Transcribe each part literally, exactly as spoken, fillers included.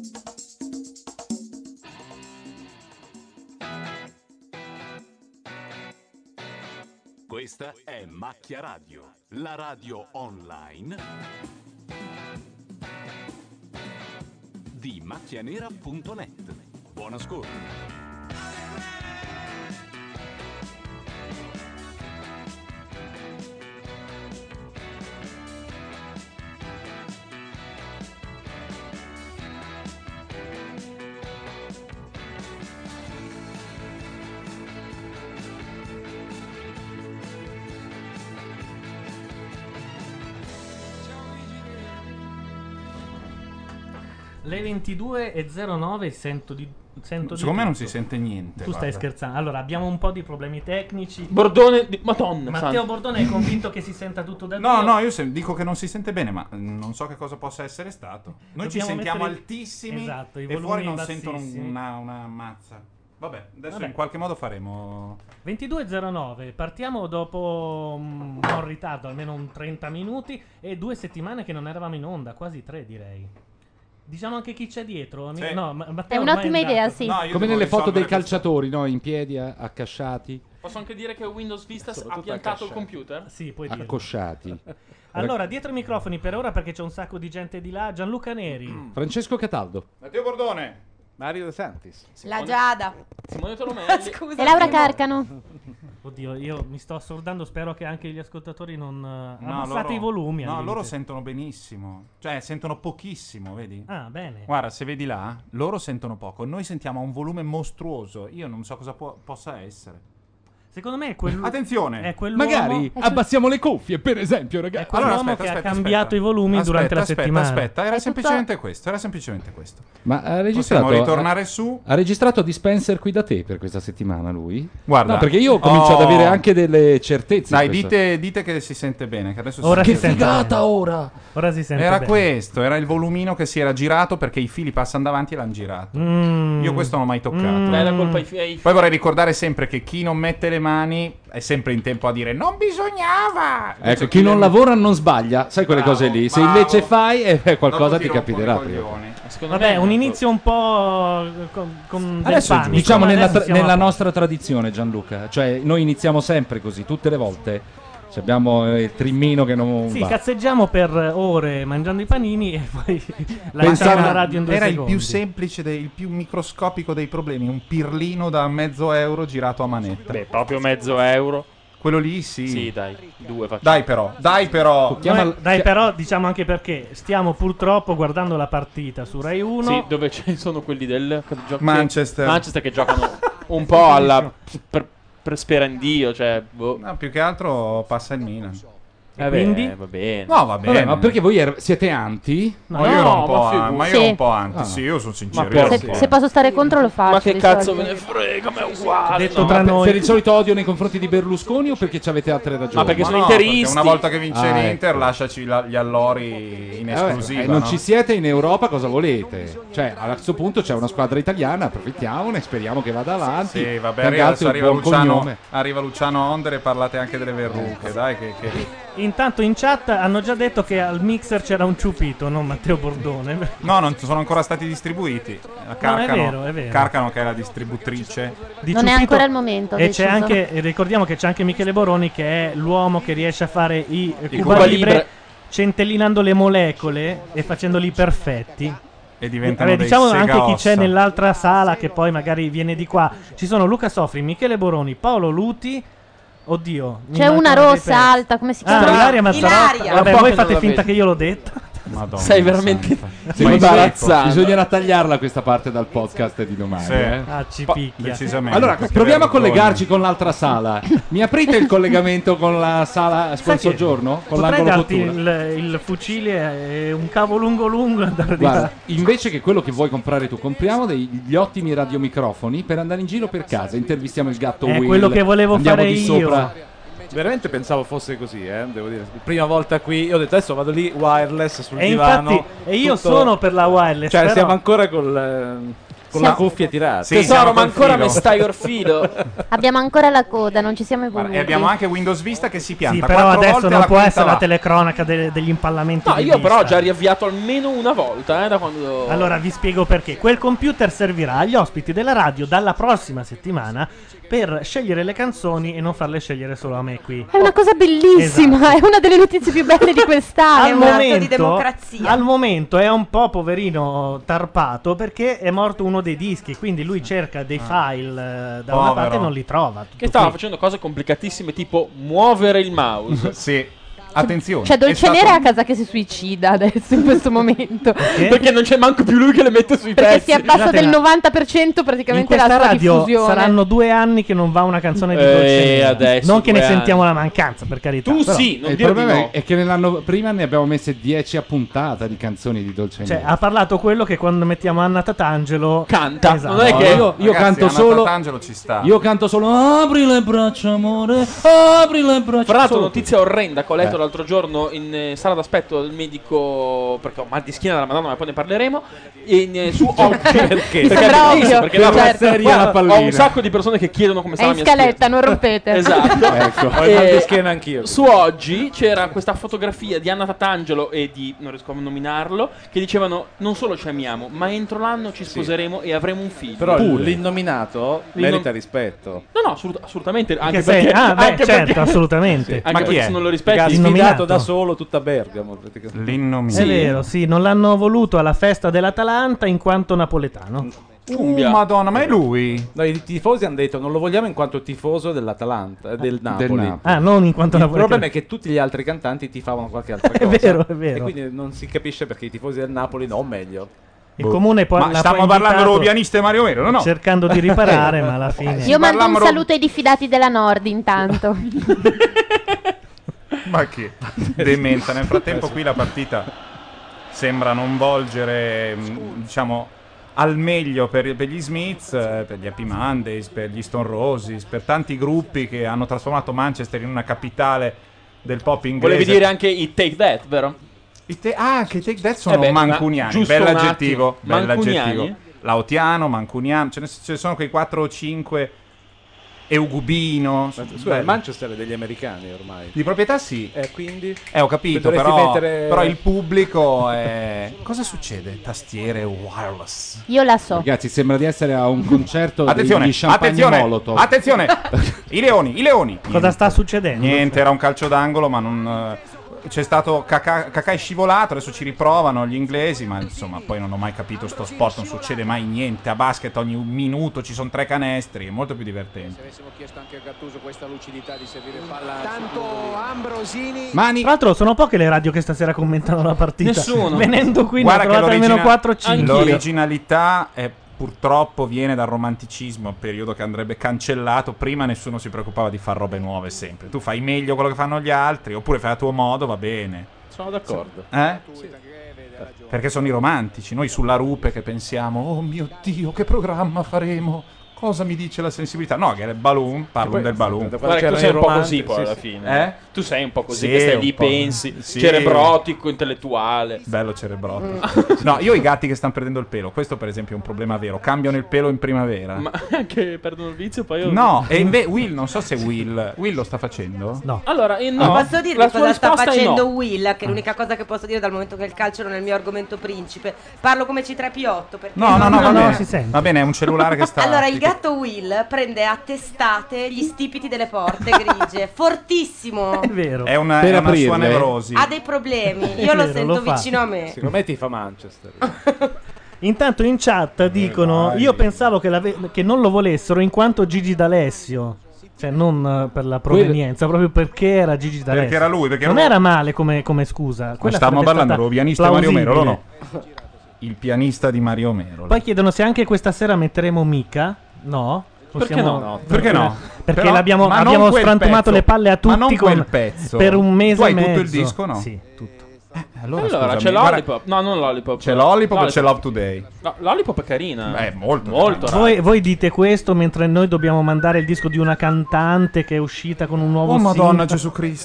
Questa è Macchia Radio, la radio online di macchianera punto net. Buon ascolto. Le ventidue e zero nove sento di sento Secondo di me non tutto. si sente niente. Tu stai guarda. scherzando. Allora, abbiamo un po' di problemi tecnici. Bordone di... Madonna Matteo santa. Bordone è convinto che si senta tutto da No, Dio. no, io se- dico che non si sente bene, ma non so che cosa possa essere stato. Noi ci Dobbiamo sentiamo mettere- altissimi Esatto, i e volumi fuori non bassissimi. sentono una, una mazza. Vabbè, adesso Vabbè. in qualche modo faremo. ventidue e zero nove, partiamo dopo un po' in ritardo, almeno un trenta minuti e due settimane che non eravamo in onda, quasi tre direi. Diciamo anche chi c'è dietro. Sì. No, ma- Matteo È ormai un'ottima andato. idea, sì. No, io Come devo nelle foto dei risolvere questo- calciatori, no? In piedi, a- accasciati, Posso anche dire che Windows Vista ha Soprattutto piantato il accasciati. computer? Sì, puoi dirlo. accosciati. Allora, dietro i microfoni per ora perché c'è un sacco di gente di là. Gianluca Neri. Francesco Cataldo. Matteo Bordone. Mario De Santis. La Giada. Simone Tolomelli. Scusa. E Laura Carcano. Oddio, io mi sto assordando, spero che anche gli ascoltatori non uh, No, abbassate loro- i volumi. al No, limite. loro sentono benissimo. Cioè, sentono pochissimo, vedi? Ah, bene. Guarda, se vedi là, loro sentono poco. Noi sentiamo a un volume mostruoso. Io non so cosa può- possa essere. Secondo me è quel Attenzione! è quell'uomo, Magari abbassiamo le cuffie, per esempio, è ragazzi. quell'uomo Allora, aspetta, che aspetta, ha cambiato aspetta. i volumi Aspetta, durante la aspetta, settimana. Aspetta, era È semplicemente tutto- questo. Era semplicemente questo. Ma ha registrato, Possiamo ritornare su. ha registrato Dispenser qui da te per questa settimana lui? Guarda, No, perché io comincio oh. ad avere anche delle certezze. Dai, in questo. dite, dite che si sente bene. Che adesso Ora si si Che sente figata bene. ora! Ora si sente Era bene. questo, era il volumino che si era girato perché i fili passano davanti e l'hanno girato. Mm. Io questo non l'ho mai toccato. Mm. Dai la colpa ai ai- Poi vorrei ricordare sempre che chi non mette le mani è sempre in tempo a dire non bisognava. Invece Ecco, chi non le- lavora non sbaglia, sai quelle Bravo, cose lì. Se bravo. invece fai, eh, qualcosa Dopo ti rompono i capiterà prima. coglioni. Secondo Vabbè, me un inizio un po' con, con del Adesso panico, diciamo ma nella, adesso tra- siamo nella a posto. nostra tradizione, Gianluca, cioè noi iniziamo sempre così, tutte le volte. Cioè, abbiamo il trimmino che non Sì, va. cazzeggiamo per ore mangiando i panini e poi Pensavo- lanciamo la radio in due Era il secondi. più semplice, dei, il più microscopico dei problemi. Un pirlino da mezzo euro girato a manetta. Beh, proprio mezzo euro. Quello lì sì. Sì, dai, due facciamo. Dai però, dai però. Chiama- Noi- dai, però diciamo anche perché stiamo purtroppo guardando la partita su Rai uno. Sì, dove ci sono quelli del gio- Manchester. Manchester che giocano un po' alla per, per sperandio, cioè boh. No, più che altro passa il Milan. Eh quindi? beh, va bene. No, va bene. Vabbè, ma perché voi er- siete anti? No, io ero un po', ma a- figurati. ma io ero Sì. un po' anti. Ah. Sì, io sono sincero. Ma io per- sì. Se, se posso stare contro lo faccio. Ma che di cazzo solito. me ne frega, ma è uguale. Detto no. tra Ma per, noi- per il solito odio nei confronti di Berlusconi o perché avete altre ragioni? Ma perché Ma sono no, interisti. perché una volta che vince Ah, l'Inter, ecco. lasciaci la- gli allori in Eh, vabbè, esclusiva. eh, non no? ci siete in Europa, cosa volete? Cioè, a questo punto c'è una squadra italiana, approfittiamone, speriamo che vada avanti. Sì, vabbè, Tenga arriva, alto il arriva buon Luciano, cognome. arriva Luciano Onder e parlate anche delle verruche, dai che... che- Intanto in chat hanno già detto che al mixer c'era un ciupito, non Matteo Bordone. No, non sono ancora stati distribuiti. La Carcano, è vero, è vero. Carcano che è la distributrice. Di Non è ciupito. ancora il momento, E c'è deciso. anche, e ricordiamo che c'è anche Michele Boroni che è l'uomo che riesce a fare i, I Cuba, Cuba Libre, Libre. centellinando le molecole e facendoli perfetti. E diventano Vabbè, dei diciamo anche chi segaossa. c'è nell'altra sala che poi magari viene di qua. Ci sono Luca Sofri, Michele Boroni, Paolo Luti. Oddio, mi C'è una mancano dei rossa pezzi. alta, come si Ah, chiama? Ilaria Mazzarotta. Ilaria. Vabbè, Un po' voi che fate non la finta vedo. che io l'ho detto. Madonna Sei veramente santa. Sei imbarazzante. Bisognerà tagliarla questa parte dal podcast di domani. Sì. eh. Ah, ci Pa- picchia. decisamente. Allora, Che proviamo a vergogna. collegarci con l'altra sala. Mi aprite il collegamento con la sala Sai con che soggiorno? Con Potrei l'angolo darti cottura? il, il fucile e un cavo lungo lungo e andare di Guarda, là. invece che quello che vuoi comprare tu, compriamo degli ottimi radiomicrofoni per andare in giro per casa. Intervistiamo il gatto È Will. quello che volevo andiamo fare di io. sopra. Veramente pensavo fosse così, eh, devo dire. Prima volta qui, io ho detto adesso vado lì wireless sul E divano. infatti, e io tutto- sono per la wireless. Cioè, però- stiamo ancora col. eh, con Siamo- la cuffia tirata. Sì, Tesoro, siamo ma col ancora filo. mi stai orfido. Abbiamo ancora la coda, non ci siamo Guarda, evoluti. e abbiamo anche Windows Vista che si pianta Sì, però quattro adesso volte non alla può quinta essere la va. telecronaca de- degli impallamenti. No, di io però ho Vista. già riavviato almeno una volta, eh, da quando... Allora vi spiego perché. Quel computer servirà agli ospiti della radio dalla prossima settimana per scegliere le canzoni e non farle scegliere solo a me qui. È una cosa bellissima, Esatto. è una delle notizie più belle di quest'anno. Al un atto momento, di democrazia. al momento è un po' poverino tarpato perché è morto uno dei dischi, quindi lui cerca dei file eh, da una Povero. parte e non li trova. tutto Che stava qui. facendo cose complicatissime tipo muovere il mouse. Sì. Attenzione. C'è è Dolce stato- Nera a casa che si suicida adesso in questo momento. Perché? Perché non c'è manco più lui che le mette sui Perché pezzi. si abbassa Scusate, del ma- novanta per cento In praticamente la questa sua radio diffusione. saranno due anni che non va una canzone di Eh, Dolce Nera. adesso non che ne due sentiamo anni. la mancanza, per carità. Tu però- sì, non E il dire di problema no. è che nell'anno prima ne abbiamo messe dieci a puntata di canzoni di Dolce Cioè, Nera. ha parlato quello che quando mettiamo Anna Tatangelo Canta, Esatto. non è No, che... io, io Ragazzi, canto Anna solo Tatangelo ci sta. io canto solo apri le braccia amore, apri le braccia. Fra l'altro, Solo notizia orrenda che ho letto Eh. l'altro giorno in eh, sala d'aspetto del medico, perché ho mal di schiena dalla Madonna, ma poi ne parleremo. In, eh, su oggi perché? Mi sembra ovvio, perché la certo. serie alla Guarda, ho pallina. un sacco di persone che chiedono come È sta la in mia scaletta, schiena. non rompete. Esatto. Ecco. Ho il mal di E schiena anch'io. Su oggi c'era questa fotografia di Anna Tatangelo e di, non riesco a nominarlo, che dicevano non solo ci amiamo, ma entro l'anno ci sposeremo e avremo un figlio. Però Pure. l'innominato L'innom- merita rispetto. No, no, assolut- assolutamente. Anche Che sei- perché, ah, beh, anche certo, perché- assolutamente. Anche Ma chi perché è? se non lo Perché ha rispetti, Innominato. sfidato da solo tutta Bergamo. praticamente. L'innominato. È vero, sì, non l'hanno voluto alla festa dell'Atalanta in quanto napoletano. Ciumbia. Uh, Madonna, ma è lui? No, i tifosi hanno detto non lo vogliamo in quanto tifoso dell'Atalanta, eh, del Napoli. Napoli. Ah, non in quanto Il napoletano. problema è che tutti gli altri cantanti tifavano qualche altra È cosa. vero, è vero. E quindi non si capisce perché i tifosi del Napoli no, o meglio. Il comune poi Ma l'ha stiamo poi parlando invitato dello pianista Mario Mero, no? no. cercando di riparare, ma alla fine Io mando un parlammo- saluto ai diffidati della Nord intanto. Ma che demenza. Nel frattempo qui la partita sembra non volgere, mh, diciamo, al meglio per, per gli Smiths, eh, per gli Happy Mondays, per gli Stone Roses, per tanti gruppi che hanno trasformato Manchester in una capitale del pop inglese. volevi dire anche i Take That, vero? I te- ah, anche i Take That sono Eh beh, ma mancuniani. giusto Bell'aggettivo. un attimo. Bell'aggettivo. Mancuniani? Laotiano, mancuniano. Ce ne, ce ne sono quei quattro o cinque. Eugubino. Scusa, il belli. Manchester è degli americani ormai. Di proprietà sì. E quindi? Eh, ho capito, Dovresti però, mettere- però il pubblico è... Cosa succede? Tastiere wireless. Io la so. Ragazzi, sembra di essere a un concerto Attenzione, di champagne attenzione, Molotov. attenzione. I leoni, i leoni. cosa Niente. sta succedendo? Niente, era un calcio d'angolo, ma non... eh, C'è stato Kakà Kakà è scivolato, adesso ci riprovano gli inglesi, ma insomma poi non ho mai capito sto sport, non succede mai niente. A basket ogni un minuto ci sono tre canestri, è molto più divertente. Avessimo chiesto anche a Gattuso questa lucidità di servire palla. Tanto Ambrosini. Mani. Tra l'altro sono poche le radio che stasera commentano la partita. Nessuno. Venendo qui ne ho Guarda che trovate almeno l'origina- quattro o cinque. Anch'io. L'originalità è, purtroppo viene dal romanticismo, un periodo che andrebbe cancellato. Prima nessuno si preoccupava di fare robe nuove sempre. Tu fai meglio quello che fanno gli altri, oppure fai a tuo modo, va bene. Sono d'accordo. Eh? Perché sono i romantici, noi sulla rupe che pensiamo, oh mio Dio, che programma faremo? Cosa mi dice la sensibilità? No, che è il balloon, parlo poi- del balloon. Quando Guarda che tu c'erano sei i un po' romanzi, così poi sì, alla sì. fine. Eh? Tu sei un po' così, Sì, che stai un lì, po'. pensi, Sì. cerebrotico, intellettuale. Bello cerebrotico. No, io ho i gatti che stanno perdendo il pelo. Questo per esempio è un problema vero. Cambiano il pelo in primavera. Ma anche perdono il vizio poi io... No, e invece Will, non so se Will Will lo sta facendo. No. Allora, eh, Ma no. posso dirvi La sua cosa sta risposta è facendo no. Will? Che è l'unica cosa che posso dire dal momento che il calcio non è il mio argomento principe. Parlo come C tre P otto. Perché No, no, no, va no, bene. si sente. Va bene, è un cellulare che sta. Allora, il gatto Will prende a testate gli stipiti delle porte grigie. Fortissimo. È vero. È una, Per è una sua aprirle. nevrosi. Ha dei problemi. È Io lo vero, sento lo fa. vicino a me. Secondo me ti fa Manchester. Intanto in chat dicono: vai. io pensavo che, l'ave- che non lo volessero in quanto Gigi D'Alessio. Cioè, non eh, per la provenienza, proprio perché era Gigi D'Alessio. Perché era lui, perché non era- era male come, come scusa. Ma Quella stavamo sarebbe parlando stata dello pianista Mario Mero, no? plausibile. no? Il pianista di Mario Mero. Poi chiedono se anche questa sera metteremo Mica. No? Perché no? No, Perché no? Perché Però- l'abbiamo, ma non abbiamo quel frantumato pezzo. le palle a tutti Ma non con- quel pezzo. per un mese Tu hai e tutto mezzo. il disco, no? Sì, tutto. Allora, Allora, scusami, c'è guarda- Lollipop. No, non Lollipop. C'è Lollipop o c'è Love Today? No, Lollipop è carina. Beh, molto Molto carina. rara. Voi, voi dite questo mentre noi dobbiamo mandare il disco di una cantante che è uscita con un nuovo Oh Madonna singolo. Gesù Cristo.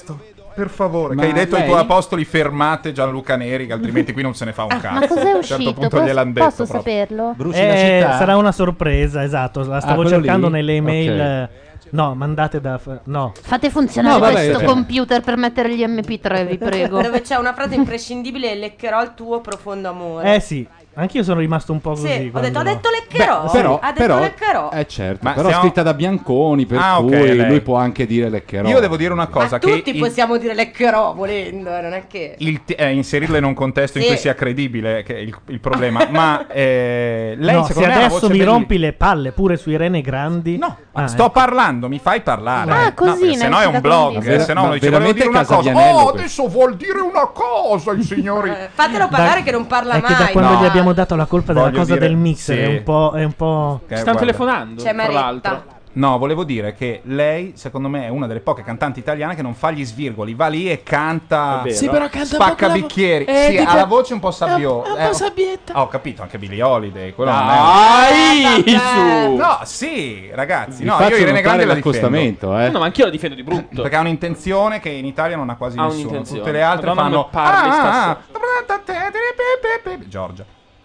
Per favore, Ma che hai detto ai lei- tuoi apostoli fermate Gianluca Neri, che altrimenti qui non se ne fa un cazzo. Ma cos'è A un uscito? certo punto Posso, gliel'han detto posso proprio. saperlo? Bruci la Eh, città? sarà una sorpresa, esatto. La stavo quello cercando lì? nelle email. Ok. eh, No, mandate da. f- No. Fate funzionare No, vabbè, questo eh. computer per mettere gli emme pi tre, vi prego. Dove c'è una frase imprescindibile e leccherò il tuo profondo amore. Eh sì, anch'io sono rimasto un po' così. Sì, ho quando- detto, ha detto leccherò. Beh, però, ha detto però, leccherò. eh certo, Ma però siamo- scritta da Bianconi, per Ah, ok, cui lei. lui può anche dire leccherò. Io devo dire una cosa, Ma che tutti il- possiamo dire leccherò volendo, eh, non è che... il t- eh, inserirla in un contesto in Sì. cui sia credibile, che è il, il problema. Ma eh, lei No, se secondo me ha una adesso voce mi belli- rompi le palle pure su Irene Grandi. No, Ah, sto ecco. parlando, mi fai parlare. Ah, No, così, perché se no è un nasce da blog, condividere. eh, se no Ma uno dice volevo veramente dire una cosa. Casabianello Oh, questo. adesso vuol dire una cosa il signori. Eh, fatelo parlare Da- che non parla È mai. che da quando No. gli abbiamo dato la colpa della Voglio cosa dire- del mixer sì. è un po'. È un po'... Che, Stanno guarda. telefonando, C'è tra l'altro. Maretta. No, volevo dire che lei, secondo me, è una delle poche cantanti italiane che non fa gli svirgoli, va lì e canta. È vero. Sì, però canta un po' Spacca con la vo- bicchieri. Eh, sì, dica- ha la voce un po' sabbiosa. È un po' sabbietta. ho capito, anche Billie Holiday. Quello non è. Dai, Eh, su. No, sì, ragazzi. Vi No, faccio io Irene Grandi notare la difendo. l'accostamento, eh. No, ma anch'io la difendo di brutto. Perché ha un'intenzione che in Italia non ha quasi Ha nessuno. un'intenzione. Tutte le altre Madonna, fanno. come parli Ah, ah, Giorgia.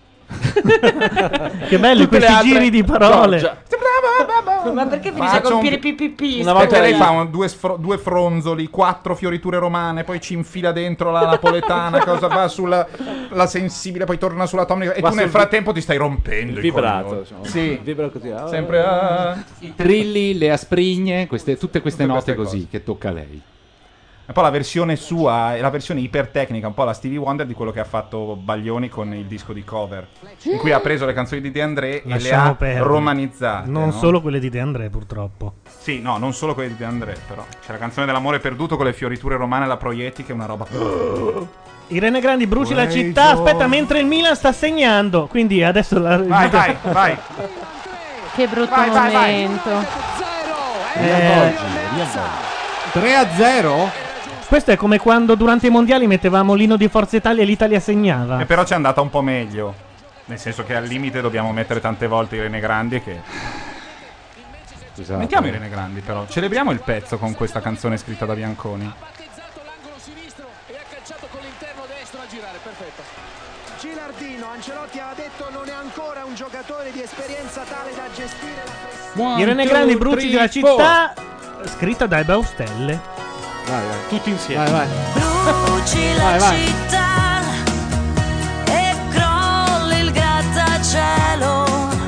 Che belli Tutte le questi altre- giri di parole. Giorgia. Ma perché finisce Faccio con un- piripipipi? Una volta Perché lei lei- fa un- due, sfro- due fronzoli, quattro fioriture romane, poi ci infila dentro la napoletana, cosa va sulla la sensibile, poi torna sulla tonica. E Va tu nel sul frattempo ti stai rompendo Il i vibrato. coglioni. Diciamo. Sì. Vibra così. ah. Sempre ah. I trilli, le asprigne, queste- tutte queste Tutte note queste così che tocca a lei. E poi la versione sua è la versione ipertecnica, un po' la Stevie Wonder di quello che ha fatto Baglioni con il disco di cover, in cui ha preso le canzoni di De André e le Lasciamo ha perdere. romanizzate. Non no? solo quelle di De André, purtroppo. Sì, no, non solo quelle di De André, però. C'è la canzone dell'amore perduto con le fioriture romane alla Proietti, che è una roba. Irene Grandi bruci la Quei città. giorni. Aspetta, mentre il Milan sta segnando. Quindi adesso la. Vai, vai, vai. Che brutto Vai, vai, vai. momento. Eh, tre a zero? questo è come quando durante i mondiali mettevamo l'inno di Forza Italia e l'Italia segnava. E però ci è andata un po' meglio. Nel senso che al limite dobbiamo mettere tante volte Irene Grandi che. Scusate. Mettiamo Irene Grandi però. Celebriamo il pezzo con questa canzone scritta da Bianconi. l'angolo sinistro e ha calciato con l'interno destro a girare, perfetto. Gilardino, Ancelotti ha detto non è ancora un giocatore di esperienza tale da gestire la pressione. One, Irene two, Grandi bruci three, la four. città. Scritta da Baustelle. Vai, vai. Tutti insieme. Vai, vai. Bruci la Vai, vai. città e crolli il grattacielo,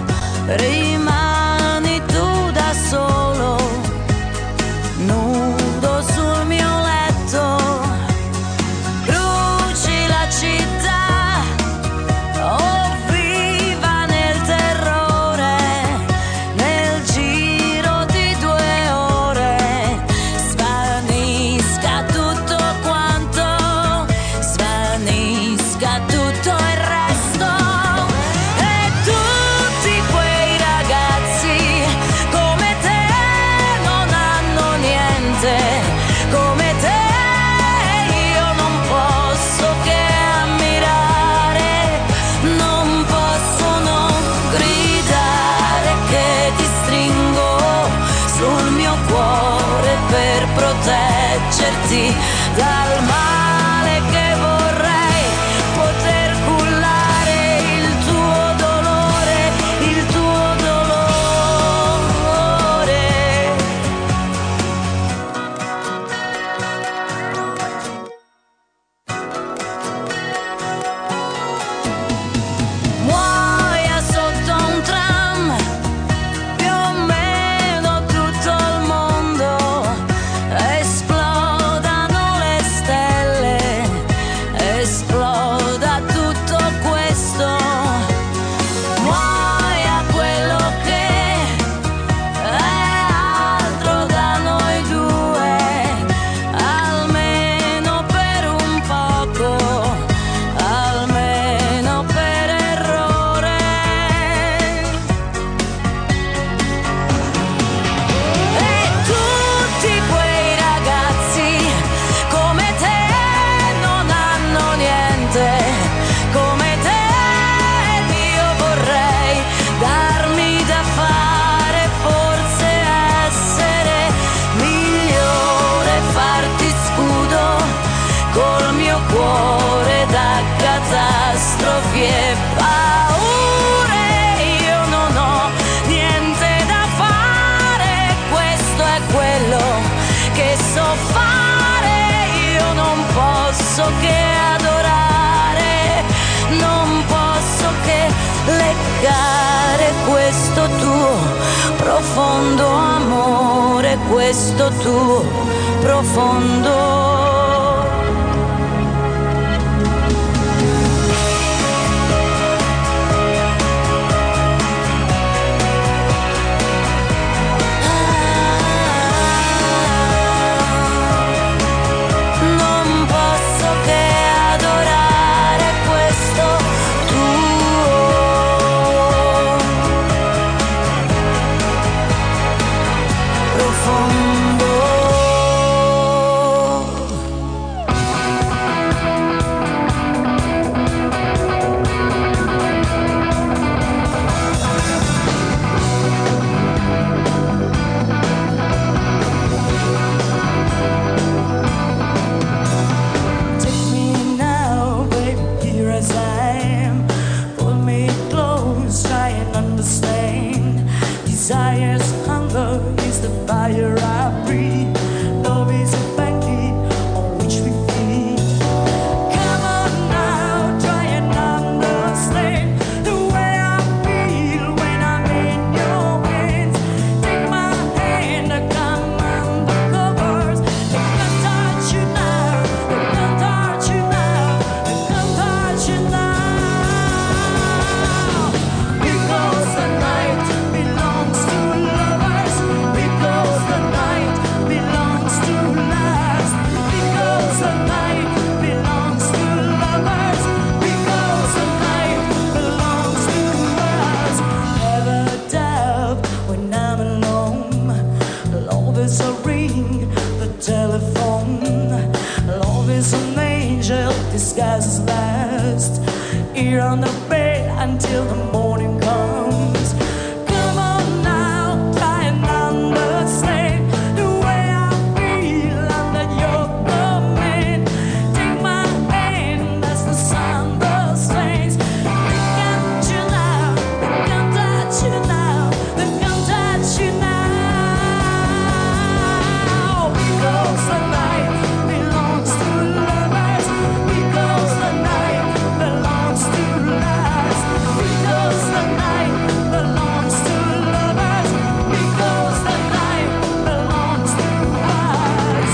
rimani tu da solo, nudo sul mio letto. Bruci la città, oh viva nel terrore, nel giro di due ore svanisca tutto quanto, svanisca tutto il resto. E tutti quei ragazzi come te non hanno niente, come te io non posso che ammirare, non posso non gridare che ti stringo sul mio cuore per proteggerti dal male che vorrei poter cullare il tuo dolore, il tuo dolore. Muoia sotto un tram, più o meno tutto il mondo, esplodano le stelle. profondo amore, questo tuo profondo. Non posso che adorare questo tuo profondo. Take me now, baby, here as I am. Pull me close, try and understand. Desire's hunger is the fire I breathe. Love is a banquet on which we feed. Come on now, try and understand the way I feel when I'm in your hands. Take my hand, come under covers. They can't touch you now, they can't touch you now, they can't touch you now. Because the night belongs to lovers, because the night belongs to last, because the night belongs to lovers, because the night belongs to us. Never doubt when I'm alone, love is a ring, the telephone. Love is an angel disguised as last, here on the bed until the morning comes. Come on now, try and understand the way I feel under your command. Take my hand as the sun understands. They can't touch you now, they can't touch you now, they can't touch you now. Because the night belongs to lovers, because the night belongs to last, because the night belongs to lovers, because the night belongs to us.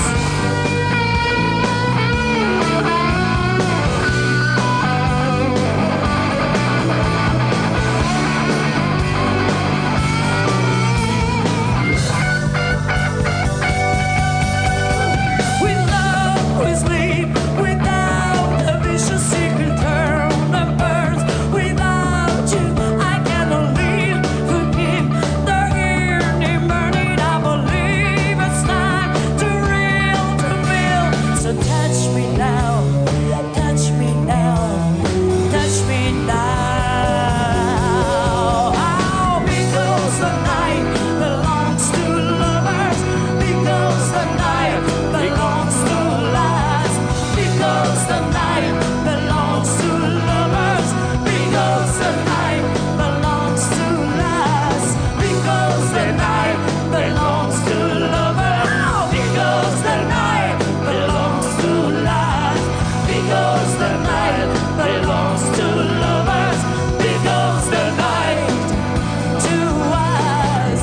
With love we sleep, without a vicious secret turn that burns. Without you I cannot live. Forgive the yearning burning. I believe it's time to real to feel. So touch me now, touch me now, touch me now. Oh, because the night belongs to lovers, because the night belongs to last, because the night belongs to lovers, because the night belongs to last, because the night belongs to lovers, because the night belongs to last, because the night belongs to lovers, because the night to us.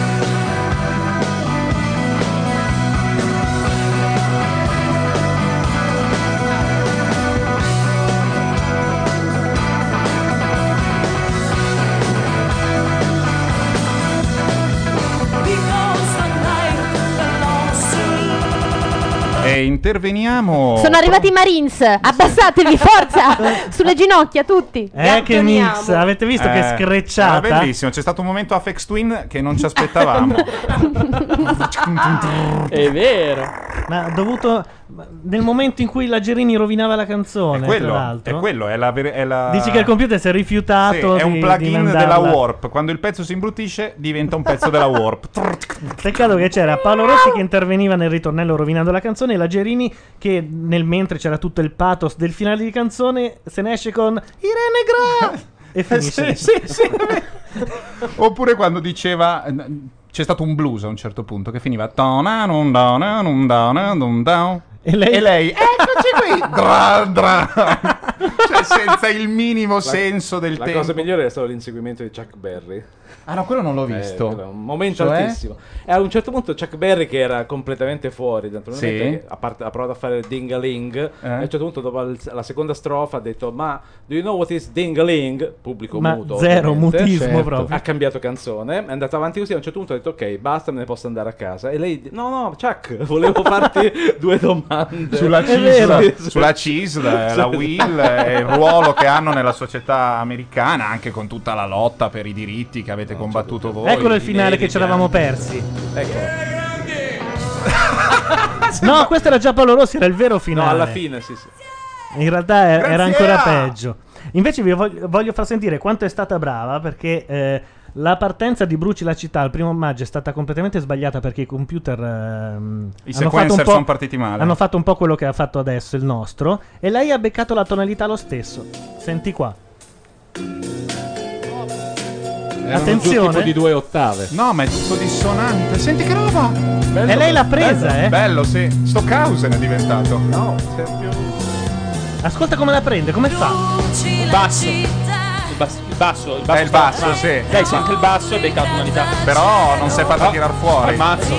Because the night belongs to E interveniamo. Sono arrivati i Marines, abbassatevi, forza! Sulle ginocchia tutti. Eh, che mix, avete visto che Eh, screcciata? era bellissimo, c'è stato un momento Aphex Twin che non ci aspettavamo. È vero. Ma dovuto nel momento in cui la Gerini rovinava la canzone, È quello, tra l'altro. è quello, è la, ver- è la... Dici che il computer si è rifiutato Sì, è un di- plugin di mandarla. della Warp. Quando il pezzo si imbruttisce diventa un pezzo della Warp. Peccato che c'era Paolo Rossi che interveniva nel ritornello rovinando la canzone e la Gerini che nel mentre c'era tutto il pathos del finale di canzone se ne esce con Irene Gra e finisce. Sì, sì, sì. Oppure quando diceva c'è stato un blues a un certo punto che finiva E lei, e lei eccoci qui dra, dra. Cioè, senza il minimo La- senso del la tempo. cosa migliore è stato l'inseguimento di Chuck Berry. Ah no, quello non l'ho Eh, visto. quello è un momento Cioè? altissimo. E a un certo punto Chuck Berry, che era completamente fuori, naturalmente, Sì. che a parte ha provato a fare il ding-a-ling, Eh? e a un certo punto dopo il- la seconda strofa ha detto: ma do you know what is ding-a-ling? Pubblico Ma muto, zero ovviamente. mutismo Certo. proprio. Ha cambiato canzone, è andato avanti così, a un certo punto ha detto ok, basta, me ne posso andare a casa. E lei, no no Chuck, volevo farti due domande. Sulla È CISL, vero. sulla CISL, eh, la Will e il ruolo che hanno nella società americana, anche con tutta la lotta per i diritti che avete combattuto voi. Eccolo il finale che ci eravamo persi. No, questo era già Paolo Rossi, era il vero finale. No, alla fine, sì, sì. In realtà era, era Grazie. ancora peggio. Invece vi voglio, voglio far sentire quanto è stata brava, perché eh, la partenza di Bruci la città il primo maggio è stata completamente sbagliata, perché i computer ehm, hanno sequencer fatto un po', sono partiti male. hanno fatto un po' quello che ha fatto adesso il nostro, e lei ha beccato la tonalità lo stesso. Senti qua. Erano Attenzione. giù tipo di due ottave. No, ma è tutto dissonante. Senti che roba! Bello, E lei l'ha presa, bello, eh? Bello, sì. Stockhausen è diventato. No, Ascolta come la prende, come fa? Il basso. Il basso, il basso, il basso, È il basso, sta- sì. Dai, sì, anche il basso è beccato tonalità. Però non si è fatta tirar fuori. Ammazzo.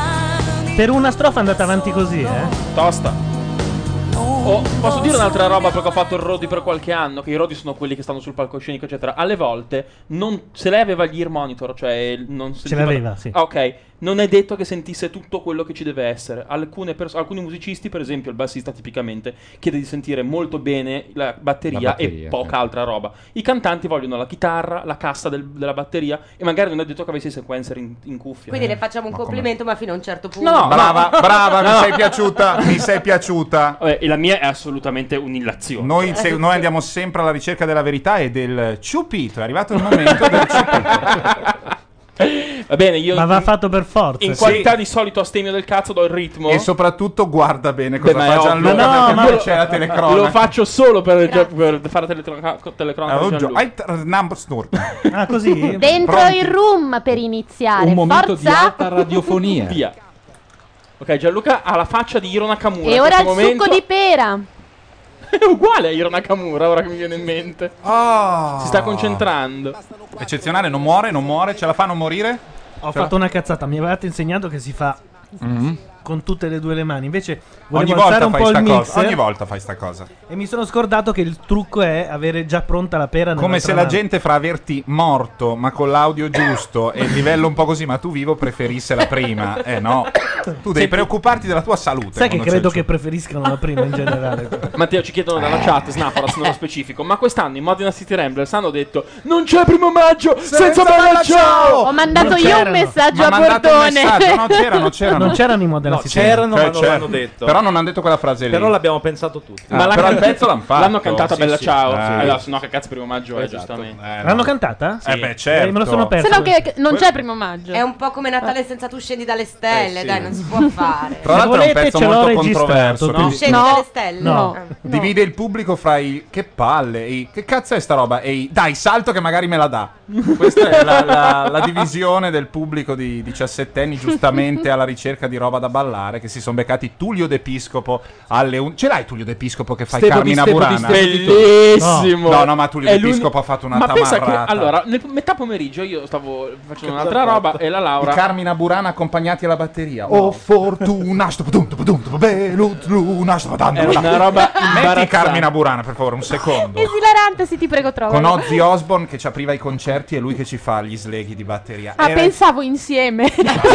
Per una strofa è andata avanti così, eh? Tosta. Oh, posso dire un'altra roba, perché ho fatto il Rodi per qualche anno, che i Rodi sono quelli che stanno sul palcoscenico eccetera. Alle volte non, se lei aveva gli ear monitor, cioè non sentiva- l'aveva, sì. Ah, ok, non è detto che sentisse tutto quello che ci deve essere. Alcune pers- alcuni musicisti, per esempio il bassista tipicamente, chiede di sentire molto bene la batteria, La batteria, e poca sì. altra roba. I cantanti vogliono la chitarra, la cassa del- della batteria, e magari non è detto che avessi i sequencer in, in cuffia. Quindi le facciamo un complimento, ma fino a un certo punto. No, no, Brava, no. brava, mi No. sei piaciuta, mi sei piaciuta. Vabbè, e la mia è assolutamente un'illazione. Noi, se- noi andiamo sempre alla ricerca della verità e del ciupito. È arrivato il momento del ciupito. Va bene, io Ma va fatto per forza. in sì. qualità di solito astemio del cazzo do il ritmo. E soprattutto guarda bene cosa Beh, ma è fa ovvio. Gianluca, Ma no, perché ma poi lo- c'è la telecronaca. Lo faccio solo per, per fare la telecronaca, telecronaca Ah, di oggi- Gianluca. hai tr- number snort. Ah, così? Dentro Pronti? il room per iniziare. Un momento di Forza. alta radiofonia. Via. Ok, Gianluca ha la faccia di Hiro Nakamura. E in ora il questo momento. succo di pera. È uguale a Hiro Nakamura, ora che mi viene in mente. Ah. Si sta concentrando. Eccezionale, non muore, non muore, ce la fa a non morire? Ho Ce la- fatto una cazzata, mi avevate insegnato che si fa Mhm. con tutte le due le mani. Invece Ogni volevo alzare volta un fai po' il sta cosa. mixer Ogni volta fai sta cosa. e mi sono scordato che il trucco è avere già pronta la pera Come nell'altra se la mano. gente fra averti morto ma con l'audio giusto e il livello un po' così ma tu vivo preferisse la prima. Eh no. Tu devi preoccuparti della tua salute. Sai che quando c'è credo il che preferiscano la prima in generale. Matteo, ci chiedono dalla chat, Snaporas nello specifico, ma quest'anno in Modena City Ramblers hanno detto non c'è primo maggio senza Bella Ciao! Ho mandato Non io c'erano. un messaggio Ma a mandate un Bordone. messaggio. No, c'erano, c'erano. Non c'erano i Modena No, City. c'erano, Cioè, ma non c'è- l'hanno detto. Però non hanno detto quella frase lì. Però l'abbiamo pensato tutti. Ah, Ma l'hanno però il cantata- pezzo l'hanno fatto. L'hanno cantata Sì, Bella sì. Ciao. Eh. Allora, se no che cazzo primo maggio è, Esatto. giustamente. Eh, L'hanno no. cantata? Eh beh, certo. Eh, me lo sono perso. Se no che che non c'è primo maggio. È un po' come Natale senza tu scendi dalle stelle, Eh, sì. dai, non si può fare. Tra l'altro è un volete, pezzo ce l'ho molto registrato, controverso. tu no? Tu scendi No. dalle stelle? No. Ah. Divide il pubblico fra i che palle, e i che cazzo è sta roba? E i dai, salto che magari me la dà. Questa è la, la- la divisione del pubblico di diciassettenni, giustamente alla ricerca di roba da ballare. Che si sono beccati Tullio D'Episcopo alle un... Ce l'hai Tullio D'Episcopo che fa Stepo di Carmina Stepo di Burana? Stepo. Bellissimo! No, no, ma Tullio È D'Episcopo l'uni- ha fatto una Ma pensa che tamarrata. allora, nel metà pomeriggio io stavo facendo un'altra roba e la I Laura Carmina Burana accompagnati alla batteria. Oh fortuna, sto padum, padum, belut, luna, sto padum, è una roba Metti imbarazzante. Carmina Burana, per favore, un secondo. Esilarante, sì, ti prego, trova. Con Ozzy Osbourne che ci apriva i concerti e lui che ci fa gli sleghi di batteria. Ah, Era- pensavo insieme.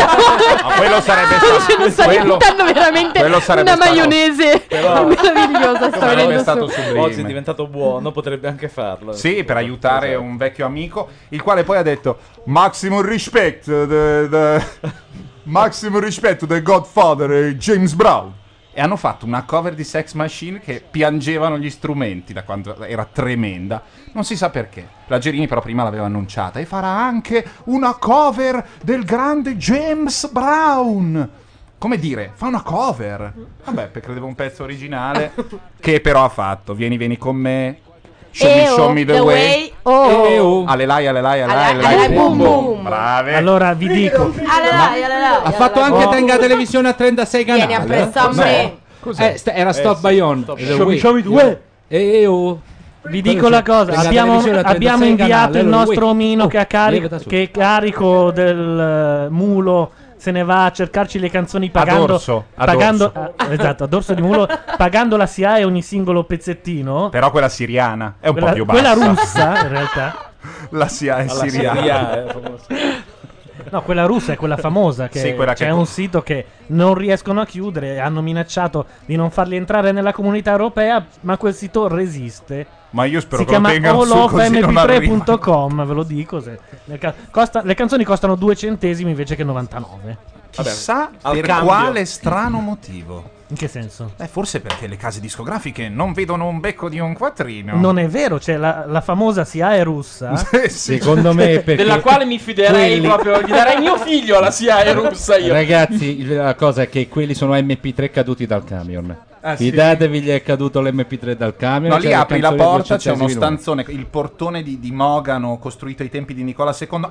No, quello sarebbe Ce ne stato sto quello, diventando veramente quello sarebbe una stato- maionese Però- meravigliosa. Sta sarebbe venendo stato su. sublime. Oggi è diventato buono, potrebbe anche farlo. Sì, per aiutare Esatto. un vecchio amico, il quale poi ha detto maximum respect the, the- maximum rispetto del Godfather e James Brown. E hanno fatto una cover di Sex Machine che piangevano gli strumenti da quanto era tremenda. Non si sa perché. La Gerini però prima l'aveva annunciata e farà anche una cover del grande James Brown. Come dire, fa una cover. Vabbè, perché credevo un pezzo originale che però ha fatto. Vieni, vieni con me. Show me, Eo, show me the, The way. way. Oh. Eo. Alelai, alelai, alelai, Alelai, alelai, alelai, boom, boom. Brave. Allora vi dico, Alelai, alelai, Ha fatto alelai. anche Tenga Televisione a trentasei canali. Vieni appresso a Cos'è? me. Eh, sta- era Stop by On. Stop. The Show me, Way. show me the way. E oh. Vi dico la cosa, abbiamo, abbiamo inviato il nostro omino che, ha cari- che è carico del uh, mulo, se ne va a cercarci le canzoni pagando, A dorso, a pagando dorso. ah, esatto, a dorso di mulo, pagando la S I A E ogni singolo pezzettino. Però quella siriana è un quella, po' più bassa. quella russa, in realtà. La S I A è Alla siriana. Siria, eh, famosa. No, quella russa è quella famosa che, Sì, quella c'è che- un sito che non riescono a chiudere, hanno minacciato di non farli entrare nella comunità europea, ma quel sito resiste. Ma io spero Si che lo chiama tengano su così non all of m p tre punto arriva. com, ve lo dico. Se, nel ca- costa- le canzoni costano due centesimi invece che novantanove. Chissà al per cambio. quale strano motivo. In che senso? Eh, forse perché le case discografiche non vedono un becco di un quattrino. Non è vero, c'è la, la famosa S I A E russa. Eh, sì. Secondo me perché Della quale mi fiderei quelli- proprio, gli darei mio figlio alla S I A E russa io. Ragazzi, il- la cosa è che quelli sono M P tre caduti dal camion. Ah, sì? Fidatevi, gli è caduto l'M P tre dal camion. No, c'è lì le apri la canzoni a due porta, c'è uno centesimi l'uno. stanzone, il portone di, di Mogano costruito ai tempi di Nicola secondo.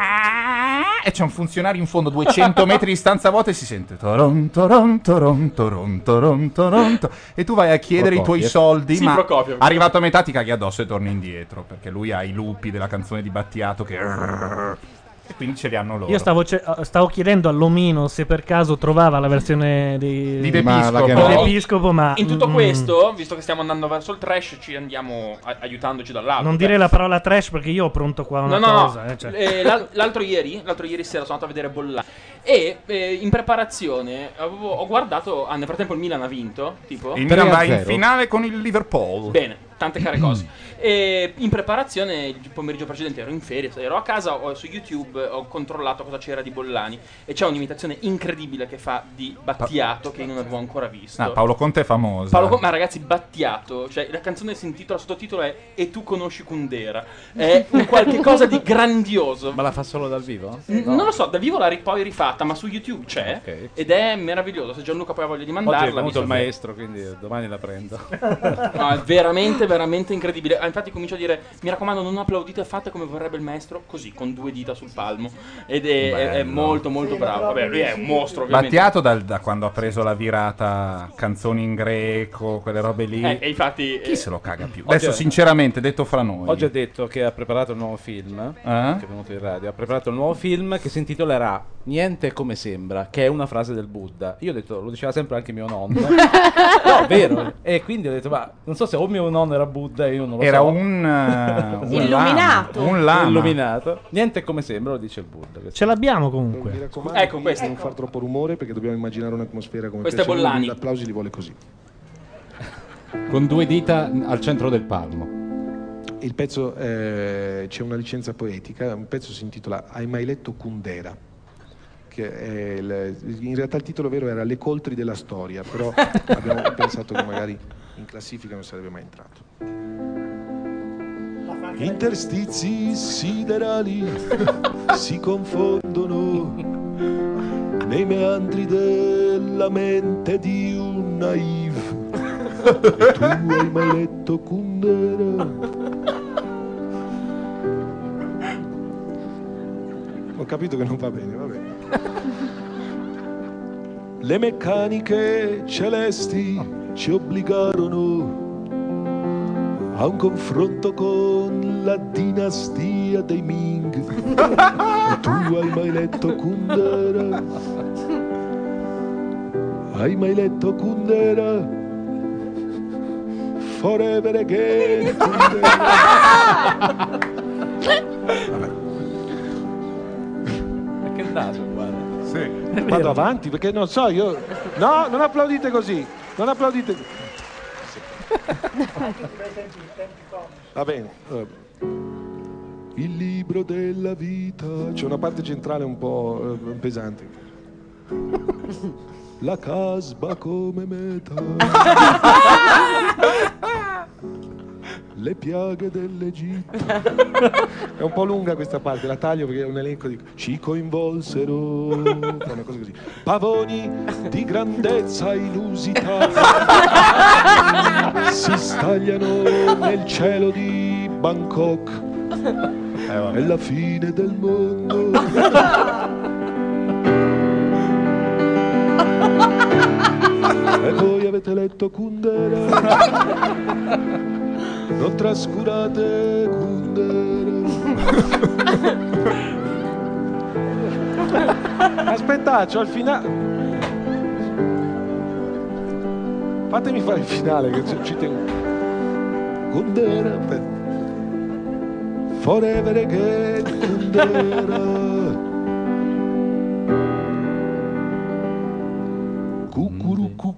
E c'è un funzionario in fondo, duecento metri di stanza vuota, e si sente toron, toron, toron, toron, toron, toron, to- e tu vai a chiedere i tuoi Prokofiev. soldi, Sì, ma Prokofiev. arrivato a metà ti caghi addosso e torni indietro, perché lui ha i lupi della canzone di Battiato che... E quindi ce li hanno loro. Io stavo, ce- stavo chiedendo all'omino se per caso trovava la versione di, Di Ma la D'Episcopo. che no. di Episcopo, ma In tutto mm, questo, visto che stiamo andando verso il trash, ci andiamo a- aiutandoci dall'alto. non dire la parola trash perché io ho pronto qua una No, no, cosa. no. eh, cioè. Eh, l'al- l'altro ieri, l'altro ieri sera sono andato a vedere Bollani e eh, in preparazione avevo- ho guardato, ah, nel frattempo il Milan ha vinto, tipo. Il Milan va in tre a zero. finale con il Liverpool. Bene, tante care cose. E in preparazione il pomeriggio precedente ero in ferie, ero a casa, ho, su YouTube ho controllato cosa c'era di Bollani e c'è un'imitazione incredibile che fa di Battiato che io non avevo ancora visto. Ah, Paolo Conte è famoso. Paolo Con- ma ragazzi, Battiato, cioè la canzone si intitola, il sottotitolo è E tu conosci Kundera. È un qualche cosa di grandioso. Ma la fa solo dal vivo? N- Non lo so, da vivo l'ha ri- poi rifatta, ma su YouTube c'è Ok. ed è meraviglioso. Se Gianluca poi ha voglia di Oggi mandarla, è venuto mi il sa- maestro, quindi domani la prendo. No, è veramente, veramente incredibile. Ah, infatti comincio a dire, mi raccomando, non applaudite, fate come vorrebbe il maestro, così, con due dita sul palmo. Ed è, è- è Bello. molto, molto bravo. Vabbè, lui è un mostro, ovviamente. Battiato dal- da quando ha preso la virata canzoni in greco, quelle robe lì. Eh, e infatti... Chi eh, se lo caga più? Oggi- Adesso sinceramente, detto fra noi. Oggi ha detto che ha preparato il nuovo film, Eh? che è venuto in radio, ha preparato il nuovo film che si intitolerà Niente è come sembra, che è una frase del Buddha. Io ho detto, lo diceva sempre anche mio nonno. No, vero. E quindi ho detto, ma non so se o mio nonno era Buddha e io non lo Era so. un, eh, un Illuminato. lama, un lama. illuminato. Niente è come sembra, lo dice il Buddha. Questo. Ce l'abbiamo Mi comunque. raccomando, Ecco, questo. non far troppo rumore perché dobbiamo immaginare un'atmosfera come Questo è piace a lui, Bollani. Gli applausi li vuole così. Con due dita al centro del palmo. Il pezzo eh, c'è una licenza poetica, un pezzo si intitola Hai mai letto Kundera? Che è il- in realtà il titolo vero era Le coltri della storia, però abbiamo pensato che magari in classifica non sarebbe mai entrato. Interstizi siderali si confondono nei meandri della mente di un naive. E tu hai mai letto Kundera? Ho capito che non va bene, va bene. Le meccaniche celesti ci obbligarono a un confronto con la dinastia dei Ming. E tu hai mai letto Kundera? Hai mai letto Kundera? Forever again Kundera. Vabbè. Ma che naso, guarda. Vado avanti perché non so io. No, non applaudite così. Non applaudite. Va bene. allora. Il libro della vita. C'è una parte centrale un po' eh, pesante. La casba come meta. Le piaghe dell'Egitto. È un po' lunga questa parte, la taglio perché è un elenco di... Ci coinvolsero... Una cosa così. Pavoni di grandezza inusitata si stagliano nel cielo di Bangkok. È la fine del mondo. E voi avete letto Kundera? non trascurate Kundera. Aspetta, c'ho il finale. Fatemi fare il finale che ci- ci tengo. Kundera, aspetta. Forever again, Kundera. Cucurucu,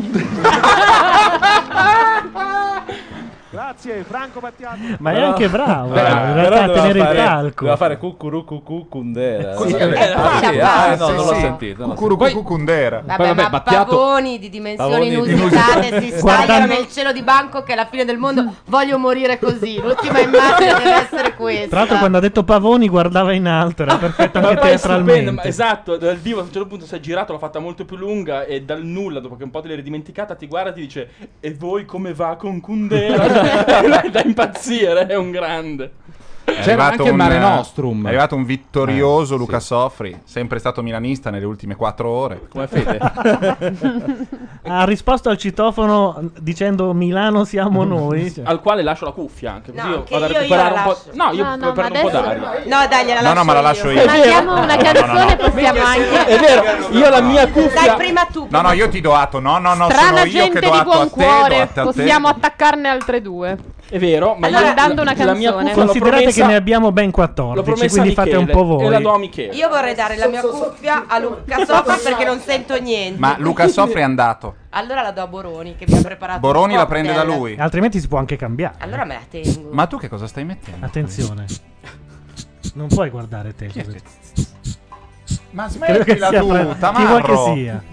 Grazie, Franco Battiato. Ma è anche bravo, Beh, eh, in però realtà a doveva tenere il fare- calco. Doveva fare cucurucu Kundera. Sì, Ah, eh, sì, eh, ah, no, sì, non l'ho sì. sentito. non l'ho Cucurucu sentito. Kundera. Vabbè, Poi, vabbè, ma Battiato- pavoni di dimensioni Pavoni di- inusitate si stagliano Guardando- nel cielo di banco che è la fine del mondo. Voglio morire così. L'ultima immagine deve essere questa. Tra l'altro, quando ha detto Pavoni, guardava in alto, era perfetto Ma anche poi è stupendo, ma- teatralmente. esatto, dal divo a un certo punto si è girato, l'ha fatta molto più lunga e dal nulla, dopo che un po' te l'eri dimenticata, ti guarda e ti dice e voi come va con Kundera? Da impazzire, è un grande. È C'era arrivato anche un- Mare Nostrum. È arrivato un vittorioso Eh, Luca sì. Soffri, sempre stato milanista nelle ultime quattro ore. Come Fede? Ha risposto al citofono dicendo Milano siamo noi. Cioè. Al quale lascio la cuffia anche così No, io che vado a io- io recuperare la un po'. lascio. No, io No, no, perdo ma un po' adesso- d'aria. No, dai, gliela No, lascio no, ma la io. lascio io. Se mandiamo una canzone possiamo anche... È vero, io la mia cuffia Dai, prima tu. No, no, io ti do atto. No, no, no, Strana sono io gente che do di atto buon a te. do cuore, atto a te. possiamo attaccarne altre due. È vero, ma Allora, io dando una la mia canzone. cuffia l'ho Considerate promessa- che ne abbiamo ben l'ho quattordici, promessa quindi a fate un Michele po' voi. E la do a Michele. Io vorrei dare la mia cuffia a Luca Sopra perché non sento niente. Ma Luca Soffri è andato. Allora la do a Boroni che mi ha preparato. Boroni un la prende da cocktail. lui. Altrimenti si può anche cambiare. Allora me la tengo. Ma tu che cosa stai mettendo? Attenzione. Non puoi guardare te così. Ma Credo che smettila sia tu, fra- chi Tamarro. vuoi che sia.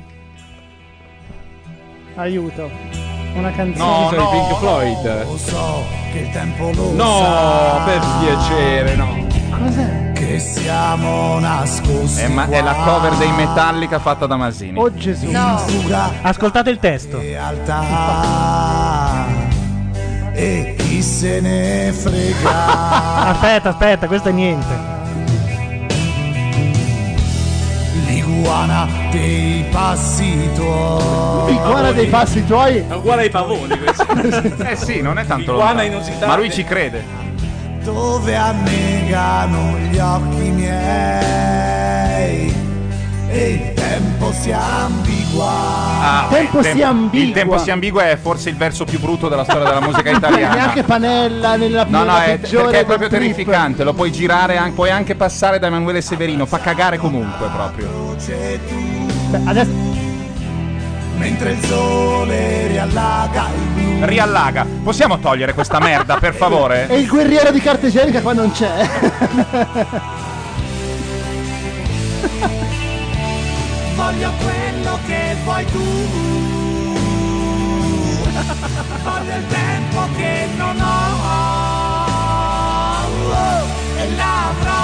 Aiuto. Una canzone. No, Sono no, i Pink no. Floyd. Lo so che il tempo lo No, sa, per piacere, no. Cos'è? che siamo nascosti È, ma- è la qua. cover dei Metallica fatta da Masini. Oh Gesù. In fuga Ascoltate il testo. realtà e chi se ne frega. Aspetta, aspetta, questo è niente. L'iguana dei passi tuoi. L'iguana dei passi tuoi. È uguale ai pavoni questo. Eh sì, non è tanto Iguana lontano. inusitata. Ma lui ci crede. Dove annegano gli occhi miei e il tempo si ambigua. Ah, Il tempo il si tem- ambigua. Il tempo si ambigua è forse il verso più brutto della storia della musica italiana. Neanche Panella nella No, no, nella è, peggiore perché è proprio del trip. terrificante. Lo puoi girare, an- puoi anche passare da Emanuele Severino. Fa cagare comunque proprio. Beh, adesso Mentre il sole riallaga il blu. Riallaga. Possiamo togliere questa merda, per è favore? il guerriero di carta igienica qua non c'è. Voglio quello che vuoi tu. Voglio il tempo che non ho. E l'avrò.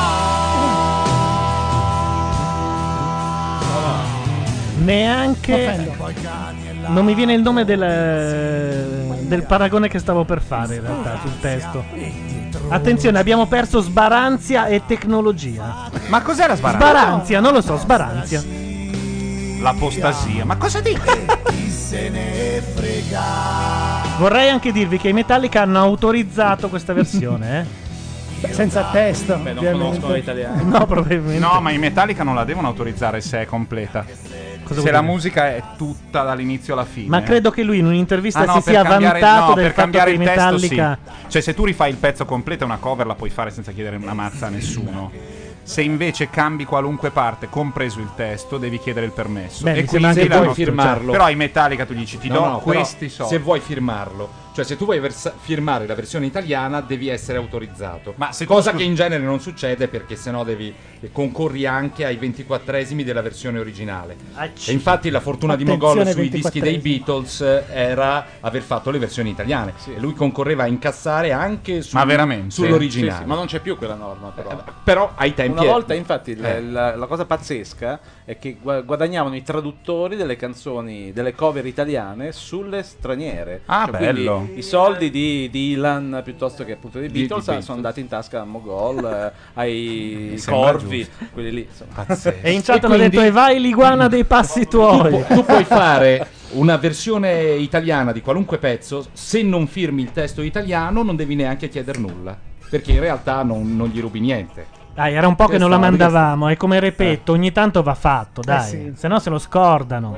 Neanche. Non mi viene il nome del, del paragone che stavo per fare in realtà sul testo. Attenzione, abbiamo perso sbaranzia e tecnologia. Ma cos'è la sbaranza? Sbaranzia, non lo so, sbaranzia. L'apostasia. Ma cosa dite? Chi se ne frega. Vorrei anche dirvi che i Metallica hanno autorizzato questa versione, eh? Beh, senza testo. Beh, non ovviamente. conoscono l'italiano. No, probabilmente. No, ma i Metallica non la devono autorizzare se è completa. Cosa Se vuol la dire? musica è tutta dall'inizio alla fine. Ma credo che lui in un'intervista Ah, no, si per sia cambiare- vantato no, del per fatto cambiare che i il testo, Metallica. sì. Cioè, se tu rifai il pezzo completo, una cover la puoi fare senza chiedere una mazza a nessuno. Se invece cambi qualunque parte, compreso il testo, devi chiedere il permesso. Beh, e mi sembra quindi anche la poi nostra- firmarlo. Però ai Metallica tu gli dici ti No, do no, no, però questi soldi. se vuoi firmarlo, cioè se tu vuoi versa- firmare la versione italiana devi essere autorizzato. Ma se tu cosa scu- che in genere non succede perché sennò devi concorri anche ai ventiquattresimi della versione originale. Acci. E infatti la fortuna di Attenzione, Mogol sui dischi dei ventiquattresimi. Beatles era aver fatto le versioni italiane. E lui concorreva a incassare anche sul- Ma veramente? sull'originale. Sì, sì, ma non c'è più quella norma però. Però ai tempi Una è- volta infatti il- Eh. la, la cosa pazzesca è che gua- guadagnavano i traduttori delle canzoni, delle cover italiane sulle straniere. Ah, Cioè, quindi bello. I soldi di, di Ilan piuttosto che appunto dei Di- Beatles, di Beatles. sono andati in tasca a Mogol, eh, ai Mi sembra Corvi, giusto. quelli lì. Insomma. E in chat E hanno quindi- detto e vai l'iguana dei passi tu, tuoi. pu- tu puoi fare una versione italiana di qualunque pezzo, se non firmi il testo italiano non devi neanche chiedere nulla, perché in realtà non, non gli rubi niente. Dai, era un po' che non la Questa- mandavamo, è come repetto, ogni tanto va fatto, dai, sì. se no se lo scordano.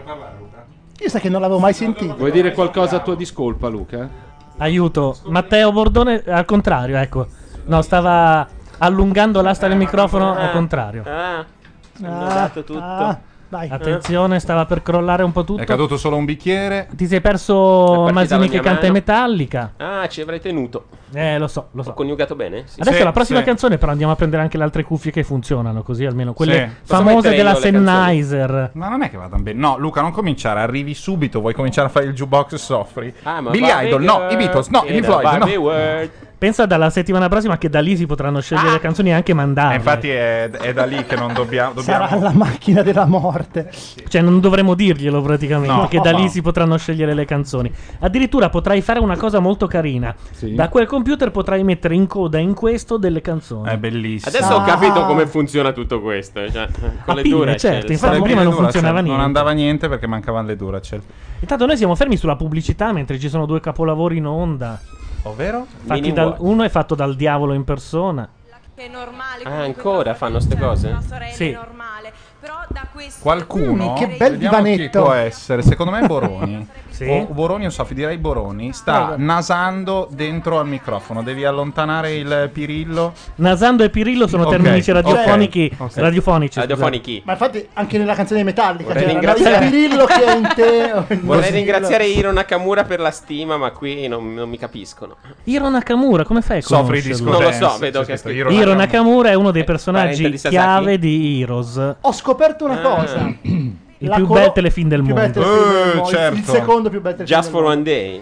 Io sai che non l'avevo mai sentito. Vuoi dire qualcosa a tua discolpa, Luca? Aiuto, Matteo Bordone al contrario, ecco. No, stava allungando l'asta del microfono al contrario. Ah, hanno Ah, dato tutto. ah, vai. Attenzione, stava per crollare un po' tutto. È caduto solo un bicchiere. Ti sei È perso partita Masini la che mia canta in mano. Metallica. Ah, ci avrei tenuto. Eh, lo so, lo so. Ho coniugato bene? Sì. Adesso Sì, la prossima sì. canzone però andiamo a prendere anche le altre cuffie che funzionano, così almeno quelle Sì. Posso famose mettere della io le canzoni? Sennheiser. Ma non è che vadano bene. No, Luca, non cominciare. Arrivi subito. Vuoi cominciare a fare il jukebox e soffri? Ah, ma Billy Barbie Idol, no. Girl I Beatles, no. I in a Floyd, Barbie no. World. Pensa dalla settimana prossima che da lì si potranno scegliere Ah! le canzoni e anche mandarle. Eh, infatti è, è da lì che non dobbiamo... dobbiamo... Sarà la macchina della morte. Cioè non dovremo dirglielo praticamente, No. che da lì No. si potranno scegliere le canzoni. Addirittura potrai fare una cosa molto carina. Sì. Da quel computer potrai mettere in coda in questo delle canzoni. È bellissimo. Adesso ho Ah. capito come funziona tutto questo. Cioè, con A le pile, Duracell. certo, infatti Con le prima non Duracell funzionava niente. Non andava niente perché mancavano le Duracell. Intanto noi siamo fermi sulla pubblicità mentre ci sono due capolavori in onda. Ovvero? Fatti Mini dal- Watch. uno è fatto dal diavolo in persona. Che è normale. Ah, comunque ancora per fanno ste cose? una sorella Sì. è normale. Però da questo Qualcuno, Mm, che bel vediamo chi divanetto. può essere, secondo me Boroni. Sì. O Boroni o Sofi, direi Boroni, sta nasando dentro al microfono. Devi allontanare il pirillo. Nasando e Pirillo sono Ok, terminici ok, radiofonici. ok. Radiofonici. scusate. Radiofonici. Ma infatti anche nella canzone di Metallica Vorrei c'era ringraziare- il Pirillo che è in te. o in Vorrei Pirillo. ringraziare Hiro Nakamura per la stima, ma qui non, non mi capiscono. Hiro Nakamura, come fai a Soffri conoscerlo? disco Non lo dance, so, vedo c'è che è scritto scritto. Hiro Hiro Nakamura. Nakamura è uno dei Eh, personaggi parente di Sasaki? chiave di Heroes, Ho scoperto una Ah. cosa. il La più colo- bel telefilm del più bel mondo. telefilm del Eh, mondo, il- certo. Il secondo più bel telefilm Just del for mondo. one day.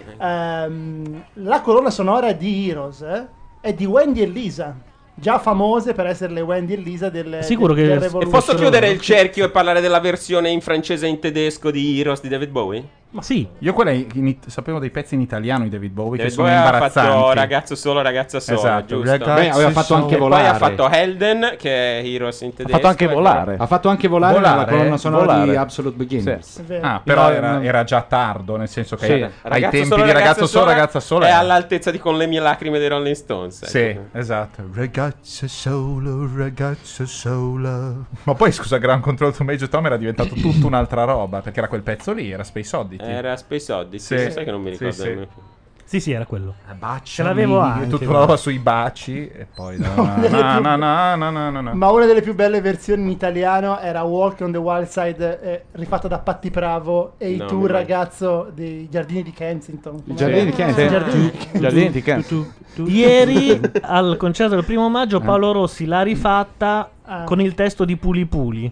Ehm, la colonna sonora di Heroes eh, è di Wendy e Lisa, già famose per essere le Wendy e Lisa del, Sicuro del, che- del e E Revolution. posso chiudere il cerchio e parlare della versione in francese e in tedesco di Heroes di David Bowie? Ma sì, Io quella in it- sapevo dei pezzi in italiano di David Bowie David che sono Bowie aveva imbarazzanti. fatto Ragazzo solo, ragazza sola, Esatto, giusto? ragazzi Beh, aveva fatto anche E poi volare. ha fatto Helden, che è Heroes in Ha tedesco. fatto anche e poi- volare. Ha fatto anche volare, Volare, nella colonna sonora volare. di Absolute Beginners. È vero. Ah, però No, era, no. era già tardo, nel senso che Sì. ai Ragazzo tempi solo, di ragazzo solo, sola ragazza sola. è era- all'altezza di Con le mie lacrime dei Rolling Stones. Sì, ecco. esatto. Ragazza sola, ragazza sola. Ma poi scusa, Grand Control to Major Tom era diventato tutta un'altra roba, perché era quel pezzo lì, era Space Oddity. Era Space Oddity, Sì. sì. Sai che non mi Sì, ricordo sì. nemmeno più. sì, sì, era quello. Baciami, Ce l'avevo anche, tutta una guarda. roba sui baci e poi no, No, delle no, più- no, no, no, no, no, no. Ma una delle più belle versioni in italiano era Walk on the Wild Side, eh, rifatta da Patti Bravo e il No, tu mi- ragazzo dei giardini di Kensington. I giardini di Kensington. I giardini di Kensington. Giardini di Kensington. Ieri al concerto del primo maggio Paolo Rossi l'ha rifatta Ah. con il testo di Puli Puli.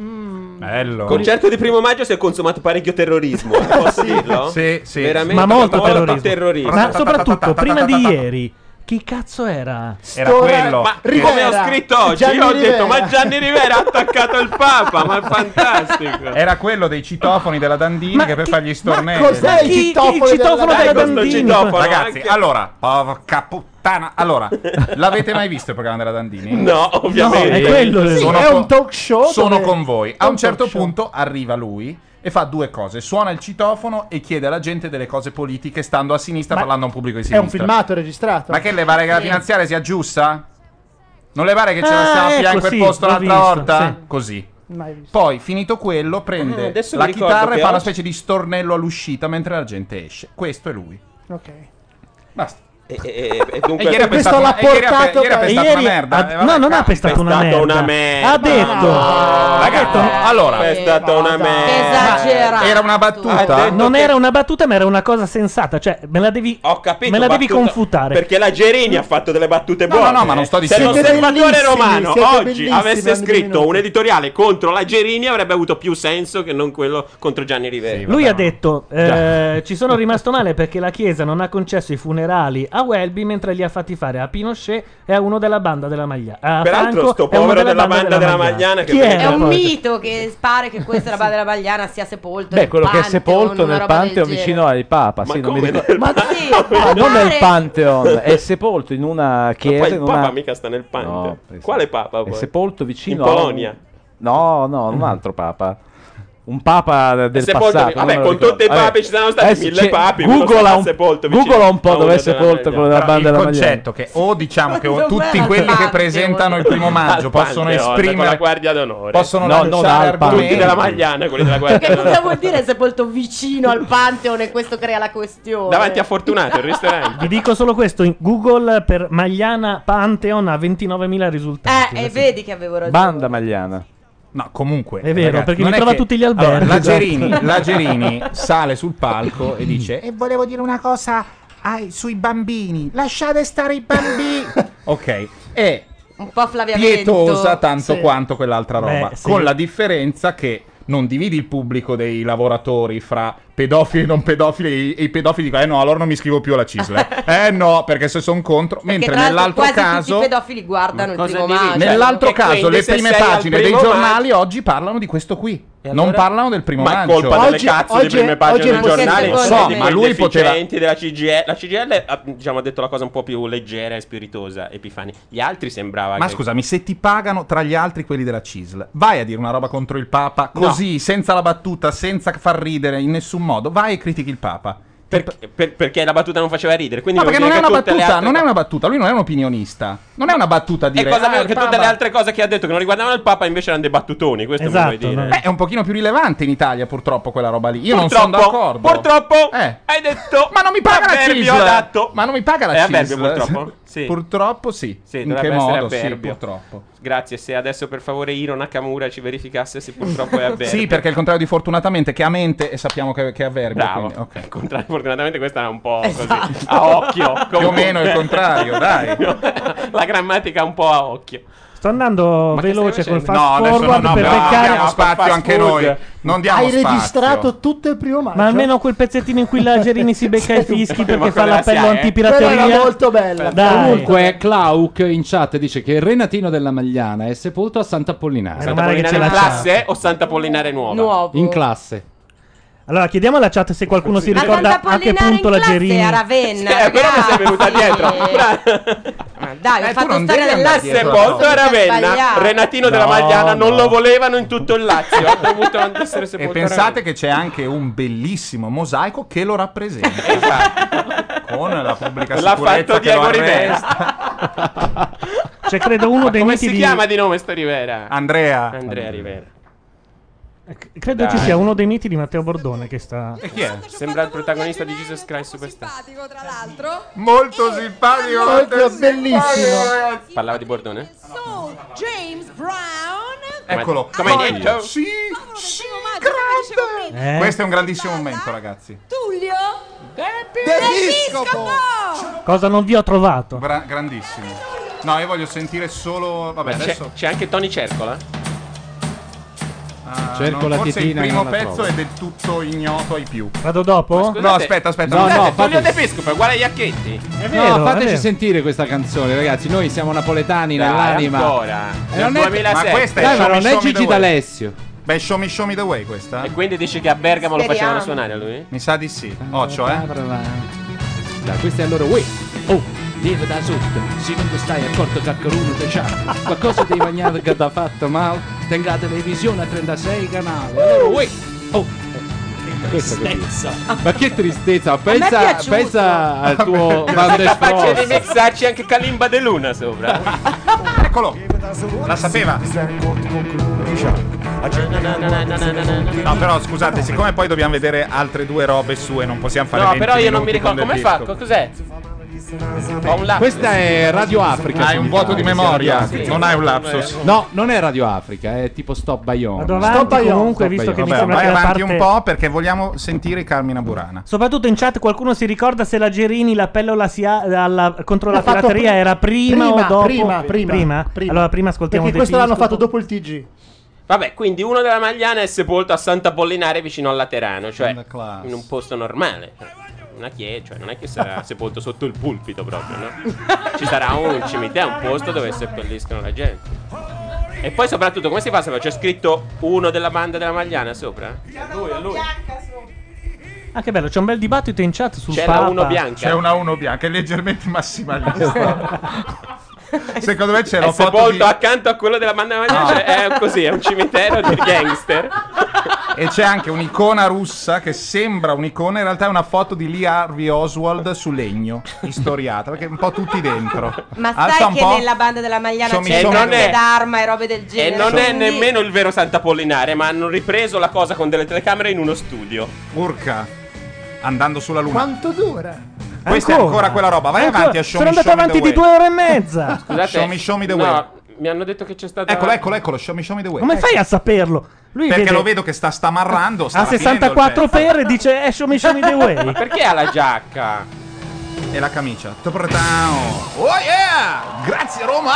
Bello. Concerto di primo maggio si è consumato parecchio terrorismo, eh, posso dirlo? Sì, sì. Veramente Ma molto terrorismo. terrorismo. Ma soprattutto prima di ieri, chi cazzo era? Era Storia- quello. Ma che- come ho scritto oggi, Gianni io ho Rivera. detto, ma Gianni Rivera ha attaccato il Papa, ma è fantastico. Era quello dei citofoni della Dandini Ma che per chi- fargli stornelli. cos'è il Chi- citofono chi- il citofono della- della Ecco sto Dandini? citofono, Ragazzi, anche- allora, porca puttana. Allora, l'avete mai visto il programma della Dandini? No, ovviamente. No, è quello. Sì, Sono è con- un talk show. Sono dove- con voi. è A un talk certo show. punto arriva lui e fa due cose: suona il citofono e chiede alla gente delle cose politiche stando a sinistra Ma parlando a un pubblico di È sinistra. un filmato registrato. Ma che le pare che la finanziaria sia giusta? Non le pare che ce la Ah, siamo a fianco ecco, in sì, posto l'ho l'altra visto, volta? sì. Così. Mai visto. Poi, finito quello, prende Ah, adesso la mi ricordo chitarra e che fa una oggi- specie di stornello all'uscita mentre la gente esce. Questo è lui. Ok. Basta. E, e- e dunque, E ieri ha questo pestato l'ha una- e ieri ha pe- portato ieri ha per- pestato Ieri una merda. ha- Eh, vabbè, no, non ha cazzo. pestato una Pestato merda. una merda. Ha detto. Ragazzi, allora, è stata una Che merda. esagerato. era una Ha battuta? detto Non che- era una battuta, ma era una cosa sensata. Cioè, me la devi. Ho capito, Me la devi battuta- confutare. Perché la Gerini ha fatto delle battute No, buone. no, no, ma non sto Se dicendo- l'osservatore Siete bellissimi, romano siete oggi bellissimi, avesse ogni scritto minuto. un editoriale contro la Gerini avrebbe avuto più senso che non quello contro Gianni Rivera. Sì, Lui vabbè, ha detto: eh, ci sono rimasto male perché la Chiesa non ha concesso i funerali a Welby mentre li ha fatti fare a Pinochet e a uno della banda della Magliana. A Peraltro Franco sto e a uno povero della banda della Magliana che Chi viene- era È un poi? mito che pare che questa banda della Magliana sia sepolto. Beh, nel quello che è Pantheon, sepolto una nel roba del Pantheon genere. vicino al Papa. Ma Sì, non mi come ricordo. nel Ma sì, Ah, non pare- nel Pantheon, è sepolto in una Ma chiesa. poi il in Papa una... mica sta nel Pantheon. No, sì. Quale Papa È poi? sepolto vicino In a un- Polonia. No, no, un altro Papa. un papa del Sepolto- passato. vabbè, non me lo con ricordo. tutti i papi Vabbè. ci sono stati Adesso mille c'è- papi, uno Googla stava un, sepolto vicino Googla un po' a uno dove è della sepolto Magliana. quello della Però banda il della Magliana. concetto che o diciamo che o Dov'è tutti al quelli che Pantheon? presentano il primo maggio Al possono Pantheon, con la esprimere Guardia d'Onore. possono No, non lanciare al Pantheon. Tutti argomenti della Magliana, quelli della Guardia Che cosa d'Onore. vuol dire sepolto vicino al Pantheon e questo crea la questione? Davanti a Fortunato, il ristorante. Vi dico solo questo: in Google per Magliana Pantheon ha ventinovemila risultati. Eh, e vedi che avevo ragione. Banda Magliana. No, comunque È vero, ragazzi, perché non mi è trova che- tutti gli alberghi. Allora, la, esatto. Gerini, la Gerini sale sul palco e dice e volevo dire una cosa ai- sui bambini, lasciate stare i bambini. Ok, è Un po' Flavia pietosa Vento. tanto Sì. quanto quell'altra roba, Beh, sì. con la differenza che non dividi il pubblico dei lavoratori fra pedofili e non pedofili e i pedofili dicono eh no, allora non mi iscrivo più alla C I S L. eh Eh, no, perché se sono contro, Perché mentre tra l'altro nell'altro quasi caso tutti i pedofili guardano il cosa primo dividi? maggio. nell'altro E caso quindi le se prime sei al pagine dei primo giornali oggi parlano di questo qui. E Non allora? parlano del primo Ma è maggio. colpa delle Oggi- cazzo oggi- di prime pagine oggi dei è giornali. secondo So, me- ma lui poteva deficienti della C G I L. La C G I L ha, diciamo, ha detto la cosa un po' più leggera e spiritosa. Epifani. Gli altri sembrava Ma che... scusami, se ti pagano tra gli altri quelli della C I S L, vai a dire una roba contro il Papa così, senza la battuta, senza far ridere in nessun modo, vai e critichi il Papa. Perché, per- perché la battuta non faceva ridere. Quindi No, vuol perché non dire è una che tutte le battuta, altre non è co- una battuta, lui non è un opinionista. Non è una battuta a E dire cosa "Ah, vero il che tutte Papa-" le altre cose che ha detto che non riguardavano il Papa invece erano dei battutoni. Questo mi Esatto, vuoi dire. no. Beh, è un pochino più rilevante in Italia, purtroppo, quella roba lì. Io non Purtroppo, sono d'accordo. Purtroppo Eh. hai detto Ma non mi paga la C I S avverbio L. adatto. Ma non mi paga la È C I S L. avverbio, purtroppo? Sì. Purtroppo sì. Sì, in dovrebbe che essere modo? Sì, avverbio. purtroppo. Grazie, se adesso per favore Hiro Nakamura ci verificasse se purtroppo è avverbio. Sì, perché è il contrario di fortunatamente, che ha mente e sappiamo che, che è avverbio. Bravo. quindi, ok. Al contrario, fortunatamente questa è un po' Esatto. così a occhio. Più o meno il contrario, dai. La grammatica un po' a occhio. Sto andando Ma che veloce stai col facendo? fast No, adesso forward no, no, per no, beccare. diamo spazio Fast anche food. noi. Non diamo Hai spazio. registrato tutto il primo maggio. Ma almeno quel pezzettino in cui la Gerini si becca i fischi perché Ma fa quella l'appello sia, eh. antipirateria. Quella era molto bella. Dai. Comunque, Clauc in chat dice che Renatino della Magliana è sepolto a Sant'Apollinare. Meno Santa male che Pollinare c'è in la classe o Santa Pollinare nuova? Nuovo. In classe. Allora, chiediamo alla chat se qualcuno si Ma ricorda Santa a che Pollinare punto in la classe Gerini. a Ravenna. Eh, però mi sei venuta ragazzi. dietro. Ma dai, ho Eh, tu fatto non storia devi andare dell'Lazio. dietro. Sepolto a Sono Ravenna, sbagliato. Renatino della No, Magliana non no. lo volevano in tutto il Lazio. Ha dovuto essere E sepolto a pensate Ravenna. che c'è anche un bellissimo mosaico che lo rappresenta. Esatto. Con la pubblica L'ha sicurezza fatto che lo Diego Rivera. arresta. C'è credo uno Ma dei come miti si di chiama di nome sto Rivera? Andrea. Andrea Rivera. Credo Dai. ci sia uno dei miti di Matteo Bordone che sta. E chi è? Sembra il protagonista di Jesus Christ Superstar. tra l'altro. Molto simpatico. Molto bellissimo. Parlava di Bordone? So, James Brown. Eccolo. Come hai Poi- detto? Sì, sì, grande. Eh? Questo è un grandissimo momento, ragazzi. Tullio. D'Episcopo. Cosa non vi ho trovato? Bra- grandissimo. No, io voglio sentire solo. Vabbè, Ma c'è, adesso. c'è anche Tony Cercola? Ah, Cerco no, la forse il titina e primo non la pezzo trovo. è del tutto ignoto ai più. Vado dopo? Scusate, No, aspetta, aspetta. No, aspetta. no, Tullio fate- De Piscopo è uguale a Iacchetti. È vero, No, è fateci vero. sentire questa canzone, ragazzi. Noi siamo napoletani Dai, nell'anima. ancora. Eh, Nel non è- duemilasei. Ma questa è Dai, ma Show Me, non è Show Me Gigi the Way. D'Alessio. Beh, show me, show me the way questa. E quindi dici che a Bergamo lo facevano Speriamo. suonare a lui? Mi sa di sì. Occhio, eh. Dai, questo è il loro way. Oh, viene da sotto. Se non ti stai accorto che qualcuno te c'ha qualcosa di bagnato che ti ha fatto male, tenga la televisione a trentasei canali. Allora, way. Oh. Questo è così. Ma che tristezza, me è pensa, piaciuto. pensa al tuo Van Capace di Frost. mixarci anche Kalimba De Luna sopra. Eccolo. La sapeva. No, però scusate, siccome poi dobbiamo vedere altre due robe sue, non possiamo fare No, venti però io non mi minuti con ricordo del come fa. disco. Cos'è? Ho un lapsus. Questa è Radio Africa. Hai un vuoto di memoria, Sì. non hai un lapsus. No, non è Radio Africa, è tipo Stop Bayonne. Vado avanti Bayonne, comunque, stop visto che mi Vabbè, sembra vai che la avanti parte... un po' perché vogliamo sentire Carmina Burana. Soprattutto in chat qualcuno si ricorda se la Gerini l'appello alla sia- alla- contro la L'ha fatto pirateria pri- era prima, prima, o dopo? prima, prima, prima. Allora prima ascoltiamo Perché De questo l'hanno Piscopo. fatto dopo il T G. Vabbè, quindi uno della Magliana è sepolto a Santa Pollinare vicino al Laterano, cioè In the class. in un posto normale. Una chiesa, cioè non è che sarà sepolto sotto il pulpito proprio, no? Ci sarà un cimitero, un posto dove seppelliscono la gente. E poi soprattutto come si fa se c'è scritto uno della banda della Magliana sopra? Lui, è lui. Ah che bello, c'è un bel dibattito in chat sul C'è Papa. la uno bianca. C'è una uno bianca, è leggermente massimalista. Secondo me c'era È una foto sepolto di... accanto a quello della banda della Magliana, No. cioè, è così, è un cimitero di gangster. E c'è anche un'icona russa che sembra un'icona, in realtà è una foto di Lee Harvey Oswald su legno, istoriata, perché un po' tutti dentro. Ma Alza sai un che po'. nella banda della Magliana Show me, c'è show me. anche E non è- d'arma e robe del E genere. non è quindi- nemmeno il vero Sant'Apollinare, ma hanno ripreso la cosa con delle telecamere in uno studio. Urca, andando sulla luna. Quanto dura? Questa è ancora quella roba, vai Ancora? avanti a show Sono me, andato show me avanti the di way. due ore e mezza. Scusate, Show me, show me the no, way. mi hanno detto che c'è stata. Eccolo, eccolo, eccolo, show me, show me the way. Come fai a saperlo? Lui Perché vede- lo vedo che sta stamarrando, sta a sessantaquattro per e dice eh, show me, show me the way. Ma perché ha la giacca? E la camicia. Topretao. Oh yeah! Grazie Roma!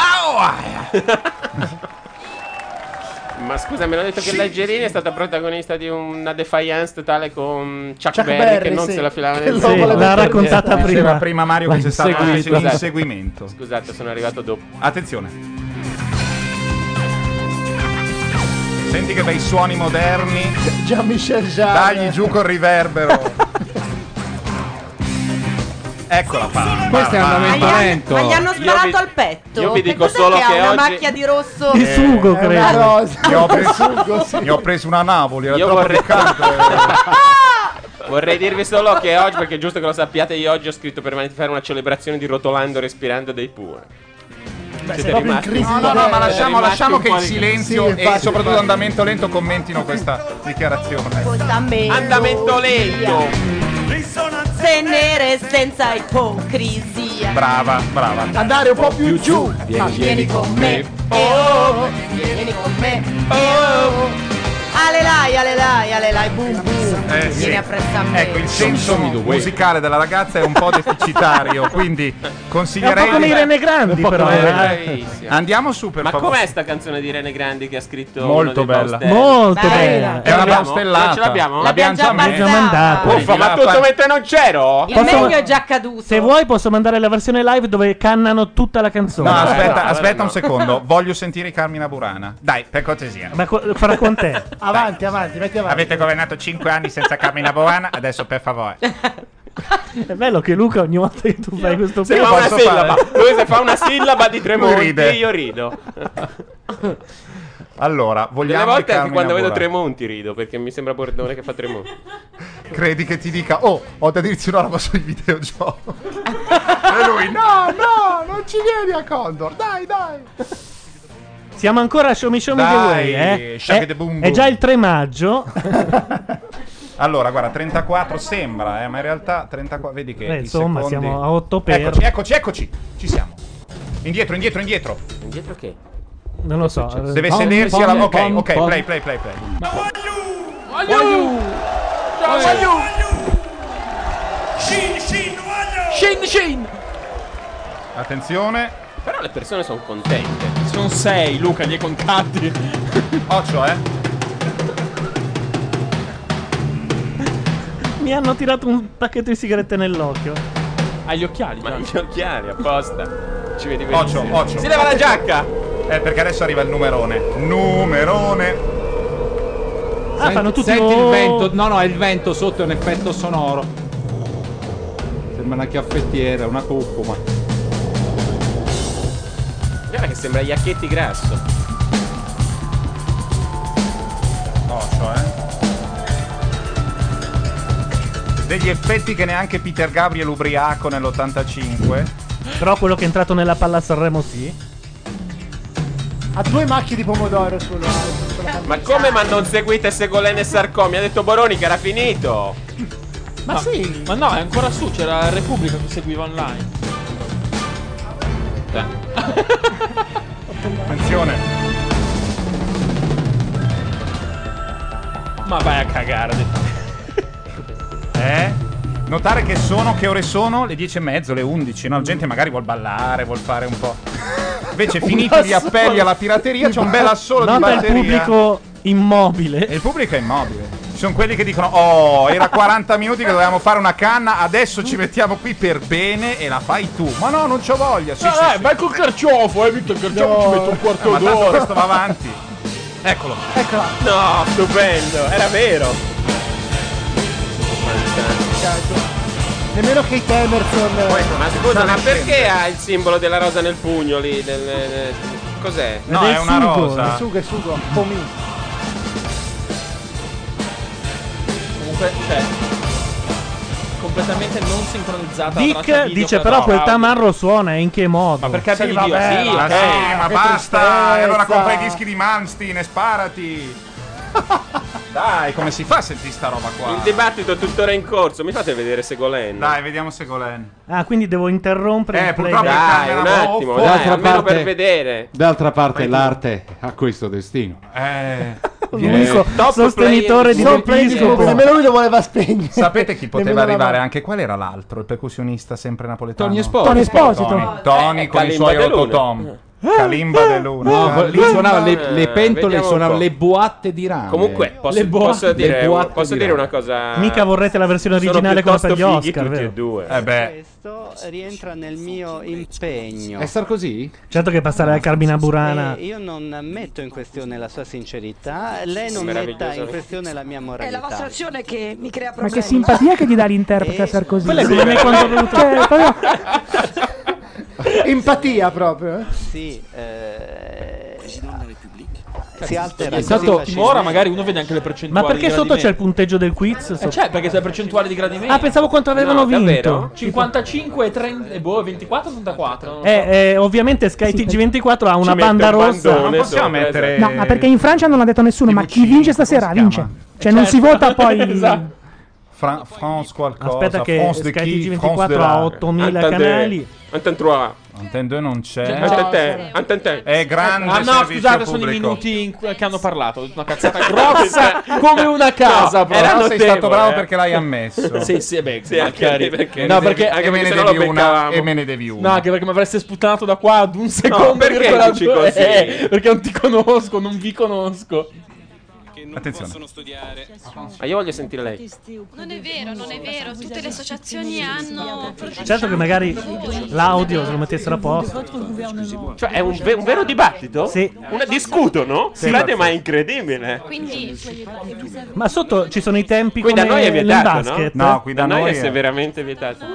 Ma scusa, mi hanno detto che la Gerini è stata protagonista di una defiance tale con Chuck, Chuck Berry, Berry, che non sì. se la filava Che nel lo senso. voleva l'ha raccontata prima. Diceva prima Mario che L'ha c'è stato un inseguito. inseguimento. Scusate, sono arrivato dopo. Attenzione. Senti che bei suoni moderni. Jean-Michel Jarre. Dagli giù col riverbero. Eccola qua. Questo è andamento Ma gli, lento. ma gli hanno Io sparato vi- al petto. io vi Che dico cos'è solo che, che ha una oggi- macchia di rosso. Di sugo, È una credo. rosa. Ne ho, preso, Sugo, sì. ne ho preso una Napoli, era Io troppo vorrei- piccante. Vorrei dirvi solo che oggi, perché è giusto che lo sappiate, io oggi ho scritto per fare una celebrazione di Rotolando respirando dei pure. Beh, Siete sei proprio in rimasti- crisi No, di no, no, ma idee. lasciamo, rimasti lasciamo un che po' il di- silenzio Sì, e infatti, soprattutto infatti. l'andamento lento commentino questa dichiarazione. Andamento lento. Se nere senza ipocrisia. Brava, brava. Andare un po' più giù. Ma vieni con me. Oh, vieni con me. Oh. Alelai, alelai, alelai, boom boom. Eh, sì. Vieni appresso a me. Ecco, il senso musicale della ragazza è un po' deficitario, quindi È un consiglierei po' come di- Irene Grandi, però. come- eh. bravissima. Andiamo su per Ma favore. com'è sta canzone di Rene Grandi che ha scritto Molto uno dei bella. Baustelli? Molto Bella. bella. È una l'abbiamo? baustellata. Ce l'abbiamo? L'abbiamo già L'abbiamo già mandata. mandata. Uffa, ma tutto mentre non c'ero? Il Posso- meglio è già accaduto. Se vuoi posso mandare la versione live dove cannano tutta la canzone. No, Eh, aspetta, no, aspetta no. un secondo. Voglio sentire Carmina Burana. Dai, per cortesia. Ma co- farà con te. Avanti, avanti, metti avanti. Avete governato cinque anni senza Carmina Burana, adesso per favore. È bello che Luca ogni volta che tu fai questo Se film fa una posso sillaba, fare? lui se fa una sillaba di Tremonti, Lui ride. io rido. Allora, vogliamo Delle volte di anche Carmina quando vedo Burana. Tremonti rido, perché mi sembra Bordone che fa Tremonti. Credi che ti dica, oh, ho da dirti una roba sui videogiochi. E lui, no, no, non ci vieni a Condor, dai, dai. Siamo ancora a Show Me Show Me The Dai, Way, eh? Shake È, the boom è boom. già il tre maggio. Allora, guarda, trentaquattro sembra, eh, ma in realtà trentaquattro, vedi che Beh, i insomma, secondi- siamo a otto per. Eccoci, eccoci, eccoci. Ci siamo. Indietro, indietro, indietro. Indietro che? Non lo so. Deve Pom, sedersi pom, alla... Ok, pom, ok, pom. play, play, play, play. Shin Shin. Attenzione. Però le persone sono contente. Sono sei, Luca, li hai contati. Occhio, eh. Mi hanno tirato un pacchetto di sigarette nell'occhio. Hai gli occhiali, Ma già. gli occhiali apposta. Ci vedi Occhio, benissimo. occhio. Si leva la giacca. Eh, perché adesso arriva il numerone. Numerone. Ah, fanno tutti Senti oh. il vento. No, no, è il vento sotto, è un effetto sonoro. Sembra una chiaffettiera, una curcuma. Guarda che sembra Iacchetti grasso. Occhio, eh. Degli effetti che neanche Peter Gabriel ubriaco nell'ottantacinque. Però quello che è entrato nella palla a Sanremo sì. Ha due macchie di pomodoro sul, sulla camicia. Ma come ma non seguite Segolene e Sarko? Mi ha detto Boroni che era finito. Ma sì. Ma no, è ancora su, c'era Repubblica che seguiva online. Attenzione. Ma vai a cagare. Eh? Notare che sono, che ore sono? Le dieci e mezzo, le undici, no? La gente magari vuol ballare, vuol fare un po'. Invece finiti gli appelli alla pirateria c'è un bel assolo di Nota il batteria. pubblico immobile. E il pubblico è immobile. Ci sono quelli che dicono, oh, era quaranta minuti che dovevamo fare una canna, adesso ci mettiamo qui per bene e la fai tu. Ma no, non c'ho voglia. Sì, Eh, sì, eh, sì. vai col carciofo, hai visto il carciofo? No. Ci metto un Eh, quarto ma tanto d'ora. questo va avanti. Eccolo. Eccola. No, stupendo, era vero. Nemmeno Kate Emerson. Ma scusa, ma perché ha il simbolo della rosa nel pugno lì? Del, del- cos'è? No, Ed è è una sugo, rosa. È sugo, è sugo. Pomì. comunque, cioè, completamente non sincronizzata. la traccia Dick video dice con la però quel traccia audio. tamarro suona, in che modo? Ma per carità Sì, di Dio, vabbè, sì, ma ok. sì, ma Che basta. tristezza. E allora compra i dischi di Malmsteen e sparati. Dai, come si fa a sentire sta roba qua? Il dibattito è tuttora in corso. Mi fate vedere Segolen? Dai, vediamo Segolen. Ah, quindi devo interrompere Eh, il purtroppo playback. Dai, un attimo, dai, D'altra almeno parte- per vedere. D'altra parte l'arte ha questo destino. Eh, L'unico top sostenitore di Non prendi Episcopo. come nemmeno lui lo voleva spegnere. Sapete chi poteva Nemmeno la arrivare? mano. Anche qual era l'altro? Il percussionista sempre napoletano. Tony Esposito. Tony Esposito. Tony, Tony Eh, con i Kalimba suoi De Luna. autotom. Kalimba De Luna. No, Kalimba- lui suonava le, le pentole, Vediamo un suonava po'. le boatte di rame. Comunque, posso, le boatte, posso dire, le boatte posso di dire rame. una cosa. Mica vorrete la versione Sono originale come per gli piuttosto fighi Oscar, tutti vero? e due. Eh beh, Questo rientra nel mio impegno. È star così? Certo che passare a Carmina Burana. E io non metto in questione la sua sincerità, lei non Meraviglioso. metta in questione la mia È la moralità. vostra azione che mi crea Ma problemi. che simpatia che gli dà l'interprete a Sarkozy. Quella è come me quando ho bevuto. Cioè, proprio- Empatia proprio. eh. Sì, eh, si altera Intanto, così facilmente. ora magari uno vede anche le percentuali. Ma perché di sotto c'è il gradimento. punteggio del quiz? Eh, Sotto- c'è, perché c'è la percentuale di gradimento. Ah, pensavo quanto avevano No, vinto. davvero? cinquantacinque e trenta e boh, ventiquattro e trentaquattro. non lo so. Eh, eh, ovviamente Sky T G ventiquattro ha una Ci mette banda un rossa. bandone non possiamo sopra, mettere. No, ma perché in Francia non l'ha detto nessuno, ma chi vince stasera come si vince. chiama? Cioè non si Certo. vota poi. Esatto. Fra- France qualcosa. Aspetta che France de Sky chi? T G France ventiquattro de ha là. ottomila Antenne- canali. Antenne tre. Antenne due non c'è. Antenne- Antenne- È grande Ah no, servizio scusate, sono i pubblico. minuti in cui- che hanno parlato. Ho detto una cazzata grossa come una casa. No, proprio. era Però sei notevole, stato bravo eh. perché l'hai ammesso. Sì, sì, beh, Sì, ma anche chiari- perché- no, perché anche e me ne se no lo devi una beccavamo. e me ne devi una. No, anche perché mi avreste sputtanato da qua ad un secondo. perché virgola dici due. così? Eh, perché non ti conosco, non vi conosco. Attenzione. Ma io voglio sentire lei. Non è vero, non è vero. Tutte le associazioni hanno. Certo che magari l'audio se lo mettessero a posto. Cioè, è un, ve- un vero dibattito? Sì. Una, discutono? Sì. Guardate, ma è incredibile. Quindi. Ma sotto ci sono i tempi Qui da come noi è nel vietato, basket. No, qui da noi è è- severamente vietato.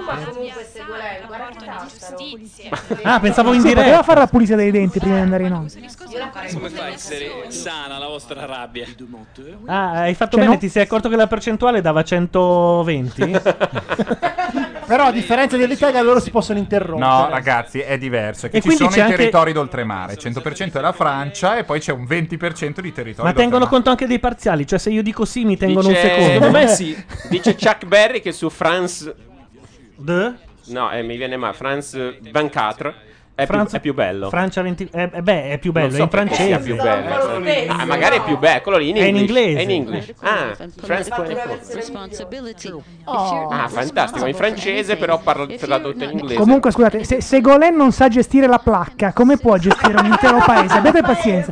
Ah, pensavo in Sì, poteva diretta. fare la pulizia dei denti prima di andare in onda. Come fa a essere sana la vostra rabbia? Ah, hai fatto Cioè, bene, no? ti sei accorto che la percentuale dava centoventi? Però a differenza dell'Italia loro si possono interrompere. No, ragazzi, è diverso. È che E ci quindi sono c'è i anche- territori d'oltremare. cento per cento è la Francia e poi c'è un venti per cento di territori Ma tengono d'oltremare. conto anche dei parziali, cioè se io dico sì mi tengono Dice- un secondo. Secondo me sì. Dice Chuck Berry che su France. De? No, eh, mi viene male. France ventiquattro è, Franza- più, è più bello. Francia venti eh, eh, beh, è più bello, Non è so in perché sia francese. più bello. Ah, magari è più bello. Quello lì in È in English. inglese. È in English. Ah, France ventiquattro. Ah, fantastico. In francese, però parlo tradotto in inglese. Comunque, scusate, se, se Golen non sa gestire la placca, come può gestire un intero paese? Abbiate pazienza.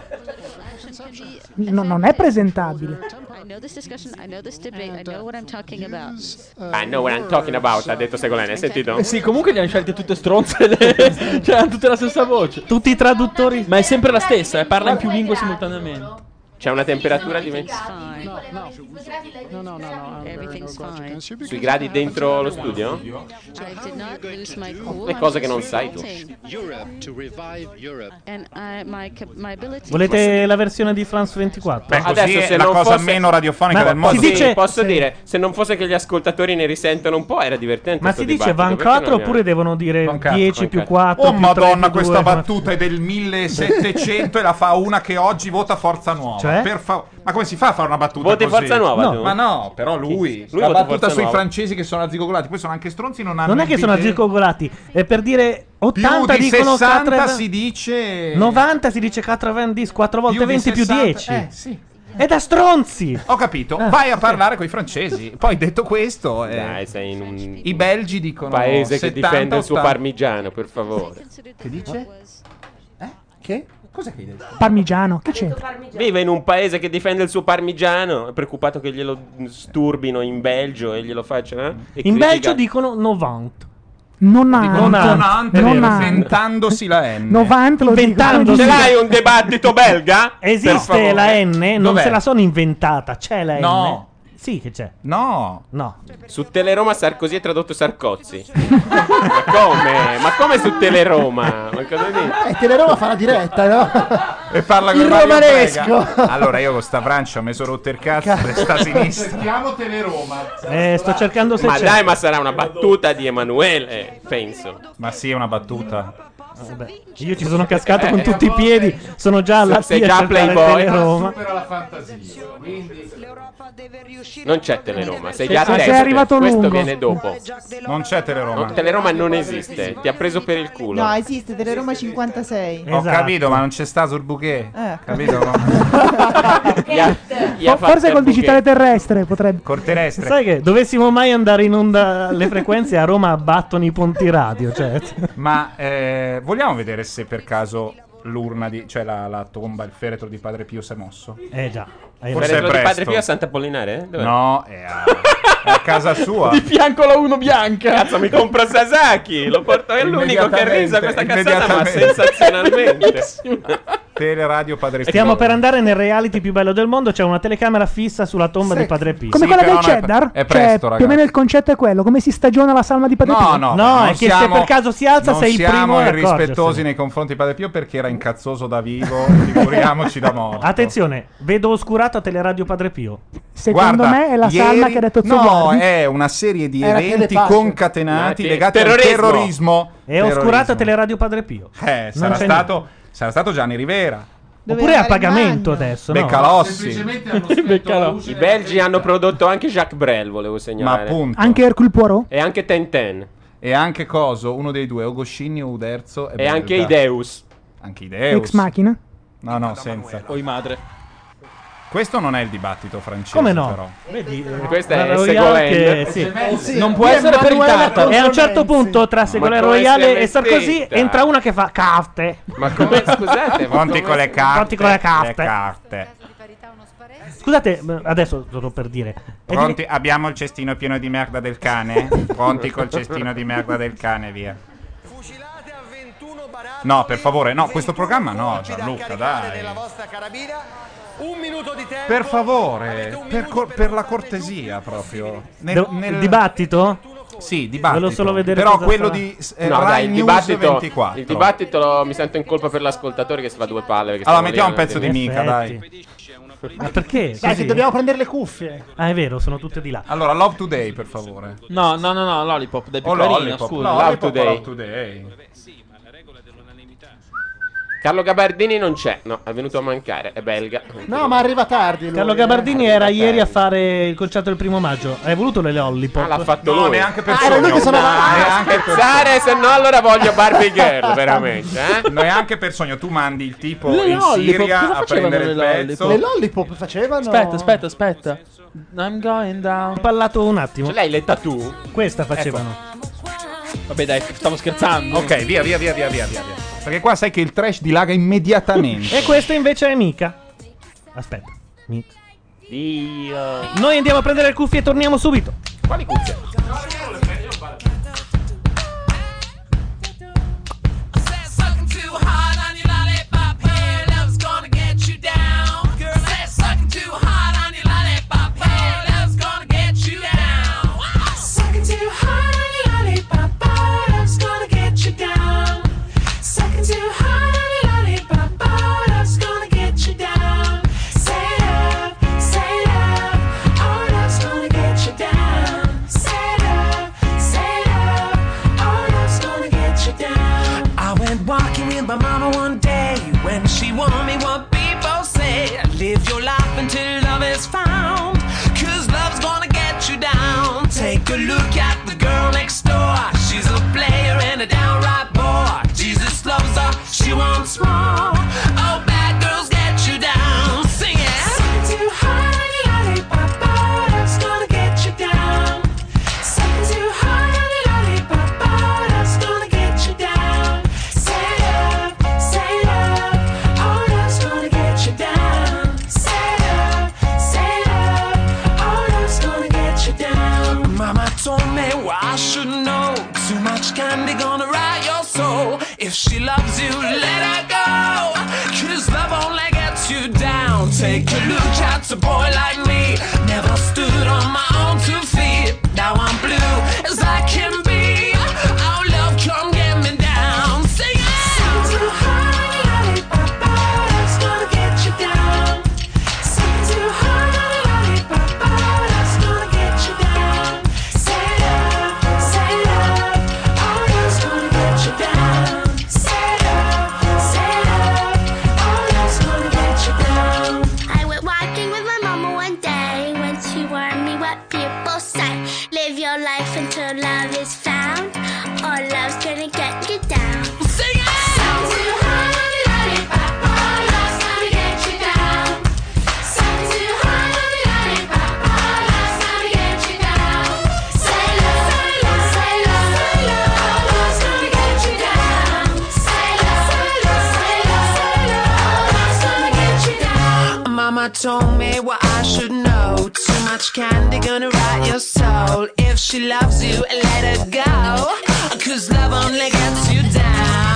No, non è presentabile. I know this discussion, I know this debate, I know what I'm talking about. I know what I'm talking about, ha detto Segolene, hai sentito? Eh sì, comunque li hanno scelte tutte stronze. le- cioè, hanno tutte la stessa voce. Tutti i traduttori. Ma è sempre la stessa, eh, parla in più lingue simultaneamente. C'è una temperatura di venti No, no. No, no, no, everything's fine. sui gradi dentro lo studio? I did not lose my cool. Le cose che non sai tu. And I, my, cap- my ability Volete la versione di France ventiquattro? Beh, così è la cosa meno radiofonica Ma del mondo. si dice- Posso sì. dire, se non fosse che gli ascoltatori ne risentono un po', era divertente. Ma sto si dice dibattito, perché ventiquattro non mi ha- oppure devono dire ventiquattro, dieci più ventiquattro. quattro? Oh più madonna, tre più questa due? battuta è del millesettecento e la fa una che oggi vota Forza Nuova. Cioè? Per fa- Ma come si fa a fare una battuta Voti così? Forza Nuova, No, tu? ma no, però lui, Lui la vota battuta Forza sui Nuova. francesi che sono arzigogolati, poi sono anche stronzi, non hanno Non è il che sono bidet. arzigogolati, è per dire Più ottanta di dicono sessanta quatre- si dice novanta si dice quatre-vingts, quattro volte Più di venti più sessanta dieci. Eh, sì. È da stronzi. Ho capito, Ah, vai a ok. parlare con i francesi. Poi detto questo, eh, Dai, sei in un i belgi dicono paese che settanta, difende il suo ottanta. parmigiano, per favore. Che dice? Eh? Che? Cos'è che hai detto? Parmigiano, che c'entra? Vive in un paese che difende il suo parmigiano, è preoccupato che glielo sturbino in Belgio e glielo facciano. Eh? E In critica- Belgio dicono novanta. Non ha. Dicono nonante, non vero, ha. inventandosi la N. novanta lo Inventandosi. dicono. Ce l'hai un dibattito belga? Per Esiste favore. la N, non Dov'è? se la sono inventata, c'è la N. No. Sì, che c'è. No. No. Su Teleroma Sarkozy è tradotto Sarkozzi. Ma come? Ma come su Teleroma? Ma cosa dici? E Teleroma fa la diretta, no? E parla con Il Mario romanesco. Prega. Allora io con sta Francia mi sono rotto il cazzo e sta sinistra. Cerchiamo Teleroma. Eh, sto cercando se Ma c'è. dai, ma sarà una battuta di Emanuele, penso. Ma sì, è una battuta. Vabbè, io ci sono cascato con tutti i piedi, sono già alla Sei T a già cercare Playboy. Teleroma. Supera la fantasia. Quindi Non c'è Teleroma, sei Sì, già a sì, sei testa. arrivato Questo lungo. viene dopo. Non c'è Teleroma. No, Teleroma non esiste, ti ha preso per il culo. No, esiste Teleroma cinquantasei. Ho capito, ma non c'è sta sul bouquet. Eh. Capito? Gli ha- gli ha Fo- fatto Forse il col bouquet. digitale terrestre potrebbe. Col terrestre. Sai che dovessimo mai andare in onda le frequenze a Roma abbattono i ponti radio, cioè. Ma eh, vogliamo vedere se per caso l'urna di, cioè la, la tomba, il feretro di Padre Pio si è mosso? Eh già. Il Forse è feretro di presto. Padre Pio a Sant'Apollinare? Dov'è? No, è a, è a casa sua. Di fianco la uno bianca. Cazzo, mi compro Sasaki. Lo porto, è l'unico che ha reso questa cazzata, ma Immediatamente. sensazionalmente. Teleradio Padre Pio. Stiamo per andare nel reality più bello del mondo, c'è una telecamera fissa sulla tomba Sì. di Padre Pio. Come Sì, quella però del non è- cheddar? è presto, cioè, più ragazzi. o meno il concetto è quello, come si stagiona la salma di Padre No, Pio. no, No, non è che se siamo- per caso si alza non sei il primo siamo ad accorgersene. irrispettosi nei confronti di Padre Pio perché era incazzoso da vivo, figuriamoci da morto. Attenzione, vedo oscurata Teleradio Padre Pio. Secondo Guarda, me è la ieri- salma che ha detto Zio No, Guardi. è una serie di Era eventi Telepace. concatenati Ma legati terrorismo. al terrorismo. È oscurata Terrorismo. Teleradio Padre Pio. Eh, Non sarà c'è stato, sarà stato Gianni Rivera. Oppure a pagamento adesso, no? Beccalossi. I belgi hanno prodotto anche Jacques Brel, volevo segnalare. Ma appunto. Anche Hercule Poirot? E anche Tintin. E anche Coso, uno dei due, o Goscinny o Uderzo. è E anche belga. Ideus. Anche Ideus. Ex Machina? No, no, senza. O i madre. Questo non è il dibattito francese, Come no? però. Vedi, eh, Questa la è Royale Ségolène. che- sì. Eh sì, Non può qui è essere per il Manuela tartaro. E a un certo Consolenzi. punto tra Ségolène come Royale se e Sarkozy mettetta? entra una che fa carte. Ma come, scusate? ma Pronti come- con le carte. Pronti con le carte. Le carte. Scusate, m- adesso sto per dire. È Pronti? Abbiamo il cestino pieno di merda del cane? Pronti col cestino di merda del cane, via. No, per favore, no, questo programma no, Gianluca, dai. Un minuto di tempo. Per favore, per, cor- per la cortesia proprio. Nel, De- nel- il dibattito? Sì, dibattito. Volevo solo vedere Però cosa quello fa. di eh, No, Rai dai, il News dibattito, ventiquattro. il dibattito lo- mi sento in colpa per l'ascoltatore che si fa due palle. perché Allora, stiamo mettiamo un lì a- pezzo di In mica, dai. effetti. Ma perché? Dai, Così? che dobbiamo prendere le cuffie. Ah, è vero, sono tutte di là. Allora, Love Today, per favore. No, no, no, no, Lollipop, dai, più O carino, Lollipop, scusa. Lollipop Love Today. o Love Today. Carlo Gabardini non c'è, no, è venuto a mancare, è belga. No, ma arriva tardi. lui, Carlo eh. Gabardini era ieri a fare il concerto del primo maggio. Hai voluto le lollipop? Ah, l'ha fatto No, lui. neanche per Ah, era lui sogno. che sono Ah, Neanche per scherzare, se no allora voglio Barbie Girl, veramente, eh? Neanche per sogno, tu mandi il tipo Le in lollipop, Siria cosa a facevano prendere il le pezzo. Le lollipop facevano. Aspetta, aspetta, aspetta. I'm going down. Ho parlato un attimo. Ce l'hai le tattoo? Questa facevano. Vabbè, dai, stavo scherzando. Ok, via, via, via, via, via, via. via. Perché qua sai che il trash dilaga immediatamente. E questa invece è Mica. Aspetta. Mica. Dio. Noi andiamo a prendere le cuffie e torniamo subito. Quali cuffie? Sucking too hard on your lollipop, hey, love's gonna get you down. Girl, say sucking too hard on your lollipop, hey, love's gonna get you down. Sucking too hard on your lollipop, oh, love's gonna get you down. Sucking too hard on your lollipop, oh, love's gonna get you down. Say love, say love, oh, love's gonna get you down. Say love, say love, oh, love's gonna get you down. I went walking with my mama one day when she warned me what people say. Live your life until love is found, cause love's gonna get you down. Take a look at the girl next door. She's a player and a downright bore. Jesus loves her, she wants more. Oh, bad girls get you down. Sing it. Sucking too hard on your lollipop, oh, love's gonna get you down. Sucking too hard on your lollipop, oh, love's gonna get you down. Say love, say love, oh, love's gonna get you down. Say love, say love, oh, love's gonna get you down. Mama told me what I should know. Too much candy gonna rot your soul. If she loves you, let her go, cause love only gets you down. Take a look at a boy like me, never stood on mama told me what I should know. Too much candy gonna rot your soul. If she loves you, let her go. Cause love only gets you down.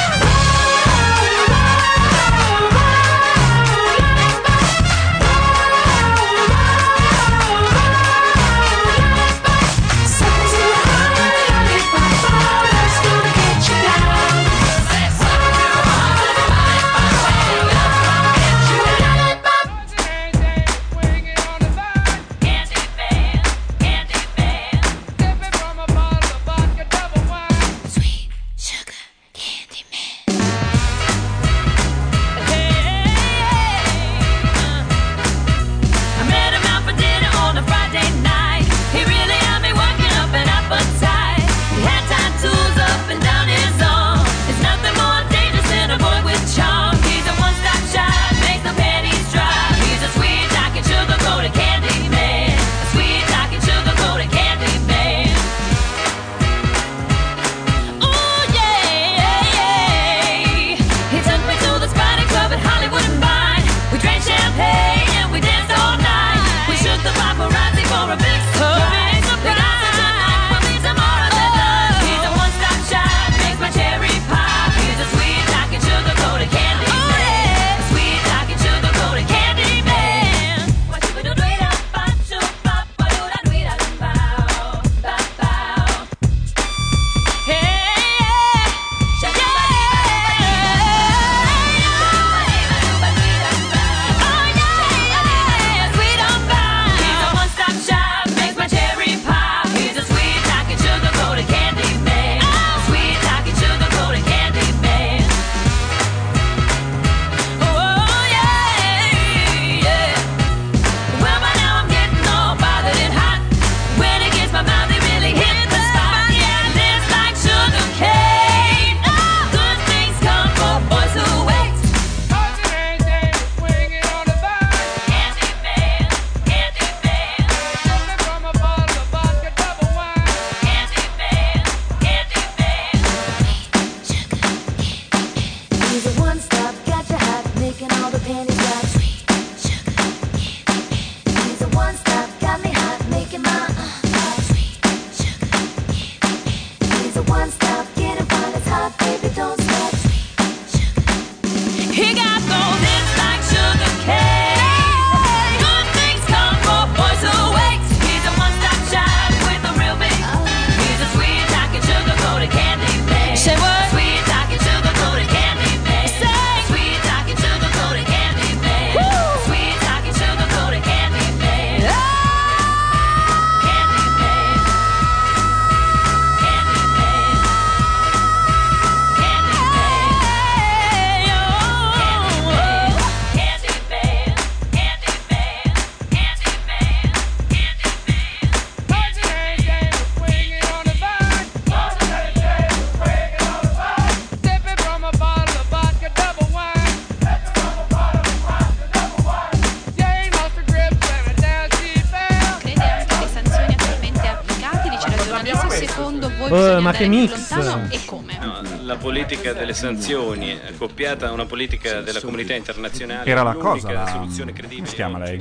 Oh, ma che mix! E come? No, la politica delle sanzioni accoppiata a una politica della comunità internazionale Era la è l'unica cosa, la... soluzione come credibile si chiama lei?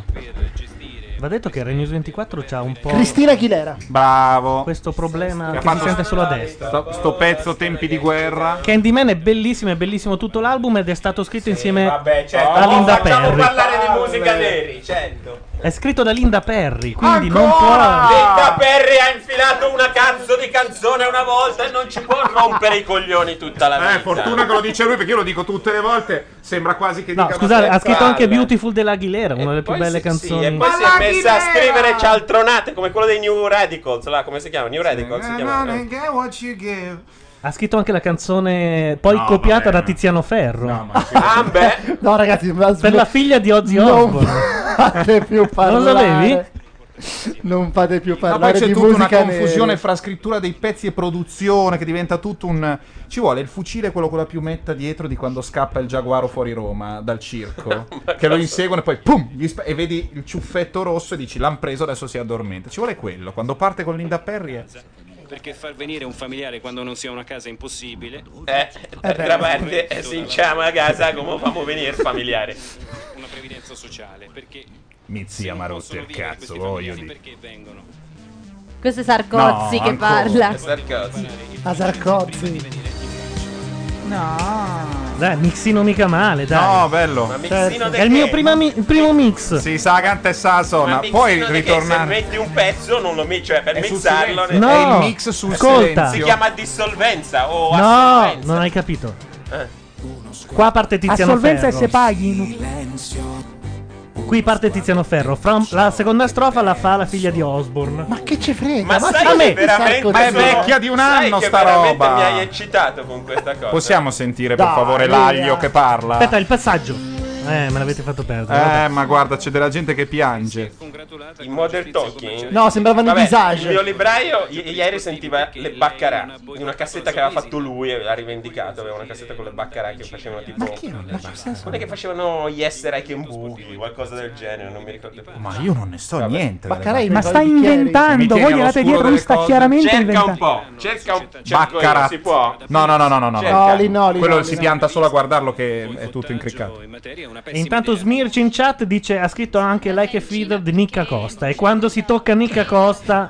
Va detto che Rai News ventiquattro c'ha un po'... Cristina Aguilera. Bravo. Questo problema Che ha che si fatto sente solo a destra. Sto, sto pezzo Tempi di guerra. Candyman è bellissimo, è bellissimo tutto l'album ed è stato scritto insieme Vabbè, certo. a Oh, Linda facciamo Perry. parlare di musica Neri, certo. È scritto da Linda Perry, quindi Ancora! non può... Linda Perry ha infilato una cazzo di canzone una volta e non ci può rompere i coglioni tutta la vita. Eh, fortuna che lo dice lui, perché io lo dico tutte le volte. Sembra quasi che No, dica scusate, una ha scritto anche Palle. Beautiful dell'Aguilera, una delle più belle canzoni. Sì, e poi si è messa a scrivere cialtronate come quello dei New Radicals, là, come si chiama? New Radicals si chiama. eh. Get what you give. Ha scritto anche la canzone poi No, copiata vabbè, da Tiziano Ferro. No, ma Ah, beh. No, ragazzi, ma Per la figlia di Ozzy non Osbourne. fate più parlare. Non lo sapevi? Non fate più Ma poi parlare c'è di tutta una musica confusione nera. fra scrittura dei pezzi e produzione che diventa tutto un... Ci vuole il fucile, quello con la piumetta dietro di quando scappa il giaguaro fuori Roma dal circo, che lo inseguono e poi pum, gli sp- e vedi il ciuffetto rosso e dici l'han preso, adesso si addormenta. Ci vuole quello, quando parte con Linda Perry è... Perché far venire un familiare quando non si ha una casa è impossibile. Eh, d'altra parte, eh, se inciamo a casa, come famo venire familiare? Una previdenza sociale, perché Mi zia mi ha rotto il cazzo, voglio dire. perché vengono. Questo è Sarkozy No, che ancora. parla. Sarkozy. A Sarkozy. No. Dai, mixino mica male, dai. No, bello. Ma mixino de È il che? mio prima mi- il primo mix. Si sa canta e sa Ma sona. mixino Poi de che? Se ritornare. metti un pezzo, non lo mi- cioè per È sul mixarlo. silenzio. No, È il mix sul ascolta. Si chiama dissolvenza o No, assolvenza. non hai capito. Eh. Qua parte Tiziano Assolvenza e Ferro. se paghi. Qui parte Tiziano Ferro. From- la seconda strofa la fa la figlia di Osborne. Ma che ci frega? Ma sai a che me- veramente Ma è sono- vecchia di un sai anno che sta veramente roba. mi hai eccitato con questa cosa. Possiamo sentire per Dai, favore via. l'aglio che parla? Aspetta, il passaggio. Eh, me l'avete fatto perdere. vabbè. Eh, ma guarda, c'è della gente che piange. In Modern Talking? No, sembravano i Vabbè, disagi. il mio libraio i- ieri sentiva le Baccarà di una cassetta che aveva fatto lui e l'ha rivendicato. Aveva una cassetta con le Baccarà che facevano tipo. Ma chi? Ma cosa sono? Quelle che facevano Yes I Can Boogie, qualcosa del genere, non mi ricordo più. Ma io non ne so niente. delle Baccarai, Ma mi sta i bicchieri. Mi inventando, tieni voi glielate all'oscuro dietro, lui delle sta cose. chiaramente Cerca un inventando. po', cerca un cerco Baccarat. io, si può. No, no, no, no, no, no. Cerca. No, lì no, lì Quello no, si lì no. pianta solo a guardarlo che è tutto incriccato. E intanto Smirci in chat dice ha scritto anche Like a Feeder di Nicca Costa. E quando si tocca Nicca Costa.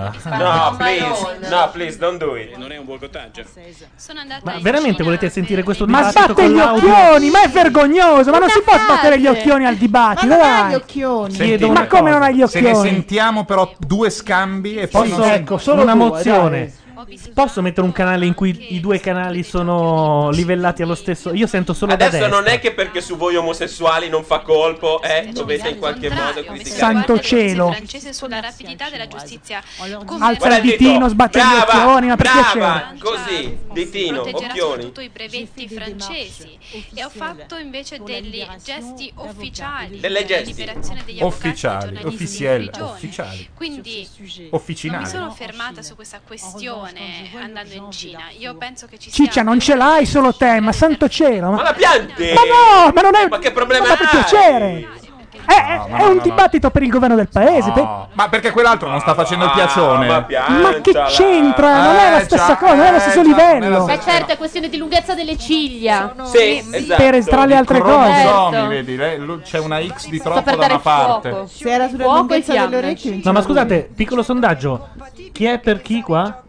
No, please, no, please, don't do it. Non è un boicottaggio. Sono andata Ma in veramente Cina. volete sentire questo Ma dibattito sbatte con gli l'audio? occhioni, ma è vergognoso, ma non si può Una sbattere gli frase. occhioni al dibattito, Ma non hai gli dai. occhioni. Chiedo Ma una come cosa. non hai gli Se ne occhioni? sentiamo però due scambi e poi Posso, non ecco, solo una due, mozione. dai. Posso mettere un canale in cui i due canali sono livellati allo stesso? Io sento solo da Adesso destra. non è che perché su voi omosessuali non fa colpo, eh, dovete in qualche modo criticare. Santo cielo. francese sulla rapidità della giustizia. Alza Guarda il ditino, dito. sbatte gli Brava, occhioni, ma per brava, piacere. così, ditino, proteggerà occhioni. soprattutto i brevetti francesi e ho fatto invece degli gesti ufficiali Delle di gesti. liberazione degli avvocati e ufficiali, giornalisti in ufficiali, prigione. ufficiali, Quindi non mi officinali. sono fermata su questa questione andando in Cina. Io penso che ci sia Ciccia, non ce l'hai solo te, ma santo cielo. Ma Ma, la pianti? ma no, ma non è. Ma che problema ma per hai? piacere. È, è- No, no, è no, un no, dibattito per il governo del paese. per- No, ma perché quell'altro non sta facendo il piacione? Ma Ma che piantala. c'entra? Non è la Eh, stessa già, cosa, non è lo eh, stesso già, non è la livello. Ma certo, è questione di lunghezza delle ciglia. Sì, esatto. Per tra le altre cose. Cromosomi, Certo. vedi, lei- lu- c'è una X di Sta troppo per da dare una parte. fuoco. Se era sulla Fuoco e lunghezza delle fiamme. orecchie. non No, c'era ma lui. scusate, piccolo sondaggio. Chi è per chi qua?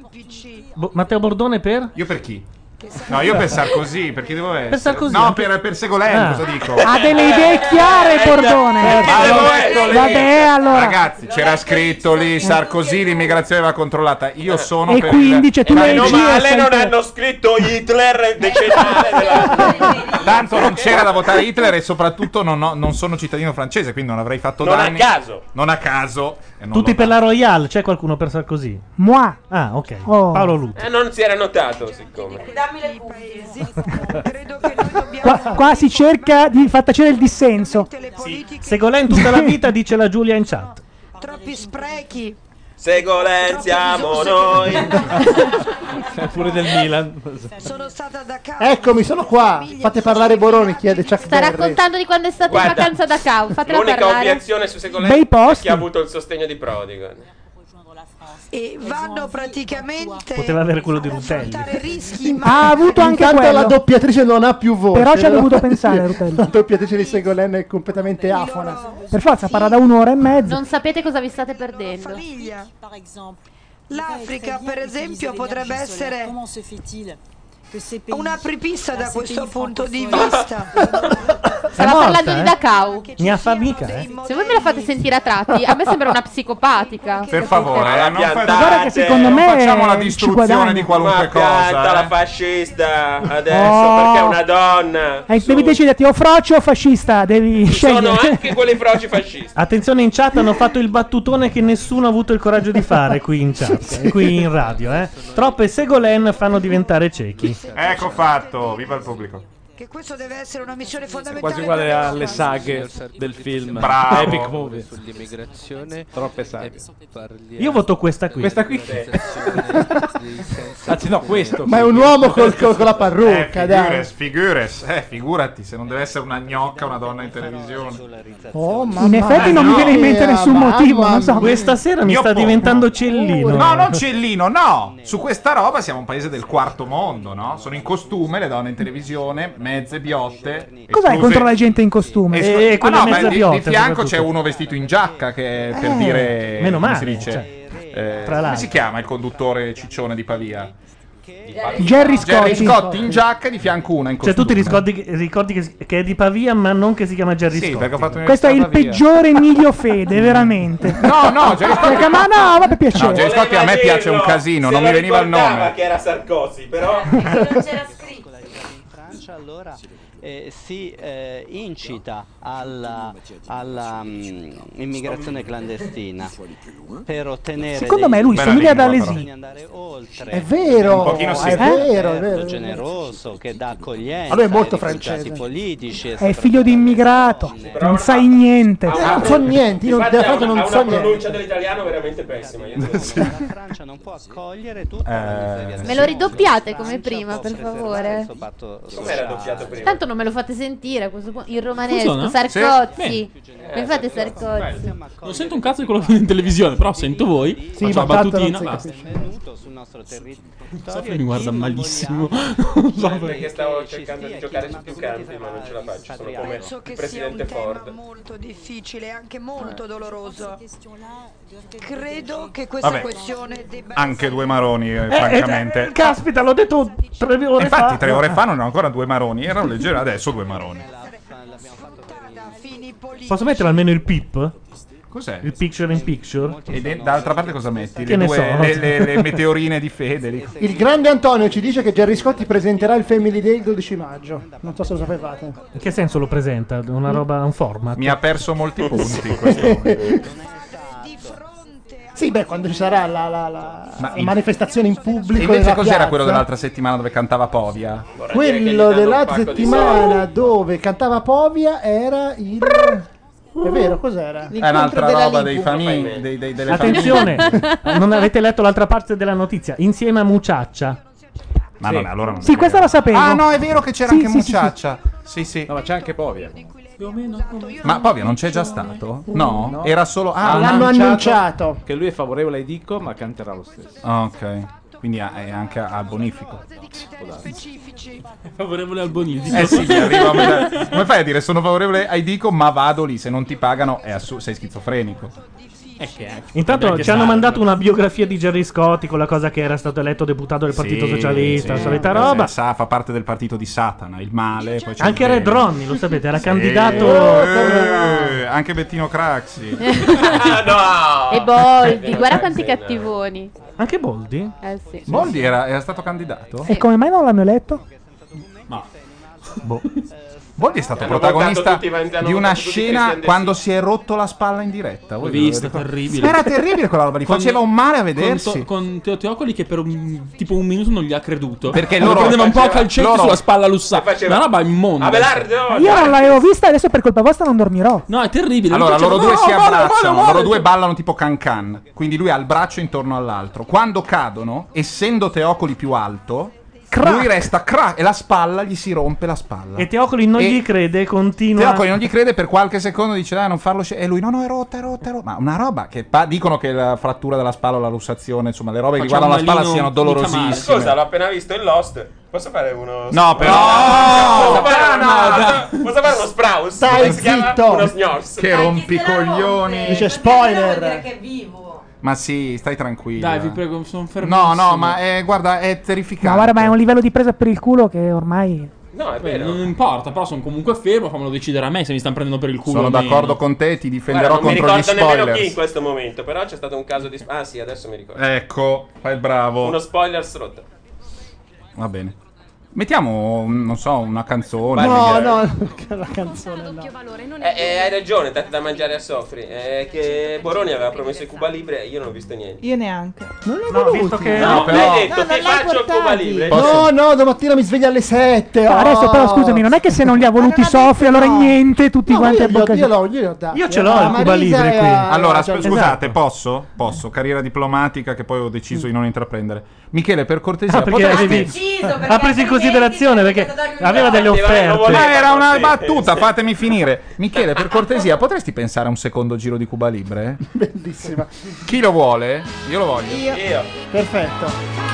Bo- Matteo Bordone per? Io per chi? No, io per Sarkozy, perché devo essere? Sarkozy, No, anche- per, per Ségolène, Ah. cosa dico? Ha delle idee chiare, Bordone. Ma l'ho detto lì. Vabbè, allora. Ragazzi, c'era scritto lì Sarkozy, l'immigrazione va controllata. Io sono E per quindi il... c'è tu Ma leggi no, e ma- Male sei non te. hanno scritto Hitler decennale della... Tanto non c'era da votare Hitler e soprattutto non, ho- non sono cittadino francese, quindi non avrei fatto Non a danni. caso. Non a caso. e non Tutti lo per faccio. la Royale, c'è qualcuno per Sarkozy? Moi. Ah, ok. Oh. Paolo Lutti. Eh, non si era notato, siccome. Qua, qua si cerca di far tacere il dissenso. Segolène tutta la vita, dice la Giulia in chat. Troppi sprechi. Ségolène siamo noi. Pure del Milan. Sono stata da casa. Eccomi, sono qua. Fate parlare Boroni, chiede Chuck Sta Berry. raccontando di quando è stato in Guarda, vacanza da Cau. Fatela L'unica parlare. obiezione su Ségolène Bei è posti. chi ha avuto il sostegno di Prodigon. E vanno praticamente Poteva avere quello di Rutelli. rischi. Ha avuto anche Intanto quello. la doppiatrice non ha più voce. Però ci ha no? dovuto pensare, Rutelli. La doppiatrice di Ségolène è completamente afona. Per forza, parla da un'ora e mezza. Non sapete cosa vi state perdendo. Famiglia. L'Africa, per esempio, potrebbe essere una apripista da questo punto di vista. Stava morta, parlando di eh? Dachau. Mi affamica, eh? Se voi me la fate sentire a tratti, a me sembra una psicopatica. Per favore, eh, non fate- Guarda che secondo non me facciamo la ci distruzione guadagna. di qualunque Ma pianta cosa. la eh. fascista adesso Oh. perché è una donna. Eh, Su. devi deciderti o frocio o fascista, devi Ci sono scegliere. anche quelli froci fascisti. Attenzione, in chat hanno fatto il battutone che nessuno ha avuto il coraggio di fare qui in chat, qui in radio, eh. Troppe Ségolène fanno diventare ciechi. Ecco fatto, viva il pubblico. che questo deve essere una missione fondamentale. Quasi uguale per alle l'Europa. saghe del film. Bravo. Epic movie. Sull'immigrazione. Troppe saghe. Io voto questa qui. Questa qui. Anzi no, questo. Ma è un uomo col- col- con la parrucca, Eh, dai. figures, figures, eh, figurati, se non deve essere una gnocca una donna in televisione. Oh, mamma In effetti non mi viene in mente mia, nessun mamma motivo, non so. Questa sera mi Io sta po- diventando cellino. No, non Cellino, no! Su questa roba siamo un paese del quarto mondo, no? Sono in costume le donne in televisione, mezze biotte. Cos'hai escluse- contro la gente in costume? esclu- E Ah, quelle no, mezze beh, di, biotte, di fianco soprattutto. c'è uno vestito in giacca che è per Eh, dire meno come male, si dice? cioè, Eh, tra come l'altro. si chiama il conduttore ciccione di Pavia? Jerry Scotti. Jerry Scotti in giacca e di fianco una in Cioè, costume. tu ti ricordi, ricordi che, che è di Pavia, ma non che si chiama Jerry Sì, Scotti. perché ho fatto Questo è il peggiore Emilio Fede, veramente. No, no, Jerry Scotti. Perché, ma no, va per piacere. No, Jerry Scotti a me piace un casino, non mi veniva il nome. che era Sarkozy, però Francia allora eh, si eh, incita alla, alla mm, immigrazione clandestina per ottenere Secondo dei- me lui Bella somiglia ad lingua, Alesi. bisogna andare oltre. È vero, Un pochino sì. è vero, è vero, è Certo, vero. generoso, che dà accoglienza Ma lui è molto ai rifugiati francese. politici e È figlio di immigrato, non sai niente. Non so niente, io infatti della ha Francia una, non ha so una niente. pronuncia dell'italiano veramente pessima. Io devo- la Francia non può accogliere tutta la miseria. Me lo ridoppiate come prima, per favore. Com'era doppiato prima? Tanto non me lo fate sentire a questo punto. Il romanesco, Funziona? Sarkozy. Sì. Mi fate Sarkozy. Non sento un cazzo di quello che vedo in televisione, però sento voi. Sì, faccio ma la tanto non battutina. si Basta. Benvenuto sul nostro territorio. Sofia mi guarda malissimo. Non so perché. Perché stavo cercando di giocare su più campi, ma non ce la faccio. Sono come Penso che il sia un presidente tema Ford. molto difficile e anche molto doloroso. Credo che questa Vabbè, questione debba anche due maroni, eh, Eh, francamente. eh, caspita, l'ho detto tre ore fa. Infatti, tre ore fa non erano ancora due maroni, erano leggeri, adesso due maroni. Posso mettere almeno il pip? Cos'è? Il picture in picture? E de- dall'altra parte cosa metti? Che le, ne due, so, le, no? le- le meteorine di Fede. lì. Il grande Antonio ci dice che Gerry Scotti presenterà il Family Day il dodici maggio. Non so se lo sapevate. In che senso lo presenta? Una roba, un format? Mi ha perso molti punti in questo momento. Sì, beh, quando ci sarà la, la- la- Ma la in- manifestazione in E pubblico. invece nella cos'era piazza, quello dell'altra settimana dove cantava Povia? Quello dell'altra settimana dove cantava Povia era il. È vero, cos'era? È un'altra roba dei famigli. Dei, dei, delle Attenzione, famiglie. non avete letto l'altra parte della notizia. Insieme a Mucciaccia. Ma non è, allora non Sì, questa la sapevo. Ah, no, è vero che c'era Sì, anche sì, sì, Mucciaccia. Sì, sì. No, ma c'è anche Povia. Più o meno. Ma Povia non c'è già stato? No? No. Era solo. Ah, Hanno l'hanno annunciato. Che lui è favorevole ai Dico, ma canterà lo stesso. Ah, ok. Quindi è anche al bonifico. Favorevole al bonifico. Eh sì, mi arriva a me- come fai a dire sono favorevole ai Dico, ma vado lì, se non ti pagano è assu- sei schizofrenico. Eh, che è. Intanto Neanche ci hanno sardo. mandato una biografia di Gerry Scotti con la cosa che era stato eletto deputato del Partito Sì, Socialista, la sì, solita eh, roba. Sa, fa parte del partito di Satana, il male. Poi c'è Anche il Red bene. Ronnie, lo sapete, era Sì. candidato. Eh, anche Bettino Craxi. E Boldi, guarda quanti cattivoni. Anche Boldi? Eh sì. Boldi era, era stato candidato? E come mai non l'hanno eletto? Ma Boh. Boldi è stato Hanno protagonista votato tutti, hanno di una votato tutti scena Christian De quando si è rotto la spalla in diretta. L'ho Voi ve lo vista, ricordate? terribile. Era terribile quella roba, gli Con- faceva un male a con vedersi. to- Con Teo Teocoli che per un, tipo un minuto non gli ha creduto. Perché Lo loro prendeva un po' a faceva- calcetti loro- sulla spalla lussata. faceva- Una roba immonda. Abelardo! Io non l'avevo vista, adesso per colpa vostra non dormirò. No, è terribile. Allora, Lui loro faceva, due "No, si muore, abbracciano, muore, loro muore". due ballano tipo can-can. Quindi lui ha il braccio intorno all'altro. Quando cadono, essendo Teocoli più alto, lui resta crack e la spalla gli si rompe la spalla. E Teocoli non E- gli crede, continua. Teocoli non gli crede per qualche secondo, dice dai non farlo scendere. E lui no no è rotta, è rotta, è rotta. Ma una roba che pa- dicono che la frattura della spalla o la lussazione, insomma le robe che Facciamo riguardano la spalla un siano malino mica male. dolorosissime. Scusa, l'ho appena visto in Lost. Posso fare uno. No, però- Posso No, fare, no, uno- posso fare uno Sprouse? Stai Come si chiama? zitto. Uno Sgnors. Che rompicoglioni. Dice spoiler. Che è vivo. Ma sì, stai tranquillo. Dai, vi eh. prego, sono No, fermissimo. no, ma è, guarda, è terrificante. No, guarda, ma è un livello di presa per il culo che ormai. No, è Beh, vero. non importa, però sono comunque fermo, fammelo decidere a me se mi stanno prendendo per il culo. Sono o meno. d'accordo con te, ti difenderò Guarda, non mi contro gli ricordo nemmeno chi in spoilers. questo momento, però c'è stato un caso di. Ah, sì, adesso mi ricordo. Ecco, fai il bravo. Uno spoiler rotto. Va bene. Mettiamo, non so, una canzone. No, no, la canzone no. Eh, eh, hai ragione, date da mangiare a Sofri. Eh, che Boroni aveva promesso il Cuba Libre e io non ho visto niente. Io neanche. Non l'hai No, voluti. visto che- No, No, mi però- hai detto No, ti non l'hai faccio il Cuba portati. Libre. No, no, domattina mi sveglio alle sette. No, adesso però oh. scusami, non è che se non li ha voluti Ma non ha Sofri, detto allora no. niente, tutti No, quanti io a gli ho- bocca io chiusa. l'ho- io l'ho dato. Io ce l'ho A il Cuba Marisa Libre e qui. a- Allora, a aspe- Giorgio. scusate, posso? Posso? Carriera diplomatica che poi ho deciso di non intraprendere. Michele, per cortesia, Ah, perché potresti... avevi- ha preso in considerazione perché aveva delle offerte. Ma era una battuta, fatemi finire. Michele, per cortesia, potresti pensare a un secondo giro di Cuba Libre? Bellissima. Chi lo vuole? Io lo voglio. Io. Io. Perfetto.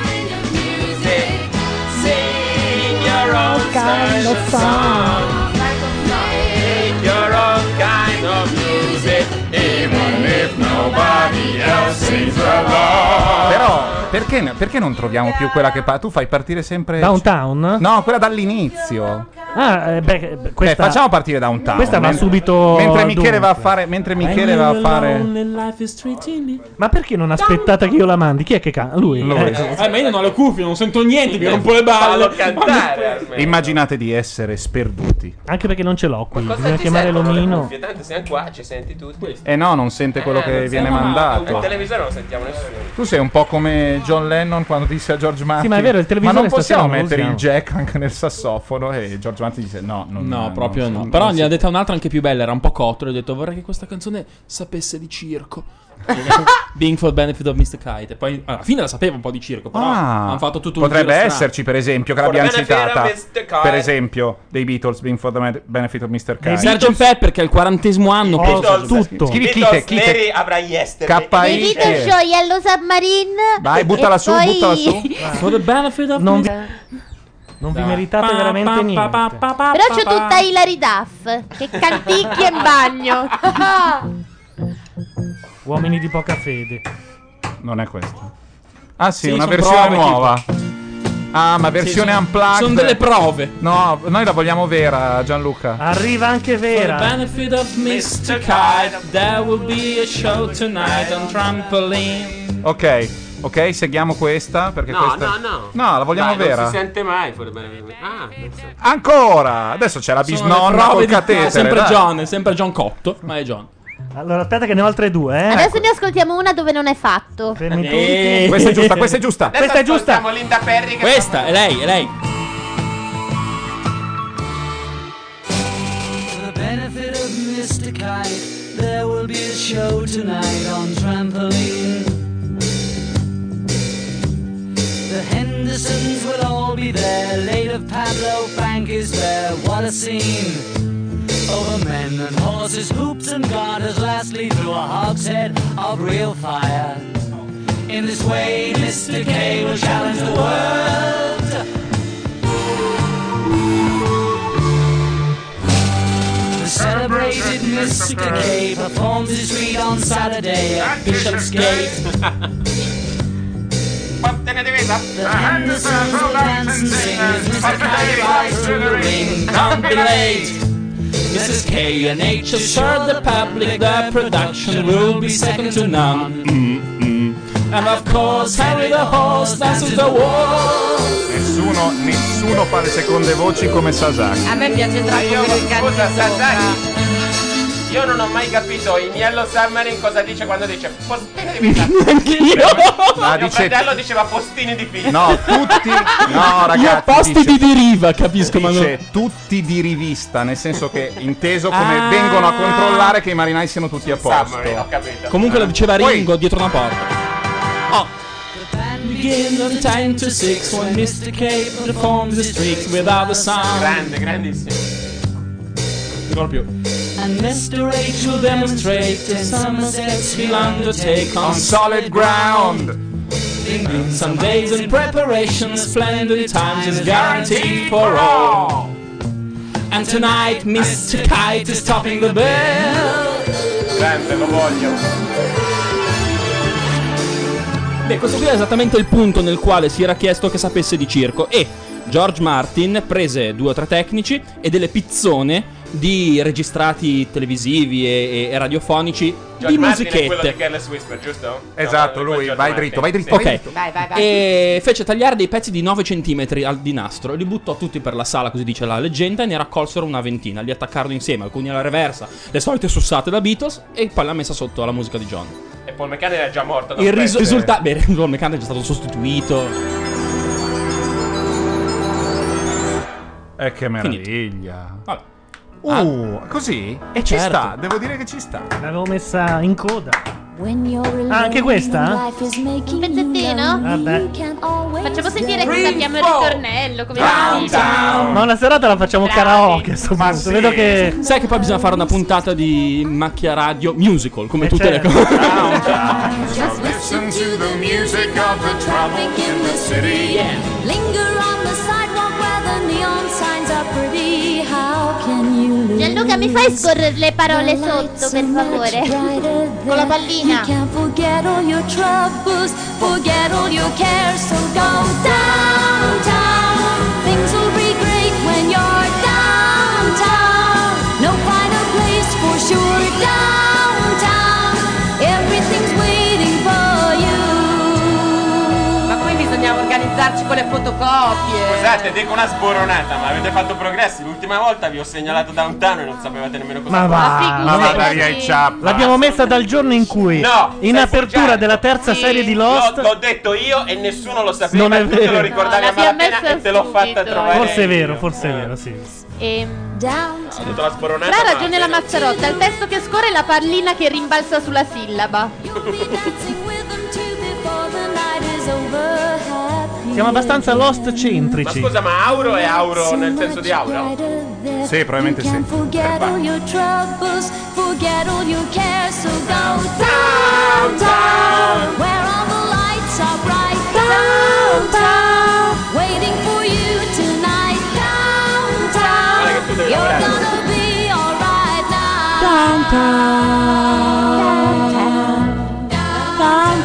Sing your own Kind of song. Make your own kind of music, even if nobody else sings along. Però, perché, perché non troviamo più quella che fa? Tu fai partire sempre... Downtown? No, quella dall'inizio. Ah, eh, beh, Beh, questa facciamo partire Downtown. questa va mentre- subito Mentre Michele dunque. va a fare... Mentre Michele va a fare... Ma perché non aspettate che io la mandi? Chi è che canta? Lui. Lui. Eh. Eh, ma io non ho le cuffie, non sento niente, mi rompo le balle. Fallo cantare almeno. Immaginate di essere sperduti. Anche perché non ce l'ho qui. Cosa Bisogna ti chiamare servono le l'omino. cuffie? Tanto siamo qua, ci senti tutti. E no, non sente quello Eh, che non viene siamo- Il mandato. televisore non lo sentiamo nessuno. Tu sei un po' come John Lennon quando disse a George Martin: ma è vero, il televisore ma non possiamo stasera non lo mettere il usiamo." jack anche nel sassofono. E George Martin dice: No, non, No, non- proprio non- no. non Però si- gli ha detta un'altra anche più bella, era un po' cotto. Le ho detto vorrei che questa canzone sapesse di circo. Being for the benefit of mister Kite. E poi alla fine la sapeva un po' di circo. Però Ah, hanno fatto tutto un potrebbe giro esserci, per esempio, che For the l'abbiamo benefit of citata. mister Kite. Per esempio, dei Beatles, Being for the me- benefit of mister Kite. sergeant Pepper, che è il quarantesimo anno. Oh, penso- tutto. Scrivi Beatles, Kite, Kite. Neri avrà yesterday. K I Dei Beatles Show Yellow Submarine. Vai, buttala e su, poi- buttala su. For the benefit of Non vi, mister non vi meritate veramente niente. Però c'è tutta Hilary Duff che canticchia in bagno. Uomini di poca fede. Non è questo. Ah, sì, Sì, una son versione prove, nuova. Ah, ma versione sono- unplugged. sono delle prove. No, noi la vogliamo vera, Gianluca. Arriva anche For the vera. benefit of mister Kite, there will be a show tonight on trampoline. Ok, ok, seguiamo questa perché No, questa... no, no. No, la vogliamo Dai, vera. Non si sente mai for the benefit. Ah, non so. Ancora! Adesso c'è la Sono le bisnonna prove col di- catetere. È sempre dai. John, è sempre John Cotto, ma è John. Allora aspetta che ne ho altre due, eh. Adesso ne ascoltiamo una dove non è fatto. Fermi Eh. tutti. Questa è giusta, questa è giusta. Adesso Questa è giusta. ascoltiamo Linda Perry che Questa, è lei, è lei. For the benefit of mister Kite, there will be a show tonight on trampoline. The Hendersons will all be there. Late of Pablo Frank is there. What a scene! Over men and horses, hoops and garters, lastly through a hogshead of real fire. In this way, mister K will challenge the world. The celebrated mister K performs his read on Saturday at Bishopsgate. The Hendersons will dance and sing as mister K flies through the ring. Can't be late. missus K and H assured the public their production will be second to none. Mm-mm. And of course Harry the Horse dances the waltz. Nessuno, nessuno fa le seconde voci come Sasaki. A me piace troppo io, quello che scusa, canti Sasaki. Io non ho mai capito in Yellow Submarine cosa dice quando dice postini di vita. Ma Mio dice- fratello diceva postini di vita. No, tutti. No, ragazzi. Io posti dice- di deriva, capisco, ma non... Dice tutti di rivista, nel senso che inteso come Ah. vengono a controllare che i marinai siano tutti a posto. Submarine, ho capito. Comunque lo diceva Poi- Ringo dietro una porta. Oh. Begin on time to six when mister K performs his tricks without a sound. Grande, grandissimo. Ancora più. And mister H will demonstrate the Somersets he'll undertake on On solid ground. some days in preparation, splendid times is guaranteed for all. And tonight mister Kite is topping the bill. Grande, lo voglio. Beh, questo qui è esattamente il punto nel quale si era chiesto che sapesse di circo e George Martin prese due o tre tecnici e delle pizzone di registrati televisivi e, e radiofonici George di Martin è quello musichette. di Careless Whisper, giusto? Esatto, No, lui, George vai Martin. dritto, vai dritto, Ok. vai dritto. Vai, vai, vai. E fece tagliare dei pezzi di nove centimetri al- di nastro e li buttò tutti per la sala, così dice la leggenda, e ne raccolsero una ventina. Li attaccarono insieme, alcuni alla reversa, le solite sussate da Beatles, e poi l'ha messa sotto alla musica di John. E Paul McCartney era già morto. da Il un ris- pezzo. risultato. Beh, Paul McCartney è già stato sostituito. Eh, che meraviglia. Vabbè. Uh, così? E ci certo. sta, devo dire che ci sta. L'avevo messa in coda. Ah, anche questa? Un pezzettino? Vabbè. Facciamo sentire che sappiamo il ritornello. Come Ma una serata la facciamo Bravi. karaoke a sto punto. Vedo che. Sai che poi bisogna fare una puntata di macchia radio musical, come Eh, tutte certo. le cose. Just listen to the music of the traffic in the city. Linger on the sidewalk where the neon signs are pretty. How can you lose? Gianluca, mi fai scorrere le parole sotto, per favore? Con la pallina. You can't forget all your troubles, forget all your cares. So go downtown. Things will be great when you're downtown. No finer place for sure. Downtown, everything's waiting for you. Ma poi bisognava organizzarci con le fotocopie. Scusate, dico una sboronata, ma avete fatto progressi. L'ultima volta vi ho segnalato Downtown e non sapevate nemmeno cosa Ma va, fare. ma vada via il ciappa. L'abbiamo messa dal giorno in cui, No, in stai apertura fuggiando. della terza serie di Lost. L'ho, l'ho detto io e nessuno lo sapeva. Non è e tu te vero. lo ricordavi No, a malapena l'abbiamo e te l'ho messa fatta subito. trovare. Forse è vero, io. forse è Eh. vero, sì. Ehm, Ho detto la sporonata. Però ha ma ragione la bene. Mazzarotta, il testo che scorre è la pallina che rimbalza sulla sillaba. Siamo abbastanza Lost Ma centrici. scusa, ma Auro è Auro nel senso di Auro? Sì, probabilmente sì. Forget all your troubles, forget all your cares. So go downtown, where all the lights are bright. Downtown, waiting for you tonight. Downtown, you're gonna be alright now. Downtown.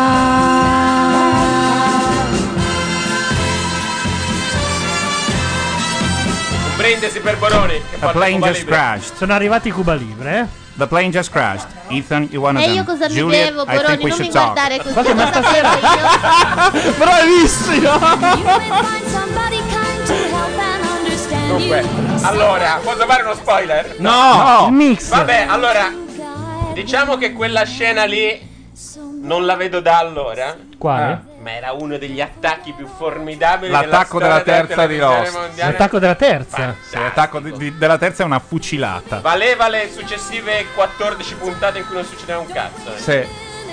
Un brindisi per Boroni. Che The porta plane Cuba just Libre. crashed. Sono arrivati i Cuba Libre, eh? The plane just crashed. Ethan, you one of E them. io cosa mi Juliet, devo, I think Boroni? we Non mi should talk. guardare così. Guarda, ma Cosa stasera- devo io? Bravissimo! You may find somebody kind to help and understand Dunque, you. allora, posso fare uno spoiler? No! Il mix. Vabbè, allora, diciamo che quella scena lì non la vedo da allora. Quale? Ma era uno degli attacchi più formidabili L'attacco della della storia terza di televisione Lost. mondiale. L'attacco della terza. Sì, l'attacco di- di- della terza è una fucilata. Valeva le successive quattordici puntate in cui non succedeva un cazzo. eh. Sì.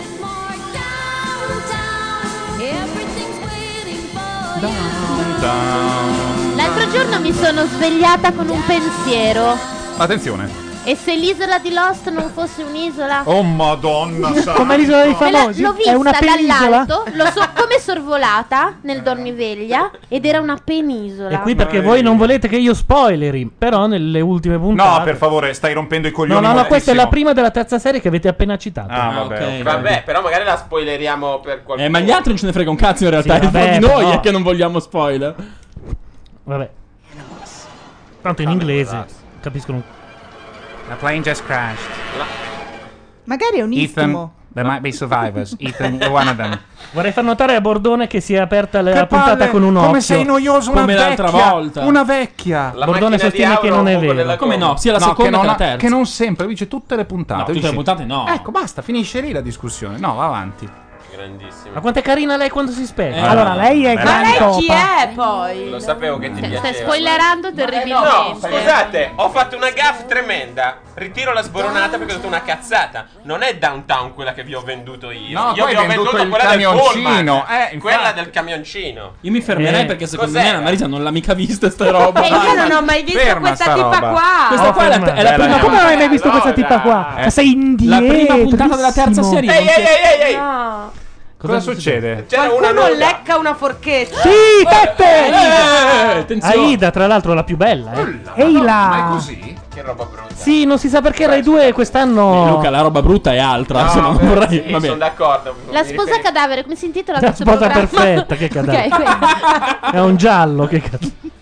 L'altro giorno mi sono svegliata con un pensiero. Attenzione. E se l'isola di Lost non fosse un'isola? Oh madonna santa. Come l'isola dei Me la- famosi? l'ho È vista una penisola? dall'alto, l'ho so- come sorvolata nel dormiveglia ed era una penisola. E qui perché voi non volete che io spoileri, però nelle ultime puntate. No, per favore, stai rompendo i No, coglioni. no, no, questa è la moltissimo. prima della terza serie che avete appena citato. Ah, vabbè. ok. ok. Vabbè, però magari la spoileriamo per qualcuno. Eh, ma gli altri non ce ne frega un cazzo in realtà. Sì, il vabbè, di noi però- è che non vogliamo spoiler. Vabbè. Tanto in inglese capiscono. The plane just crashed. Magari è un Ethan, istmo. there might be survivors. Ethan, you're one of them. Vorrei far notare a Bordone che si è aperta la Che puntata palle, con un occhio. come sei noioso, una Come l'altra vecchia, volta. Una vecchia. La Bordone macchina di sostiene che Auro non è un po' vero. della Come gomma. no? Sia la No, seconda che che, non, la ha- terza. che non sempre, dice tutte le puntate. No, tutte dice- le puntate no. Ecco, basta, finisce lì la discussione. No, va avanti. Grandissimo. Ma quanto è carina lei quando si spiega? Eh, Allora, lei è Ma gran lei chi topa. è poi? Lo sapevo che ti Stai piaceva. spoilerando No, terribilmente. scusate, ho fatto una gaffe tremenda. Ritiro la sboronata perché ho detto una cazzata. Non è Downtown quella che vi ho venduto io. No, io tu vi hai ho venduto venduto il quella del camioncino. pullman. Eh, infatti. Quella del camioncino. Io mi fermerei Eh, perché secondo cos'era? me la Marisa non l'ha mica vista sta roba. E io non ho mai visto Ferma questa sta tipa roba. qua. Questa Oh, qua è la, ferma. è la Bella, prima eh. Come non hai mai visto Allora, questa tipa qua? eh. Ma sei indietro. La prima puntata della terza serie. Ehi, non ehi, si- ehi, ehi, ehi. No. Cosa succede? C'era una Qualcuno nuda. lecca una forchetta. Sì, Peppe! Eh, attenzione. Aida, tra l'altro, la più bella, eh. Ehi Ma è là! così? Che roba brutta. Sì, non si sa perché Rai due quest'anno. Luca, la roba brutta è altra. No, insomma, non beh, vorrei. sì, va sono bene. d'accordo. La Mi sposa riferi- cadavere, come si intitola La questo sposa programma? perfetta, che cadavere. Ok, quello. È un giallo che cazzo.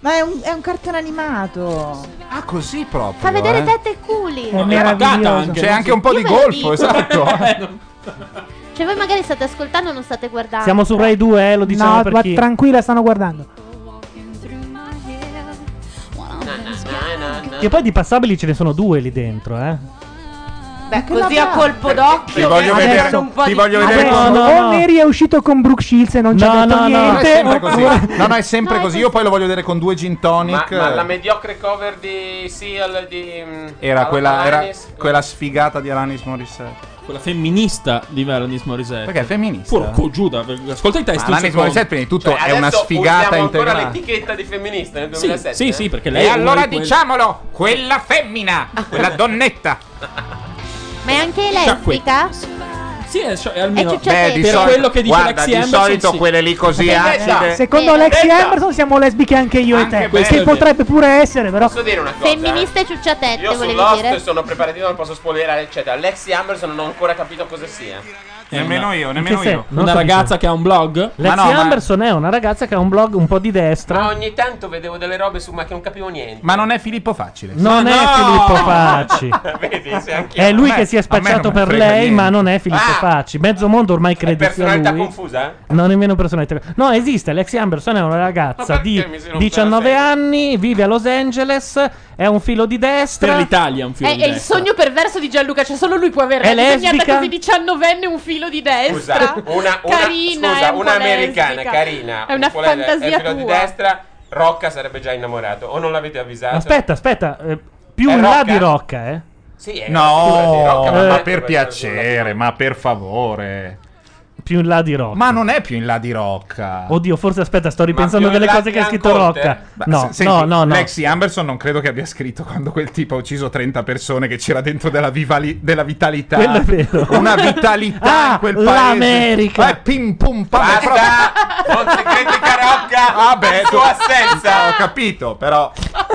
Ma è un, è un cartone animato. Ah, così proprio. Fa vedere eh. tette e culi. È meraviglioso. C'è anche un po' Io di ve lo golfo, dico. esatto. Cioè voi magari state ascoltando o non state guardando. Siamo su Rai due, eh, lo diciamo No, per ma chi. tranquilla, stanno guardando. Che poi di passabili ce ne sono due lì dentro, eh. Beh, così a colpo d'occhio. Ti voglio che vedere, vedono un po' ti di- voglio vedere Adesso, con- no, no. o Neri è uscito con Brooke Shields e non ci No, ha detto no, no, No, è niente. sempre così. oppure- No, no, è sempre così. Io poi lo voglio vedere con due gin Ma, tonic. ma la mediocre cover di Seal di. mm, Era quella, era Alanis? quella sfigata di Alanis Morissette. Quella femminista di Alanis Morissette. Perché è femminista? Porco Giuda, ascolta i testi. Ma un Alanis secondo. Morissette prima di tutto Cioè, è una adesso sfigata usiamo ancora integrale. l'etichetta di femminista nel Sì, duemilasette. sì, eh? sì, perché lei E è una allora di quelle- diciamolo, quella femmina, quella donnetta. Ma è anche Cioè, que- lesbica? Sì, è, è almeno È ciucciatella. Beh, di per solito, quello che dice guarda, Lexi di Emerson, solito sì. quelle lì così Detta. acide. Secondo Eh, Lexi detta. Emerson siamo lesbiche anche io Anche e te. belle. Che potrebbe pure essere, però. Posso dire una cosa? Femministe e ciucciatette, Io su volevi Lost dire? sono preparatino, non posso spoilerare, eccetera. Lexi Amberson non ho ancora capito cosa sia. Nemmeno io, In nemmeno che io. senso? Non Una so ragazza che ha un blog? Lexi Ma no, ma- Amberson è una ragazza che ha un blog un po' di Ma destra. ogni tanto vedevo delle robe su ma che non capivo niente. Ma non è Filippo Facile. Non Ma è no! Filippo Facci. Vedi, se anche È lui A me- che si è a me non spacciato me per frega lei, niente. ma non è Filippo Ah! Facci. Mezzo mondo ormai è crede sia personalità lui. confusa? Non nemmeno personalità. No, esiste. Lexi Amberson è una Ma ragazza perché di mi si rompe la diciannove sedia? anni, vive a Los Angeles, è un filo di destra. Per l'Italia un È, film è il sogno perverso di Gianluca, cioè solo lui può avere È disegnata lesbica? così diciannovenne un filo di destra. Scusa, una, una, carina, scusa, è un po' una americana lesbica. carina. È una un po' le- fantasia è il filo di tua. destra, Rocca sarebbe già innamorato. O non l'avete avvisato? Aspetta, aspetta. eh, più È in là Rocca? di Rocca, eh. Sì, è una figura di No, Rocca, ma detto per per- piacere, ma per favore. Più in là di Rocca. Ma non è più in là di Rocca. Oddio, forse aspetta, sto ripensando più in delle là cose di che ha scritto Ian Conte? Rocca. Beh, No, se- senti, no, no, no. Lexi Amberson non credo che abbia scritto quando quel tipo ha ucciso trenta persone che c'era dentro della, vivali- della vitalità. Quello è vero. Una vitalità Ah, in quel paese. l'America. Eh, pim pum pam. è proprio- Basta! Non si critica Rocca Vabbè, per tu- sua assenza. Ho capito, però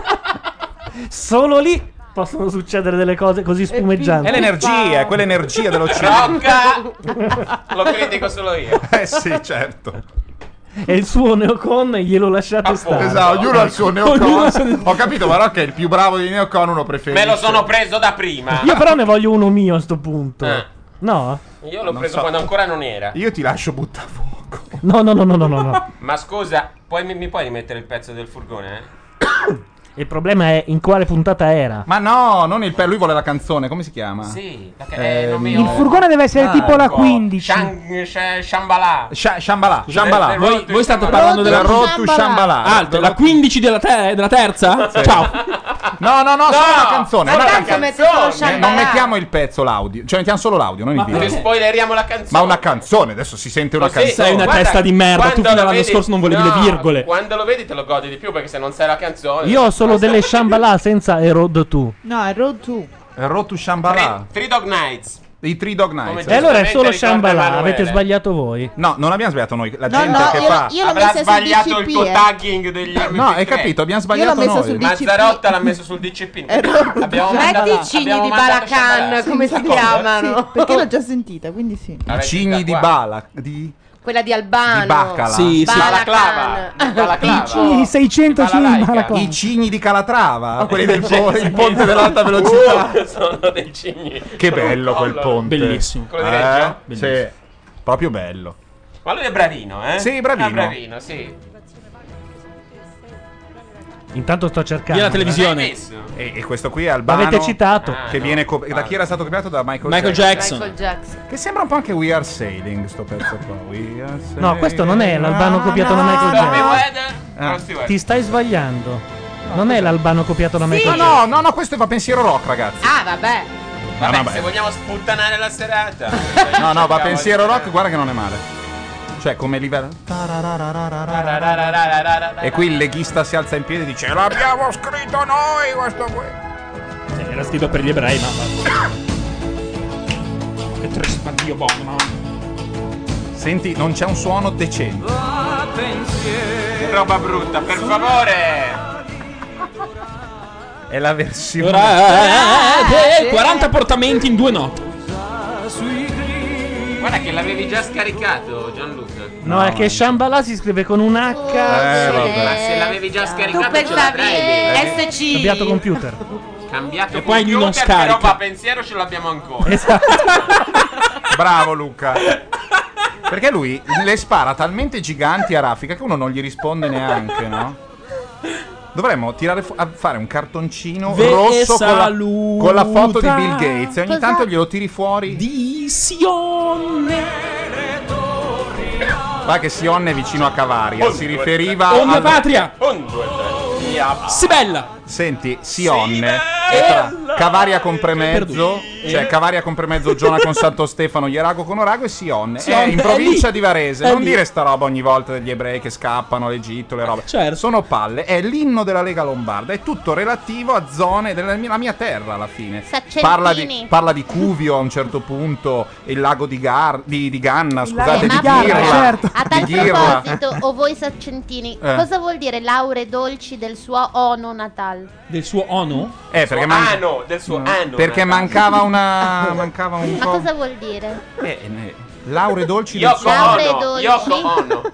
Solo lì possono succedere delle cose così spumeggianti. è l'energia, è quell'energia dello cinema. Rocca lo critico solo io. Eh sì, certo. E il suo neocon glielo lasciate stare. Esatto, ognuno ha il suo Ognuno neocon. ha il suo- Ho capito, ma Rocca è il più bravo dei neocon, uno preferisce. Me lo sono preso da prima. Io però ne voglio uno mio a sto punto. Eh. No? Io l'ho Non preso so. quando ancora non era. Io ti lascio buttafuoco. No, no, no, no, no, no, no. Ma scusa, poi mi, mi puoi rimettere il pezzo del furgone? Eh? Il problema è in quale puntata era. Ma no, non il pe- lui vuole la canzone, come si chiama? Sì, perché Eh, non mi Il furgone deve essere Ah, tipo la ecco. quindici. Shang- Sh- Shambhala. Sha- Shambhala, The- Shambhala. the Voi, road to voi state Shambhala. parlando The della Road to Shambhala. Alto, la quindici della, te- della terza? Ciao. No, no, no, solo la canzone. solo no, la no, canzone. eh, non mettiamo il pezzo, l'audio. Cioè, mettiamo solo l'audio, non il Che video. spoileriamo la canzone. Ma una canzone, adesso si sente una Così, canzone. Sei una guarda, testa di merda, tu quando fino lo all'anno vedi- scorso non volevi no, le virgole. Quando lo vedi te lo godi di più, perché se non sai la canzone. Io ho solo delle Shambhala senza e Road to. No, è Road to. Road to Shambhala. Three, Three Dog Nights. I Three Dog Come Nights. E allora è solo Giustamente ricorda Shambhala, Emanuele. avete sbagliato voi. No, non abbiamo sbagliato noi. La No, gente no, che io- fa. io l'ho Avrà messa sul sbagliato D C P, il tuo eh. tagging degli M P tre. No, hai capito, abbiamo sbagliato Io l'ho messa noi. sul D C P. Mazzarotta l'ha messo sul D C P. Abbiamo Metti mandato- i cigni abbiamo di mandato Balakan, Shambhala. come si Cosa? chiamano? Sì, perché l'ho già sentita, quindi sì. I cigni di Bala. Di. Quella di Albano. Di Baccala. Sì, sì. Balaclava. Balaclava. I seicento cigni di Balalaica. Balaclava. I cigni di Calatrava. Quelli del po- il ponte dell'alta velocità. Uh, sono dei cigni. Che bello quel ponte. Bellissimo. Quello di Reggio? Eh? Sì. Proprio bello. Ma lui è bravino, eh? Sì, bravino. Ah, bravino, sì. Intanto sto cercando. Via la televisione. Hai messo? E, e questo qui è Albano. L'avete citato. Ah, Che no. viene co- da chi era stato copiato? Da Michael, Michael Jackson. Jackson. Michael Jackson. Che sembra un po' anche We Are Sailing, sto pezzo qua. We are sailing. No, questo non è l'Albano copiato da Michael Stormy Jackson. Weather. Ah. Cross Stewart. Ti stai sbagliando. Non è l'Albano copiato da Michael No, Jackson. no, no, no, questo va pensiero rock, ragazzi. Ah, vabbè. Vabbè, no, beh. se vogliamo sputtanare la serata. No, no, va Cercavo pensiero di- rock, guarda che non è male. Cioè, come livello. E qui il leghista si alza in piedi e dice: l'abbiamo scritto noi questo qui. Eh, Era scritto per gli ebrei, ma. Che triste, Dio buono, ma. Senti, non c'è un suono decente. Che roba brutta, per favore. È la versione. Ora, eh, quaranta portamenti in due note. Guarda che l'avevi già scaricato, Gianluca. No, è che Shambhala si scrive con un H. Eh, vabbè. Ma se l'avevi già scaricato, ce l'avrai. S C. Cambiato computer. Cambiato E poi computer, non scarica. però va pensiero ce l'abbiamo ancora. Esatto. Bravo Luca. Perché lui le spara talmente giganti a raffica che uno non gli risponde neanche, no? Dovremmo tirare fu- a fare un cartoncino Ve rosso con la, saluta. con la foto di Bill Gates e ogni Cosa? tanto glielo tiri fuori. Di Sionne. Va che Sionne è vicino a Cavaria, si riferiva Onde al- patria. Un, due, tre. Via. Sibella. Senti, Sionne è tra Cavaria con premezzo, cioè Cavaria con premezzo, Giona con Santo Stefano, Ierago con Orago e Sionne. È Sionne, in è provincia lì. di Varese. È Non lì. dire sta roba ogni volta degli ebrei che scappano all'Egitto, le robe. Certo. Sono palle. È l'inno della Lega Lombarda. È tutto relativo a zone della mia, la mia terra alla fine. Saccentini. Parla di, parla di Cuvio a un certo punto, il lago di, Gar, di, di Ganna, scusate, lago di di Garda, Ghirla. certo. A Di tal Ghirla. proposito, o voi saccentini, Eh. cosa vuol dire laure dolci del suo ono natal? Del suo ono? Eh, perché Suo man- ano, del suo ano. Perché mancava una. mancava un Ma po'. cosa vuol dire? Eh, ne- laure dolci del Yoko suo Laure Ono. dolci. Yoko Ono.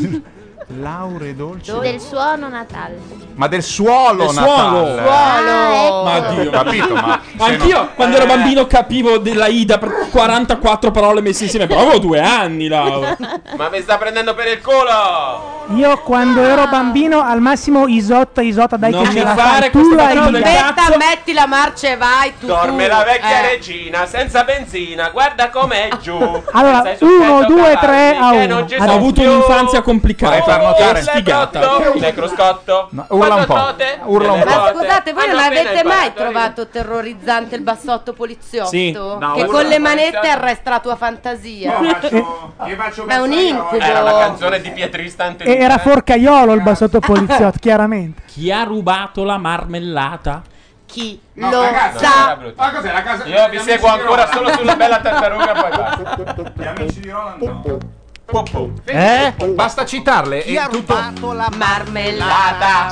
Laure dolci Del suono natal. ma del suolo Del natale. suolo. Ah, ecco. Ma Dio. Capito, ma se Anch'io no- quando ero bambino capivo della Ida per quarantaquattro parole messe insieme. Però avevo due anni, Laura. Ma mi sta prendendo per il culo. Io quando ero bambino al massimo Isotta, Isotta, dai Non che ce mi la fare fai. questo Tu la fatto del Ida. cazzo. Aspetta, metti la marcia e vai tu. Dorme tu. la vecchia Eh. regina senza benzina. Guarda com'è giù. Allora, Senza uno, soffetto due, cavalli, tre a che uno. non ci Ho Ho sono avuto più. un'infanzia complicata. Vai, far notare. Il Sfigata. necroscotto, il necroscotto. No, urla un po'. Quattro Urla un note, po'. Ma nelle note. scusate, voi Hanno non appena avete mai imparato a trovato terrorizzante il bassotto poliziotto? Sì. No, che urla con le il manette poliziotto. arresta la tua fantasia. Io faccio, io faccio Ma è un mezzo io. incubo. Era una canzone di Pietristante. E era forcaiolo il bassotto poliziotto, chiaramente. Chi ha rubato la marmellata? Chi No, lo ragazzi, sa? Ma cos'è la casa? Io vi gli seguo amici di ancora Roland? solo sulla bella tartaruga poi basta. Gli amici di Roland no. Poppo. Eh? Basta citarle e tutto. La marmellata.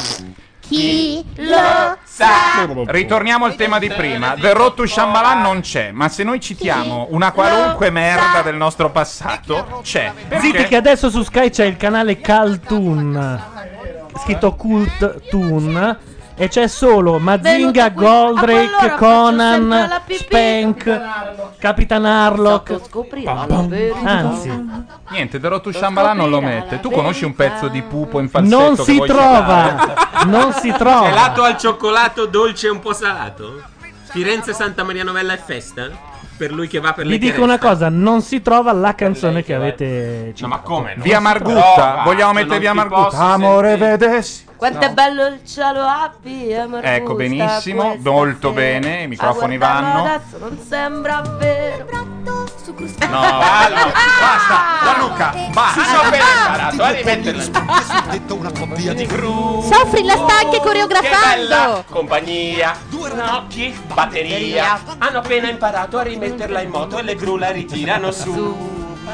Chi lo sa? Ritorniamo al tema di prima. The Road to Shambhala non c'è, ma se noi citiamo una qualunque merda del nostro passato, c'è. Zitti Perché? che adesso su Sky c'è il canale Caltoon, scritto Cult Toon, e c'è solo Mazinga, Goldrake, allora faccio sempre Conan, la pipì. Spank, Capitan Harlock. Scoprirò la verità. Anzi, Niente, The Road to Shambhala non lo mette. Tu conosci un pezzo di pupo in falsetto non che si vuoi trova, citare? non si trova. Gelato al cioccolato dolce e un po' salato? Firenze, Santa Maria Novella e festa? Per lui che va per le Vi dico una cosa, non si trova la canzone che avete citato. No, ma come? no? Via Margutta, Trova, vogliamo cioè, mettere non Via ti Margutta. posso Amore, sentire. vedessi. Quanto è bello il cielo abbi, Margutta, Ecco, benissimo, questa molto sera. bene, i microfoni A guardarlo vanno. Adesso non sembra vero. No, basta, basta, Gianluca, basta. Ah, ho appena imparato a rimetterla. Soffri, la sta anche Che bella coreografando. compagnia, occhi, batteria. Hanno appena imparato a rimetterla in moto e le gru la ritirano su.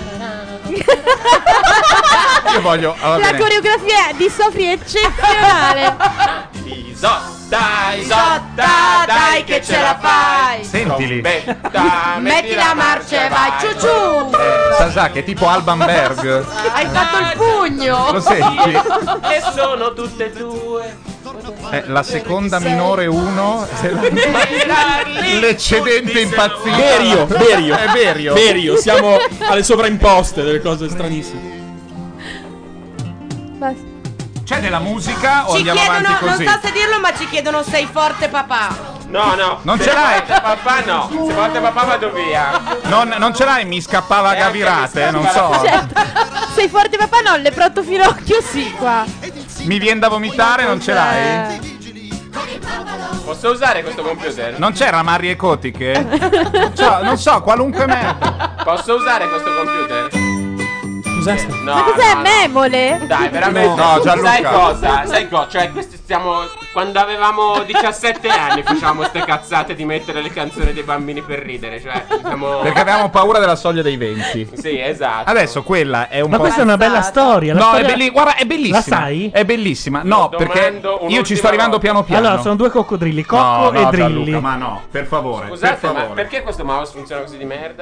Io voglio. allora, La bene. coreografia di Sofri è eccezionale. Isotta, Isotta, dai che ce la fai. Sentili. Trombetta, Metti la marcia e vai, ciu ciu. Eh, Sasaki è tipo Alban Berg. Hai fatto il pugno. Lo senti? E sono tutte e due. Eh, la seconda minore uno. L'eccedente impazzito. Berio, Berio. È Berio. Berio, siamo alle sovraimposte delle cose stranissime. C'è della musica o Ci andiamo chiedono, avanti non così? so se dirlo, ma ci chiedono sei forte papà. No, no. Non se ce l'hai? forte papà no. Se forte papà vado via. Non, non ce l'hai? Mi scappava a E anche Gavirate, mi non scappava- so. Certo. Sei forte papà, no, le pronto finocchio sì qua. Mi viene da vomitare, non ce l'hai? Posso usare questo computer? Non c'è Ramarri Cotiche? Non so, non so, qualunque merda. Posso usare questo computer? Cos'è? No, Ma cos'è, no, no. memole? Dai, veramente. No, Gianluca. Sai cosa? Sai cosa? Cioè, questi stiamo. Quando avevamo diciassette anni facevamo ste cazzate di mettere le canzoni dei bambini per ridere. Cioè, siamo. Perché avevamo paura della soglia dei venti. Sì, esatto. Adesso quella è un Ma po'. questa è una bella storia. la No, storia- è belli- guarda, è bellissima. La sai? È bellissima. No, Lo perché domando io un'ultima ci sto arrivando volta. piano piano. Allora, sono due coccodrilli, No, Cocco no, e Drilli. Gianluca, ma no, per favore. Scusate, per ma favore. perché questo mouse funziona così di merda?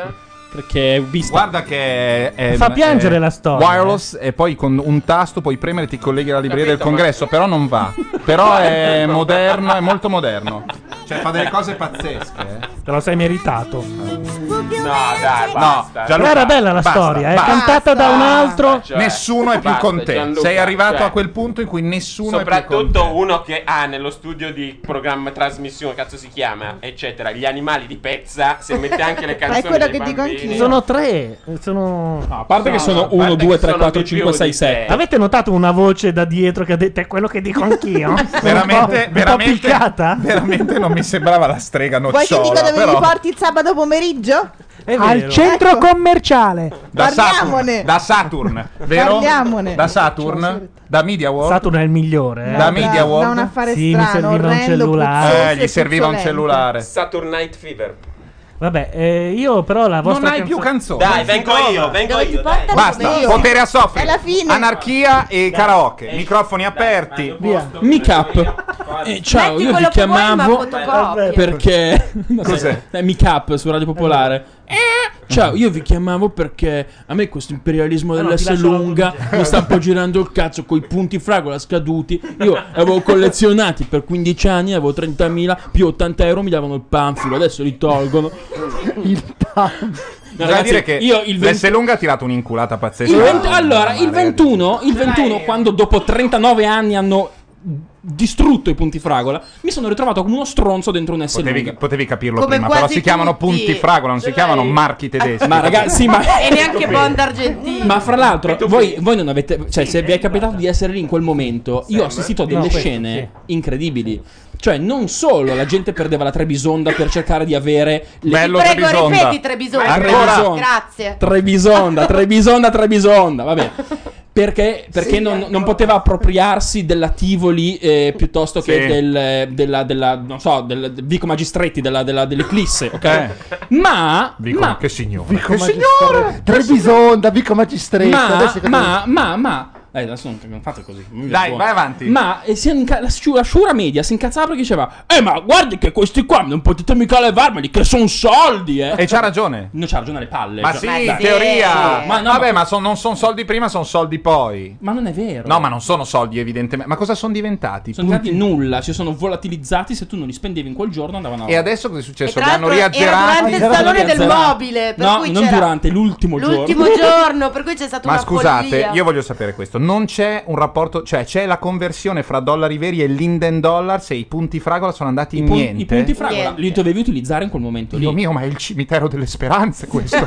Perché vista. Guarda che è, Fa piangere la storia, wireless e poi con un tasto puoi premere e ti colleghi alla libreria Capito, del congresso, però non va. Però è moderno, è molto moderno. Cioè fa delle cose pazzesche. eh. Te lo sei meritato. No, dai, basta. Gianluca, Era bella la basta, storia, è basta. cantata da un altro. Cioè, Nessuno è più basta, con te. Gianluca, Sei arrivato cioè, a quel punto in cui nessuno è più con te. soprattutto uno che ha nello studio di programma trasmissione, cazzo si chiama, eccetera, gli animali di pezza, se mette anche le canzoni quello dei che dico bambini. anch'io. Sono tre. Sono... No, a parte No, che sono no, a uno, parte due, che tre, sono quattro, di cinque, più sei, di sette. te. Avete notato una voce da dietro che ha detto è quello che dico anch'io? Veramente, un po' veramente, piccata? veramente non mi sembrava la strega Vuoi che nocciola. dica dove però mi porti il sabato pomeriggio? È Al vero. centro Ecco. commerciale. da Saturn, Parliamone. da Saturn, vero? Parliamone. Da Saturn, da Media World. Saturn è il migliore. eh. Da Da- Media World. Da un affare Sì, mi strano, serviva un orrendo, cellulare. puzzoso Eh, e gli serviva un puzzolente. cellulare. Saturn Night Fever. Vabbè, eh, io però la vostra Non hai più canzone- canzoni. Dai, vengo io, vengo Dove ti io. portano? Dai. Basta, Io. potere a soffrire. È la fine. Anarchia e karaoke. Microfoni aperti. Via. Mic up. Eh, ciao, Metti io vi quello che vuoi, ma chiamavo fotocopia. perché. Cos'è? Eh, Mic up su Radio Popolare. Eh, ciao, io vi chiamavo perché a me questo imperialismo no, dell'S ti lascio la lunga conduzione. mi sta un po' girando il cazzo coi punti fragola scaduti. Io avevo collezionati per quindici anni, avevo trentamila più ottanta euro mi davano il panfilo, adesso li tolgono. Il tam- No, Bisogna ragazzi, dire che io il venti l'S lunga ha tirato un'inculata pazzesca. Il venti allora, il ventuno, il ventuno quando dopo trentanove anni hanno distrutto i punti fragola, mi sono ritrovato come uno stronzo dentro un S Potevi, lunga. potevi capirlo Come prima, però quasi si chiamano tutti. punti fragola, non si Dai. chiamano marchi tedeschi. Ma ragazzi, ma E neanche Bond argentino. Ma fra l'altro, voi, voi non avete. Cioè, se vi è capitato di essere lì in quel momento, io ho assistito a delle No, questo, scene incredibili. Cioè, non solo la gente perdeva la Trebisonda per cercare di avere le. Bello Prego, Trebisonda. ripeti Trebisonda. Ancora? Grazie. Trebisonda, Trebisonda, Trebisonda, va bene. Perché, perché non, non poteva appropriarsi della Tivoli eh, piuttosto che Sì. del, della, della, non so, del, del Vico Magistretti, della, della, dell'Eclisse, ok? Eh. Ma, Dico, ma, che signore. Vico Magistrale. Trebisonda, Vico Magistrale. ma, adesso che- ma, ma, ma, eh, adesso non, non fate così. non mi Dai, vergogno. vai avanti. Ma eh, si inca- la, sciu- la sciura media si incazzava perché diceva: Eh, ma guardi che questi qua non potete mica levarmeli, che sono soldi, eh. E c'ha ragione. Non c'ha ragione alle palle. Ma cioè- sì, Ma in sì. teoria. Ma no, Vabbè, ma- ma son- non sono soldi prima, sono soldi poi. Ma non è vero. No, ma non sono soldi, evidentemente. Ma cosa sono diventati? Sono Punti- diventati nulla, si sono volatilizzati. Se tu non li spendevi in quel giorno, andavano E adesso cosa è successo? E Li tra hanno l'altro era riazzerati. durante il salone del mobile, per No, cui non c'era durante, l'ultimo giorno. l'ultimo giorno, per cui c'è stata Ma una scusate, follia. io voglio sapere questo. Non c'è un rapporto, cioè c'è la conversione fra dollari veri e Linden Dollars e i punti fragola sono andati I, in pun- niente. I punti fragola Niente. li dovevi utilizzare in quel momento lì. Dio mio, ma è il cimitero delle speranze questo.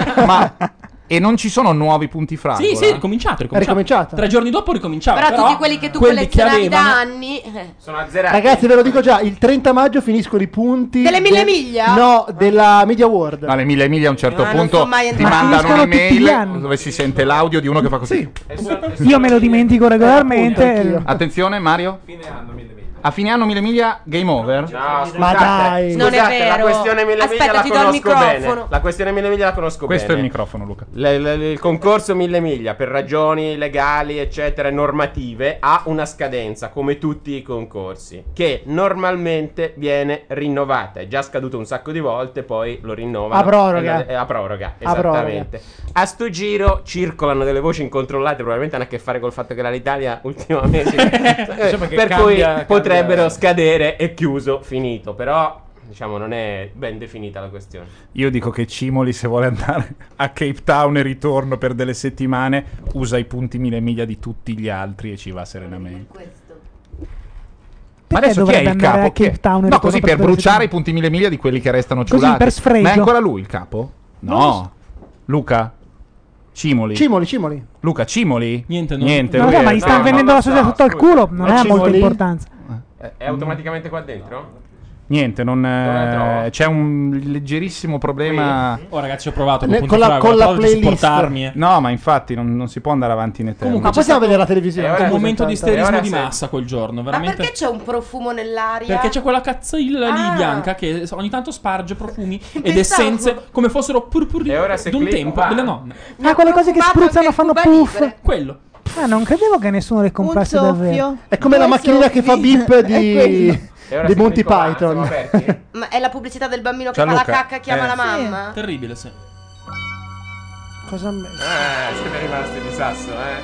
Ma e non ci sono nuovi punti fragola? Sì, sì, è ricominciato, è ricominciato. È ricominciato. Tre giorni dopo ricominciava. Però, Però, tutti quelli che tu quelli che collezionavi da avevano- anni eh. Sono azzerati. Ragazzi, ve lo dico già, il trenta maggio finiscono i punti Delle mille del- miglia? No, della Media World. No, le mille miglia a un certo No, non punto sono mai ti entrati. mandano Ma finiscono tutti gli un'email anni. dove si sente l'audio di uno che fa così. Io me lo dimentico regolarmente. Attenzione, Mario. A fine anno mille miglia game over? No, scusate, Ma dai. Non è scusate, la vero. questione mille Aspetta, miglia la ti do il conosco microfono. bene. La questione mille miglia la conosco Questo è bene. il microfono, Luca. Le- le- il concorso mille miglia per ragioni legali eccetera e normative ha una scadenza come tutti i concorsi che normalmente viene rinnovata, è già scaduto un sacco di volte, poi lo rinnovano A proroga. Eh, a proroga A proroga. esattamente. A sto giro circolano delle voci incontrollate, probabilmente hanno a che fare col fatto che l'Italia ultimamente eh, Diciamo che per cambia- cui cambia- potrebbero scadere e chiuso, finito, però diciamo non è ben definita la questione. Io dico che Cimoli, se vuole andare a Cape Town e ritorno per delle settimane, usa i punti mille miglia di tutti gli altri e ci va serenamente. Ma Perché adesso chi è dovrebbe il andare capo? a Cape Chi è? Town e No, ritorno così per per delle bruciare i punti mille miglia di quelli che restano Così, ciulati. per sfregio. Ma è ancora lui il capo? No. Luca? Cimoli? Cimoli, Cimoli. Luca, Cimoli? Niente, no. Niente. No, lui vabbè, è- ma gli stanno no, vendendo non la lo società so, sotto al scusa. culo, non Ma ha molta Cimoli? importanza. È, è automaticamente qua dentro? Niente, non, la eh, trovo? c'è un leggerissimo problema. Oh, ragazzi, ho provato Ne- con, con la- con la di playlist. supportarmi. Eh. No, ma infatti non, non si può andare avanti in eterno. Comunque, Ma c'è possiamo stato vedere la televisione? E ora- un Scusa, momento di intanto. E isterismo ora di se- massa quel giorno, Ma veramente. perché c'è un profumo nell'aria? Perché c'è quella cazzilla lì Ah. bianca che ogni tanto sparge profumi ed Pensavo- essenze come fossero purpurri E ora se d'un clicco tempo va. delle nonne. Mi ha Ah, quelle cose che profumato spruzzano, anche fanno Cuba puff. Libre. Quello. Ah, non credevo che nessuno le Un comprasse davvero. soffio. È come la Due macchinina che fa soffi. beep È di, quello. E ora di se Monty clicco va, siamo Python. aperti? Ma è la pubblicità del bambino che Gianluca, fa la cacca e chiama eh. la mamma? Terribile, sì. Cosa ha messo? Eh, siete rimasti di sasso, eh?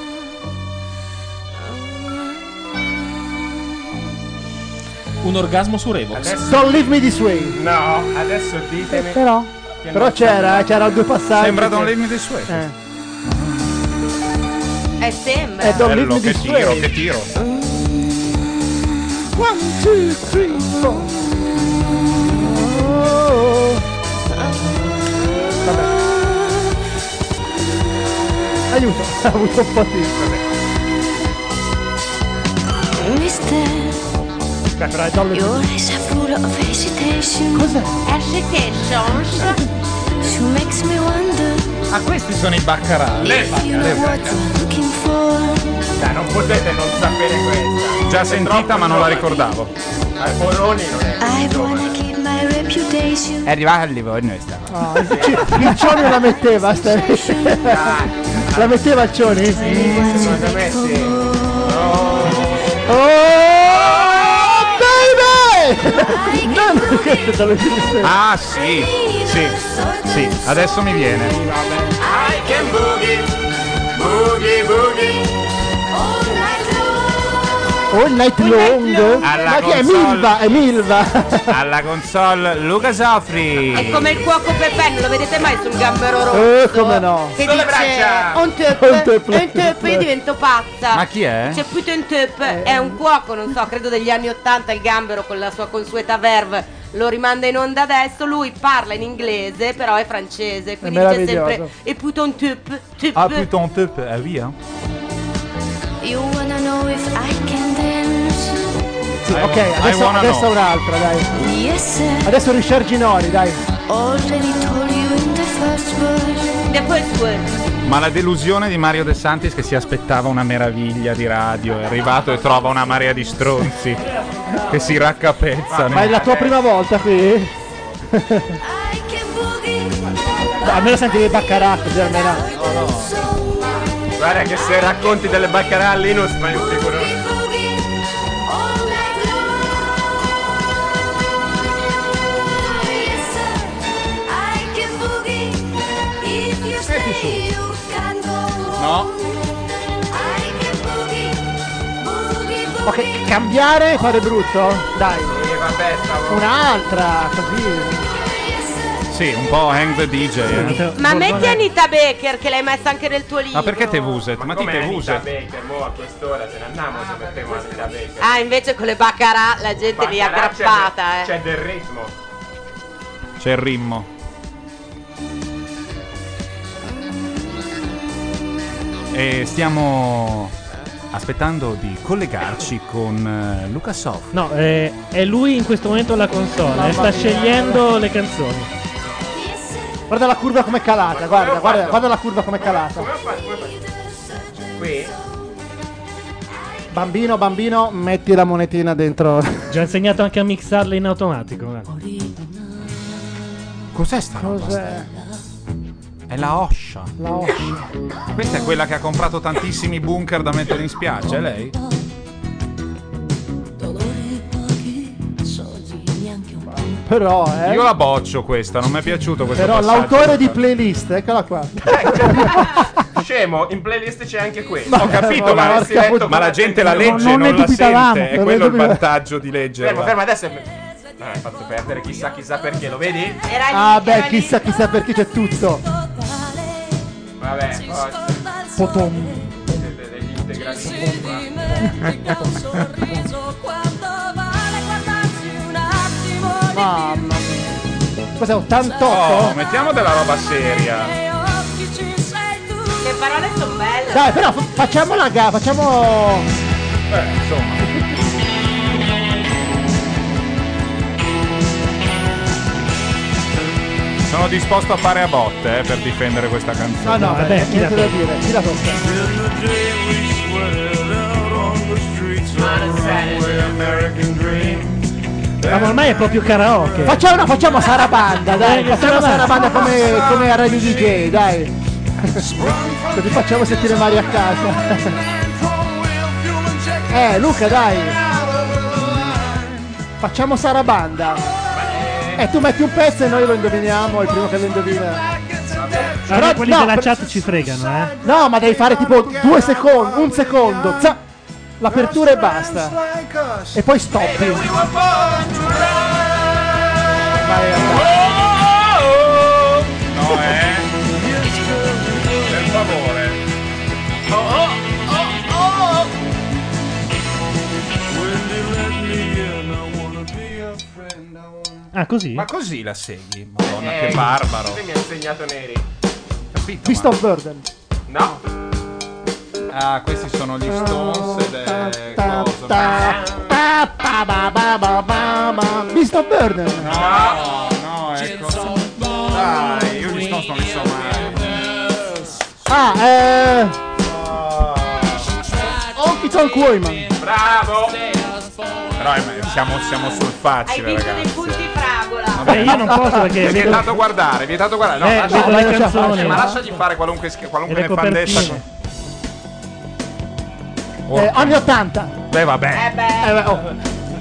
Un orgasmo su Revox. Adesso- Don't leave me this way. No, adesso ditemi. Però, che però non c'era, eh, c'era due passaggi. Sembra Don't che- Leave Me This Way. Eh. Eh, sembra. Eh, Don't Leave Bello, Me che This tiro, Way. che tiro. One, two, three, four. Oh. Vabbè. Aiuto, ha avuto un po' di... Mister, Beh, però è Don't Leave your Me eyes are full of hesitation. Cos'è? Hesitations? She makes me wonder Ah, questi sono i baccarà. if you know what I'm looking for. Dai, non potete non sapere questa. Già sentita, ma non la ricordavo. Al Poloni non è I wanna keep my reputation. È arrivata al Livorno questa. Ah, il Cioni la metteva, stai... la metteva il Cioni? Secondo me sì. Oh, baby! Non questo te lo dico. Ah, sì. Sì. Sì, adesso mi viene. I can boogie, boogie, boogie. All night long. Alla Ma chi è console. Milva? È Milva. Alla console Luca Sofri. È come il cuoco Pepe, non lo vedete mai sul gambero rosso? Eh, come no. Che Sulle dice braccia. un tup, Un tup. un tup, io divento pazza. Ma chi è? C'è più un tup, è un cuoco, non so, credo degli anni ottanta, il gambero con la sua consueta verve lo rimanda in onda adesso, lui parla in inglese, però è francese, quindi dice meraviglioso. sempre e putain tup, tup. Ah, putain, tup, eh, via. You wanna know if I can dance? Sì, I ok, wa- I adesso, wanna adesso know. un'altra, dai. Yes, sir. Adesso Richard Ginori, dai. Already told you in the first word. The first word. Ma la delusione di Mario De Santis che si aspettava una meraviglia di radio, è arrivato e trova una marea di stronzi che si raccapezzano. Ma è la tua prima volta qui? Almeno senti dei baccarà, così almeno. Guarda che se racconti delle baccarà a Linus fai un figurone. No. Ok, cambiare e fare brutto? Dai. Sì, vabbè, stavo. Un'altra, così. Sì, un po' Hang the D J. Eh. Ma metti Anita Baker che l'hai messa anche nel tuo libro. Ma perché te vuset? Ma ti Come te Anita vuset? Baker, mo a quest'ora se ne andiamo se mettiamo Anita Baker. Ah, invece con le baccarà la gente lì Baccarà aggrappata, c'è, eh. C'è del ritmo. C'è il rimmo. E stiamo aspettando di collegarci con eh, Luca Sof. No, eh, è lui in questo momento alla console, Mamma eh, sta mia. scegliendo le canzoni. Guarda la curva com'è calata, Ma guarda, come ho guarda, fatto? guarda la curva com'è calata. Come ho fatto? Come ho fatto? Qui? Bambino, bambino, metti la monetina dentro. Già insegnato anche a mixarle in automatico. guarda. Cos'è sta roba? Cos'è? È la Osha. La Osha. Questa è quella che ha comprato tantissimi bunker da mettere in spiaggia, è lei? Però, eh. Io la boccio questa, non mi è piaciuto questo Però passaggio. l'autore di playlist, eccola qua. Scemo, in playlist c'è anche questo. Ma- Ho capito, ma ma, porca avessi letto puttana. Ma la gente la Non- legge, non non, ne la dubitavamo, sente, è non quello ne il dubitavamo. vantaggio di leggerla. Fermo, fermo, adesso. Ah, hai fatto perdere chissà chissà perché, lo vedi? Era lì, Ah, beh, era lì. chissà, chissà perché c'è tutto. Vabbè, forza. Potom. Siete degli integralisti qua. Mamma mia. Cos'è, ottantotto? Oh, mettiamo della roba seria. Le parole sono belle. Dai, però fa- facciamo la gara, facciamo... Eh, insomma. Sono disposto a fare a botte eh, per difendere questa canzone. No, no, vabbè, beh, chi la niente da tocca? dire. Chi la tocca? Ma ormai è proprio karaoke. Facciamo, no, facciamo Sarabanda, dai. Eh, Facciamo Sarabanda. Sarabanda come, come a Radio D J, dai. Così facciamo sentire Mario a casa. Eh, Luca, dai. Facciamo Sarabanda. Eh, tu metti un pezzo e noi lo indoviniamo, il primo che lo indovina. Però Però- quelli no, della per- chat ci fregano, eh. No, ma devi fare tipo due secondi, un secondo, za- l'apertura e basta. E poi stoppi. Vai, No, eh. Per favore. Oh, oh, oh, oh. Ah, così? Ma così la segui? Madonna, Eh, che barbaro. Lui mi ha insegnato Neri. Capito? Beast of Burden. No. Ah, questi sono gli Stones ed è cosa? Ta- pa- pa- ba- ba- ba- ba- ba- Beast of Burden. No, no, ecco. Dai, io gli Stones non li so mai. Ah, eh. Honky Tonk Woman. Bravo. Però eh, siamo, siamo sul facile, Hai vinto ragazzi. dei punti fragola. Vabbè, io non posso perché È vedo- vietato guardare, è vietato guardare. No, Eh, lascia- vedo le lascia- canzoni. ma lasciagli fare qualunque, sch- qualunque E le nefandezza. copertine. con- Eh, anni ottanta. Beh, vabbè. Eh beh. Eh, beh, oh.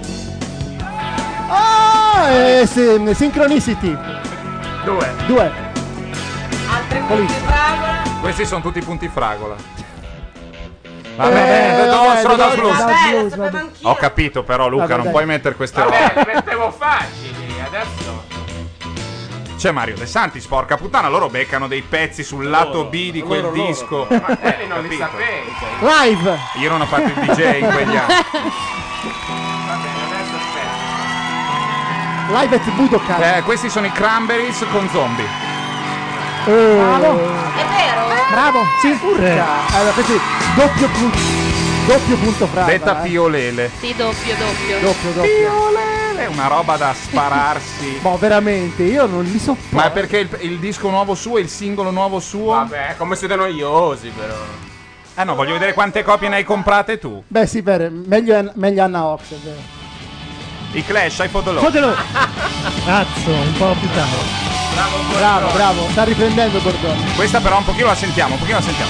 Ah, eh, sì, Synchronicity. Due. Due. Altri punti fragola. Questi sono tutti punti fragola. Eh, Vabbè, vabbè, Nostro vabbè, Blues. Vabbè, lo Blues, sapevo vabbè. anch'io. Ho capito, però, Luca, Vabbè, non dai. puoi mettere queste Vabbè, robe. li mettevo facili. Adesso. C'è Mario De Santis, porca puttana, loro beccano dei pezzi sul lato B di quel Loro, loro. disco. Ma magari non li Capito? Eh, sapete. Live. Io non ho fatto il D J in quegli anni. Va bene, adesso aspetta. Live at Budokan. Eh, questi sono i Cranberries con zombie. Eh, È vero? Bravo. Sì, urca. Allora, questi doppio punto. Doppio punto fragola. Detta eh. Piolele. Sì, doppio, doppio. Doppio, doppio. Piolele, è una roba da spararsi. Ma veramente, io non li so. Ma è perché il, il disco nuovo suo, il singolo nuovo suo? Vabbè, come siete noiosi però. Eh no, voglio vedere quante copie ne hai comprate tu. Beh, sì, vero. Meglio, meglio Anna Ox, è vero. I Clash, hai Fodolo. Fotelo! Cazzo, un po' più tardi. Bravo, Bravo, bravo. Sta riprendendo Bordone. Questa però un pochino la sentiamo, un pochino la sentiamo.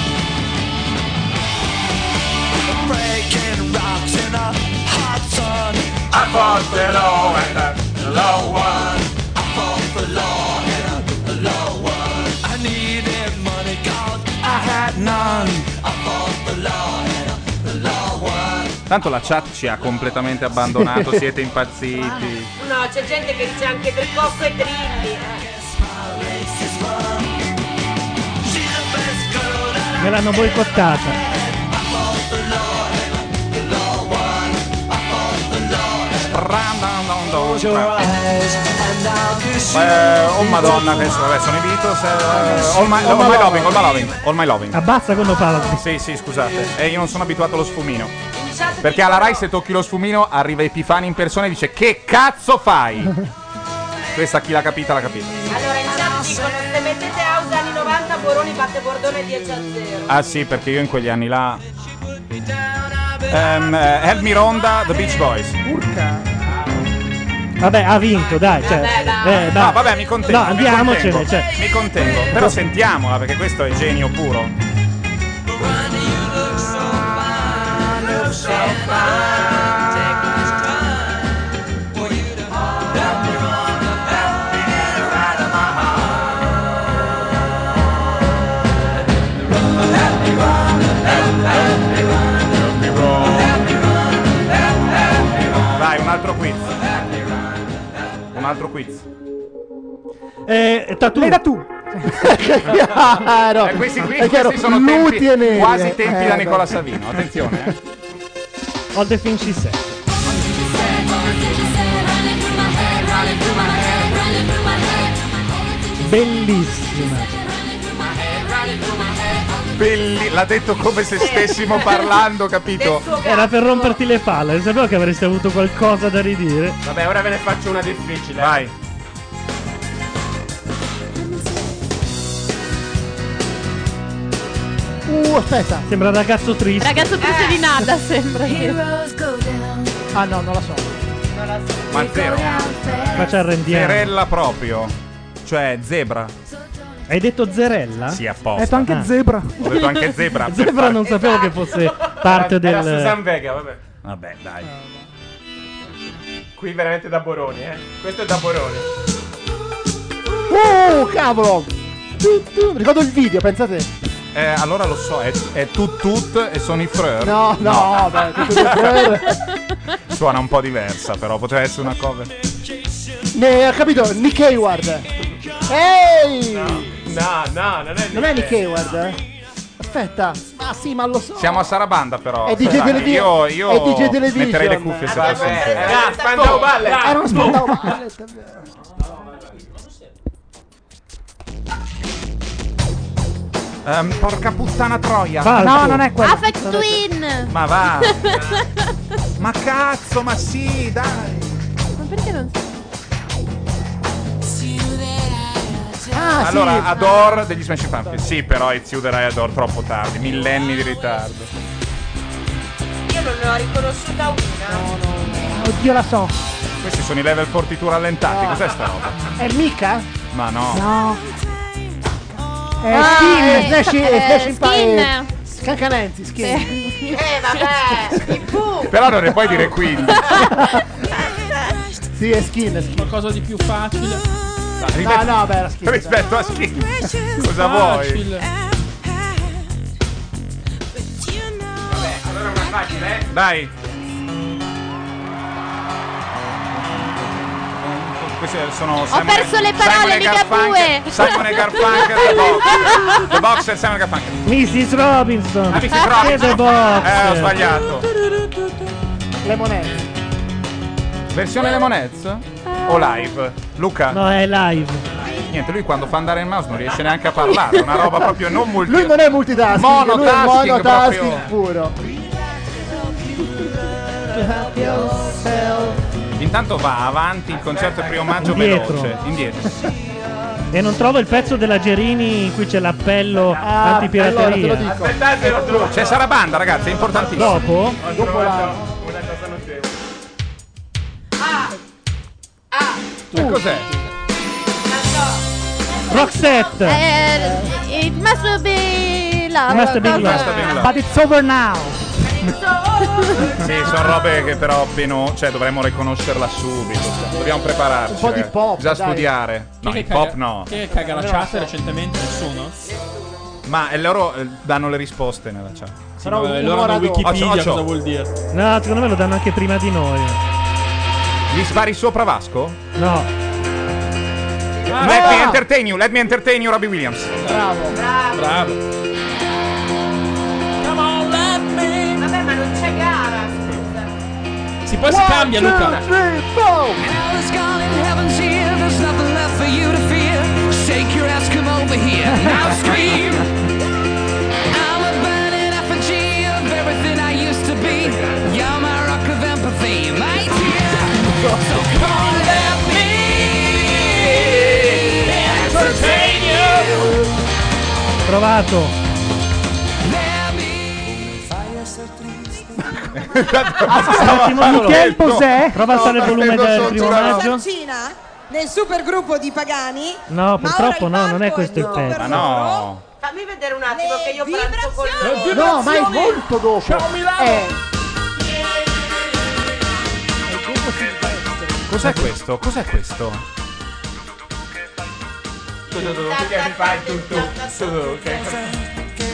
Breaking rocks in a hot sun. I fought the low and the low one. I fought the law and a low one. I needed money, cause I had none. I fought the law and a low one. Tanto la chat ci ha completamente abbandonato, Sì. siete impazziti. No, c'è gente che dice anche Tricocco e Trilli. Me l'hanno boicottata. Eh, oh madonna, adesso vabbè, sono i Beatles. eh, all, my, all my loving, all my loving, all my loving. Abbassa quando parla. Sì, sì, scusate. E io non sono abituato allo sfumino. Perché alla Rai se tocchi lo sfumino arriva Epifani in persona e dice che cazzo fai? Questa chi l'ha capita l'ha capita. Allora in chat dicono se mettete house anni novanta Boroni batte Bordone dieci a zero. Ah sì, perché io in quegli anni là um, Help Me Ronda, The Beach Boys. Urca. Vabbè, ha vinto, dai. Cioè, Vabbè, dai. eh, dai. No, vabbè, mi contengo. No, andiamocene. Mi contengo, Cioè. mi contengo. Però sentiamola, perché questo è genio puro. Vai, un altro quiz. Un altro quiz. Eh, tatu. Lei da tu. Chiaro. Eh, questi qui È chiaro, questi sono luti tempi, e neri, quasi eh. tempi Eh, da beh. Nicola Savino. Attenzione, eh. All the things she said. Bellissima. Belli- l'ha detto come se stessimo parlando, capito? Era per romperti le palle. Sapevo che avresti avuto qualcosa da ridire. Vabbè, ora ve ne faccio una difficile. Vai. Uh, aspetta. Sembra un ragazzo triste. Ragazzo triste di nada, sembra. Ah no, non la so. Ma zero. Ma ci arrendiamo. Zerella proprio. Cioè, zebra. Hai detto Zerella? Sì, Ho apposta. detto anche Ah. zebra. Ho detto anche zebra. per Zebra fare- non sapevo che fosse parte Era del. Susan Vega, vabbè. Vabbè, dai. Qui veramente da Boroni, eh. Questo è da Boroni. Uh, cavolo. tu, tu. Ricordo il video, pensate. Eh, allora lo so, è, è Tut Tut e sono i Freur. No, no, beh, Tut Tut Freur. Suona un po' diversa, però poteva essere una cover. Ne ho capito, Nick Hayward. Ehi! No, no, non è Non è Nick Hayward, eh? Aspetta. Ah sì, ma lo so. Siamo a Sarabanda, però. È D J Dai, Television. Io, io È D J Television. metterei le cuffie se fosse sincero. Ah, Spandau Ballet. Era uno Spandau Ballet, è vero. Ehm, porca puttana troia. No, non è quello. Affect Twin. Ma va. Ma cazzo, ma sì, dai. Ma perché non si... Ah, Allora, sì. Adore degli Smashing Pumpkins. Sì, però It's You That I Adore troppo tardi, millenni di ritardo. Io non ne ho riconosciuta una. Oddio, la so. Questi sono i level quarantadue rallentati, No. cos'è sta roba? È mica? Ma no. No. È Ah, Skin. è Slash, eh, è Slash in Skin. pa- Scancanenzi, Skin. Eh vabbè, i Pooh. Però non ne puoi dire quindi. Sì, è Skin, è Skin. Qualcosa di più facile. No, no, beh, era Skin. Rispetto a Skin. Cosa vuoi? Facile. Vabbè, allora una facile, eh? Dai. Questi sono Ho Simon perso e- le parole, Simon e mica Garfunkel. bue. Simon e Garfunkel, The Box. The Boxer, Simon e Garfunkel. missus Robinson. Ah, missus Robinson. Che The Box. Eh, ho sbagliato. Le monete. Versione Lemonez? O live? Luca? No, è live. Niente, lui quando fa andare il mouse non riesce neanche a parlare. Una roba proprio non multi... Lui non è multitasking, Monotasking lui è monotasking proprio. puro. Intanto va avanti il concerto del primo maggio Indietro. veloce. Indietro. E non trovo il pezzo della Gerini in cui c'è l'appello Ah, antipirateria. allora te lo dico. Aspettate, lo trovo. C'è Sarabanda, ragazzi, è importantissimo. Dopo? Dopo la... Una cosa notevole. Che cos'è? Roxette. Eh, it must be love. Must be love. Basta bene là. But it's over now. Sì, sono robe che però appena, cioè dovremmo riconoscerla subito. Dobbiamo prepararci. Un po' di ragazzi. pop, Bisogna dai. studiare. Chi No, che il caga- pop no. Chi è che caga la chat recentemente? Nessuno? Ma eh, loro eh, danno le risposte nella chat. Sì, ma vabbè, loro hanno Wikipedia, Occhio, occhio. cosa vuol dire? No, secondo me lo danno anche prima di noi. Gli spari sopra Vasco? No. Ah, Let no. me entertain you, let me entertain you, Robbie Williams. Bravo. Bravo. Come on, let me. Vabbè, ma non c'è gara, scusa. Si poi si cambia, Luca. One, two, three, four. Hell is gone and heaven's here. There's nothing left for you to fear. Shake your ass, come over here. Now scream. I'm a burning effigy of everything I used to be. You're my rock of empathy, my dear. So come on, let me entertain you. Provato. Di tempo se? Prova a alzare il volume del primo maggio. Vaccina nel supergruppo di Pagani. No, purtroppo no, non è questo il pezzo. Ma no. Fammi vedere un attimo che io pranzo con loro. No, ma è molto dopo. Ciao, Milano. Eh, Cos'è questo? Cos'è questo? Tu, tu, tu, che mi fai tu, tu, tu, tu, che-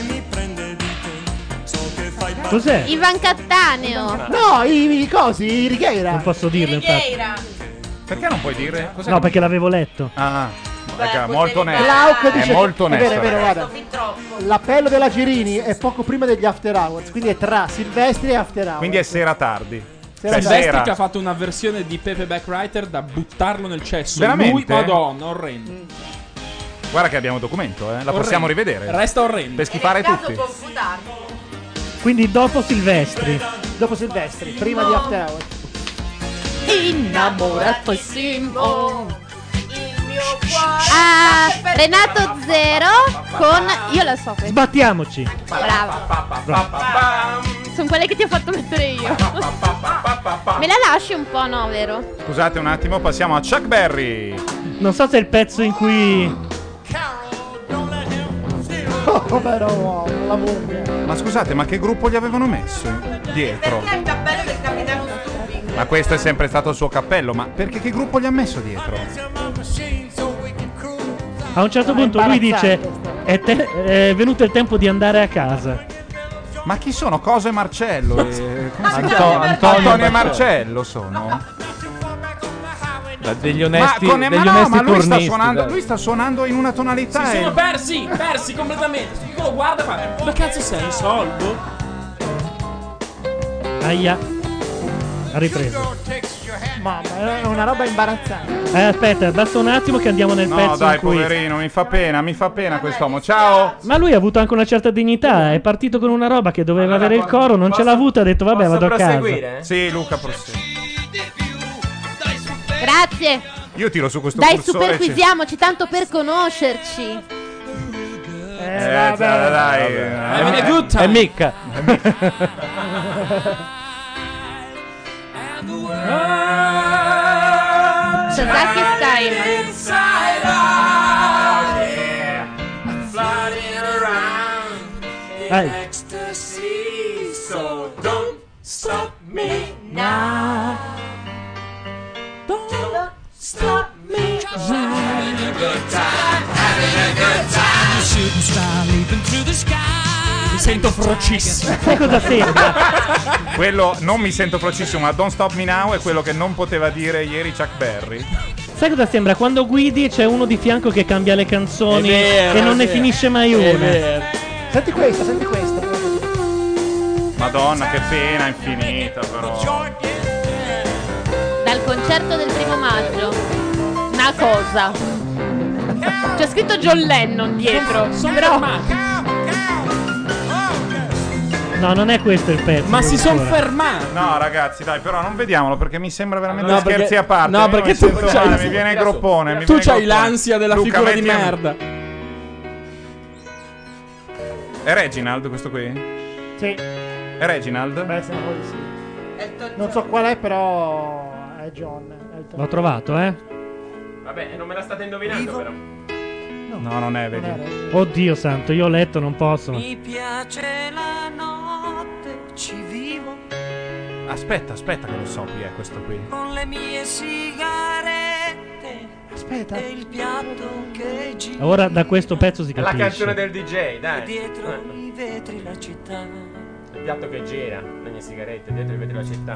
Cos'è? Ivan Cattaneo. no, i, i cosi, i Righeira. Non posso dirlo, infatti. Perché non puoi dire? Cos'è No, che- perché l'avevo letto. Ah, raga, molto onesto. Glauc È dice molto è vero, onesto. è vero, ragazzi. guarda. L'appello della Girini è poco prima degli After Hours, quindi è tra Silvestri e After Hours. Quindi è sera tardi. Sera Cioè, Silvestri sera. che ha fatto una versione di Pepe Backwriter da buttarlo nel cesso. Veramente? Lui, madonna, orrendo. Guarda che abbiamo documento, eh. La Orrendo. possiamo rivedere. Resta orrendo. Per schifare tutti. Quindi dopo Silvestri. Dopo Silvestri, prima di After Hours. Innamoratissimo. Ah, Renato Zero con... Io la so questa. Sbattiamoci. Brava. Sono quelle che ti ho fatto mettere io. Me la lasci un po', no, vero? Scusate un attimo, passiamo a Chuck Berry. Non so se è il pezzo in cui... Oh, povero uomo, la mummia. Ma scusate, ma che gruppo gli avevano messo dietro? Perché il cappello del capitano Stupi? Ma questo è sempre stato il suo cappello, ma perché che gruppo gli ha messo dietro? A un certo punto lui dice: è, te- è venuto il tempo di andare a casa. Ma chi sono? Coso e Marcello? E... come si Anto- chiama? Antonio Antonio e e Marcello sono. Da- degli onesti, ma, con- degli ma no, onesti ma lui sta, turnisti, suonando, dai. lui sta suonando in una tonalità. Si e- sono persi, persi completamente. Sto piccolo guarda e fa: dove cazzo sei? Soldo? Aia. Ha ripreso. Mamma, è una roba imbarazzante. Eh, aspetta, abbassa un attimo che andiamo nel No, pezzo dai, in cui... poverino, mi fa pena, mi fa pena quest'uomo. Ciao. Ma lui ha avuto anche una certa dignità. È partito con una roba che doveva avere il coro, non ce l'ha avuta, ha detto vabbè, vado a casa. Sì, Luca, prosegui. Grazie. Io tiro su questo Dai, cursore. superquisiamoci tanto per conoscerci. Eh, dai, dai. Having a good time. È Micca. Sasaki Style. Dai. Ecstasy, so don't stop me now. Don't stop me now. Having a good time, having a good time. A shooting star leaping through the sky. Mi sento frocissimo. Sai cosa sembra? Quello non mi sento procissimo, ma Don't Stop Me Now è quello che non poteva dire ieri Chuck Berry. Sai cosa sembra? Quando guidi c'è uno di fianco che cambia le canzoni È vero, e non è ne vero. finisce mai È una. vero. Senti questa, senti questa. Madonna, che pena infinita, però. Dal concerto del primo maggio. Una cosa. C'è scritto John Lennon dietro. Sono però fermati. No, non è questo il pezzo. Ma si sono ancora. fermati. No, ragazzi, dai, però non vediamolo perché mi sembra veramente No, scherzi perché- a parte. no, Io perché mi tu sento c'hai- male, mi viene il groppone. mi Tu viene il c'hai groppone. l'ansia della Luca, figura di metti- merda. È Reginald questo qui? Sì. È Reginald? Beh, sembra di sì. Non so qual è, però è John. Elton. L'ho trovato, eh. Vabbè, non me la state indovinando però. No, non è, vedi. Oddio santo, io ho letto, non posso. Mi piace la notte, ci vivo Aspetta, aspetta che lo so chi è questo qui. con le mie sigarette. Aspetta. E il piatto che gira. Ora da questo pezzo si È la capisce. canzone del D J, E dai. dietro Eh. i vetri la città. Il piatto che gira, le mie sigarette, dietro i vetri della città.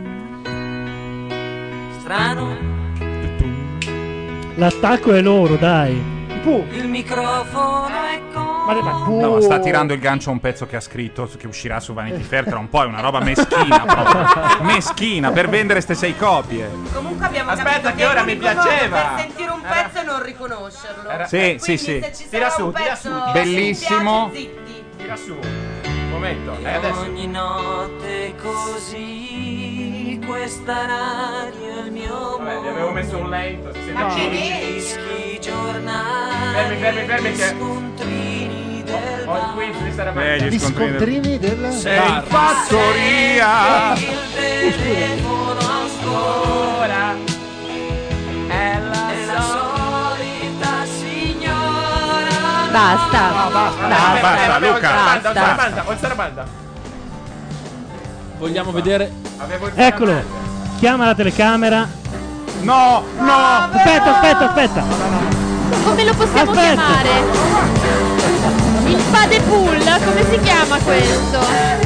Strano, L'attacco è loro, dai. il microfono è con. No, sta tirando il gancio a un pezzo che ha scritto, che uscirà su Vanity Fair tra un po', è una roba meschina proprio. Meschina, per vendere ste sei copie. Comunque abbiamo Aspetta, capito che ora è mi l'unico modo piaceva. per sentire un pezzo e non riconoscerlo. Era- Sì, E sì, quindi sì. se ci Tira sarà su, un tira pezzo su. che Bellissimo. ci piace, zitti. Tira su. Un momento. E adesso. Ogni notte così, questa radio è il mio Vabbè, vi avevo messo un lento, si sente No. cinici. Dischi, giornali, Fermi, fermi, fermi che scontrini del ho il quiz di Eh, Saramago. gli Gli scontrini del- scontrini del... Sei in fattoria. il telefono ancora è la solita signora. Basta. No, basta. Ah, basta, Luca. Ho il Basta. Sarabanda, ho il Sarabanda. Vogliamo vedere. Avevo il Eccolo. Sarabanda. Chiama la telecamera. No, no. Aspetta, aspetta, aspetta. Come lo possiamo Aspetta. chiamare? Il Padepool, come si chiama questo?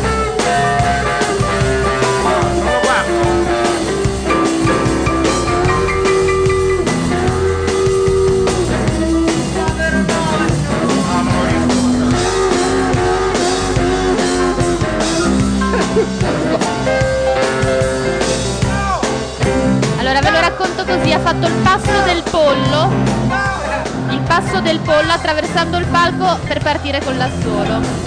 Allora ve lo racconto così, ha fatto il passo del pollo, il passo del pollo attraversando il palco per partire con l'assolo.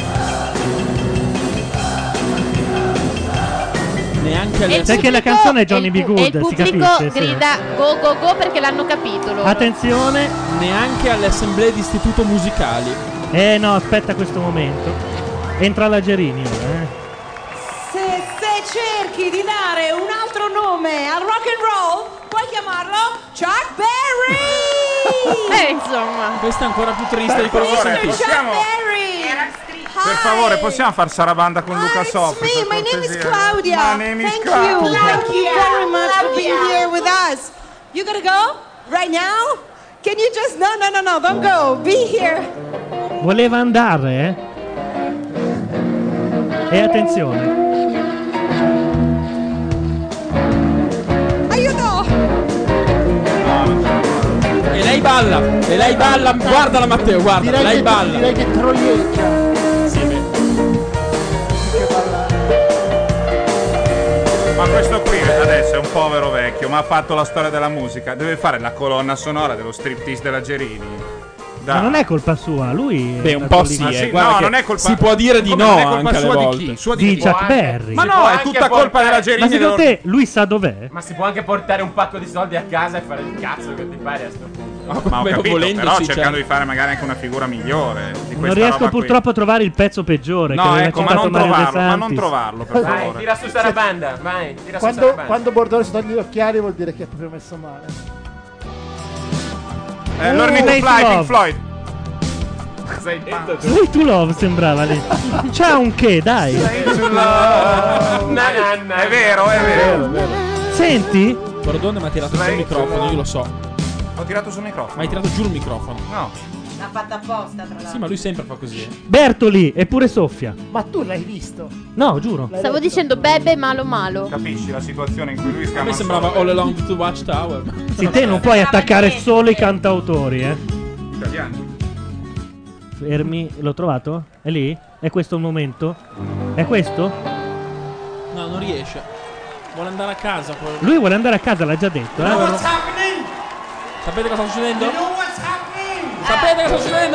Neanche E il alle. Sai che la pubblico- canzone è Johnny e il B. pu- Good, e il si pubblico capisce, sì. grida go go go perché l'hanno capito loro. Attenzione. Neanche alle assemblee di istituto musicali. Eh no, aspetta questo momento. Entra la Gerini ora, eh. Se, se cerchi di dare un altro nome al rock and roll, puoi chiamarlo Chuck Berry! Eh, insomma. Questa è ancora più triste di quello che ho favore, sentito. possiamo- Chuck Berry! Per favore, possiamo far sarabanda con Luca Hi, it's Sofri? me. per My name is cortesia? Claudia. My name is Thank Claudia. you. Thank you very much for being here with us. You gotta go right now? Can you just no no no no don't go. Be here. Voleva andare, eh? E attenzione. Aiuto! E lei balla, e lei balla, guardala Matteo, guarda, Direi lei che, balla. direi che troiecchia. Sì, beh. Ma questo qui adesso è un povero vecchio, ma ha fatto la storia della musica. Deve fare la colonna sonora dello striptease della Gerini. Ma non è colpa sua, lui. Beh, un po' sì, Ma eh, sì, guarda no, che non è colpa- si può dire di Come no non è colpa anche alle sua di volte. chi? Sua Di chi? Chuck anche- Berry. Ma Si no, può è anche tutta colpa portare- della Ma Gerini. secondo dello- te lui sa dov'è? Ma si può anche portare un pacco di soldi a casa e fare il cazzo che ti pare a sto punto. Ma ho Beh, capito, volendo però sì, cercando certo. di fare magari anche una figura migliore di questa Non riesco roba qui. purtroppo a trovare il pezzo peggiore. che No, aveva ecco, ma citato non Mario De trovarlo, ma non Santis. trovarlo, per Vai, favore. tira su Sarabanda, vai, tira su Quando, Sarabanda. quando Bordone si toglie gli occhiali vuol dire che è proprio messo male. Eh, Learning to Made Fly, to Pink Love. Floyd. Way to Love sembrava lì. C'ha un che, dai. È vero, è vero. Senti? Bordone mi ha tirato sul microfono, io lo so. Ho tirato sul microfono. Ma hai tirato giù il microfono. No. L'ha fatta apposta, tra l'altro. Sì, ma lui sempre fa così. eh. Bertoli, eppure soffia. Ma tu l'hai visto? No, giuro. Stavo dicendo bebe malo malo. Capisci la situazione in cui lui A scama me il sembrava sole? All Along the Watchtower. Sì, te non puoi attaccare solo i cantautori, eh. Italiani. Fermi, l'ho trovato? È lì? È questo il momento? È questo? No, non riesce. Vuole andare a casa poi. Lui vuole andare a casa, l'ha già detto, eh. happening? Sapete cosa sta succedendo? Sapete cosa sta succedendo?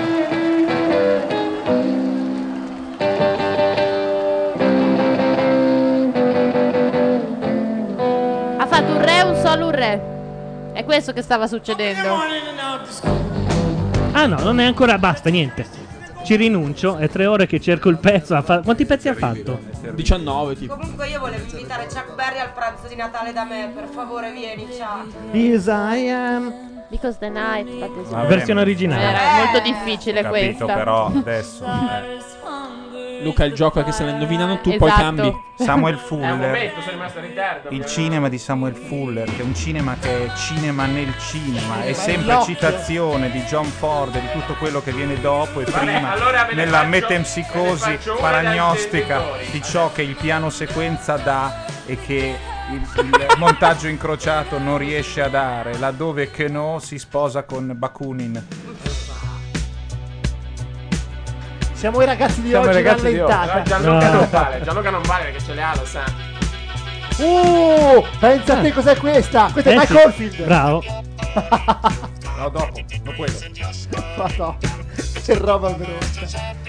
Ha fatto un re, un sol, un re. È questo che stava succedendo. Ah no, non è ancora. Basta, niente. Ci rinuncio. È tre ore che cerco il pezzo. ha fa- Quanti pezzi ha fatto? diciannove tipo. Comunque io volevo invitare Chuck Berry al pranzo di Natale da me, per favore vieni Chuck. Yes, I am. Because the night. fate su. Va bene. Versione originale. Era molto difficile Capito, questa. però adesso. eh. Luca, il gioco è che se la indovinano tu Esatto. poi cambi. Samuel È un Fuller. momento, sono rimasto in ritardo. Il però. cinema di Samuel Fuller, che è un cinema che è cinema nel cinema, è Ma sempre l'occhio. citazione di John Ford e di tutto quello che viene dopo e Vabbè, prima allora ve ne nella faccio- metempsicosi ve ne faccio una paragnostica dai genitori. di ciò che il piano sequenza dà e che il, il montaggio incrociato non riesce a dare, laddove Keno si sposa con Bakunin. Siamo i ragazzi di Siamo i oggi ragazzi di rallentata. Però Gianluca No. non vale, Gianluca non vale perché ce le ha, lo sa. Uh, pensa a te cos'è questa? Questa è Eh Mike sì, Oldfield. Bravo. No, dopo, dopo quello. Madonna, che roba brutta.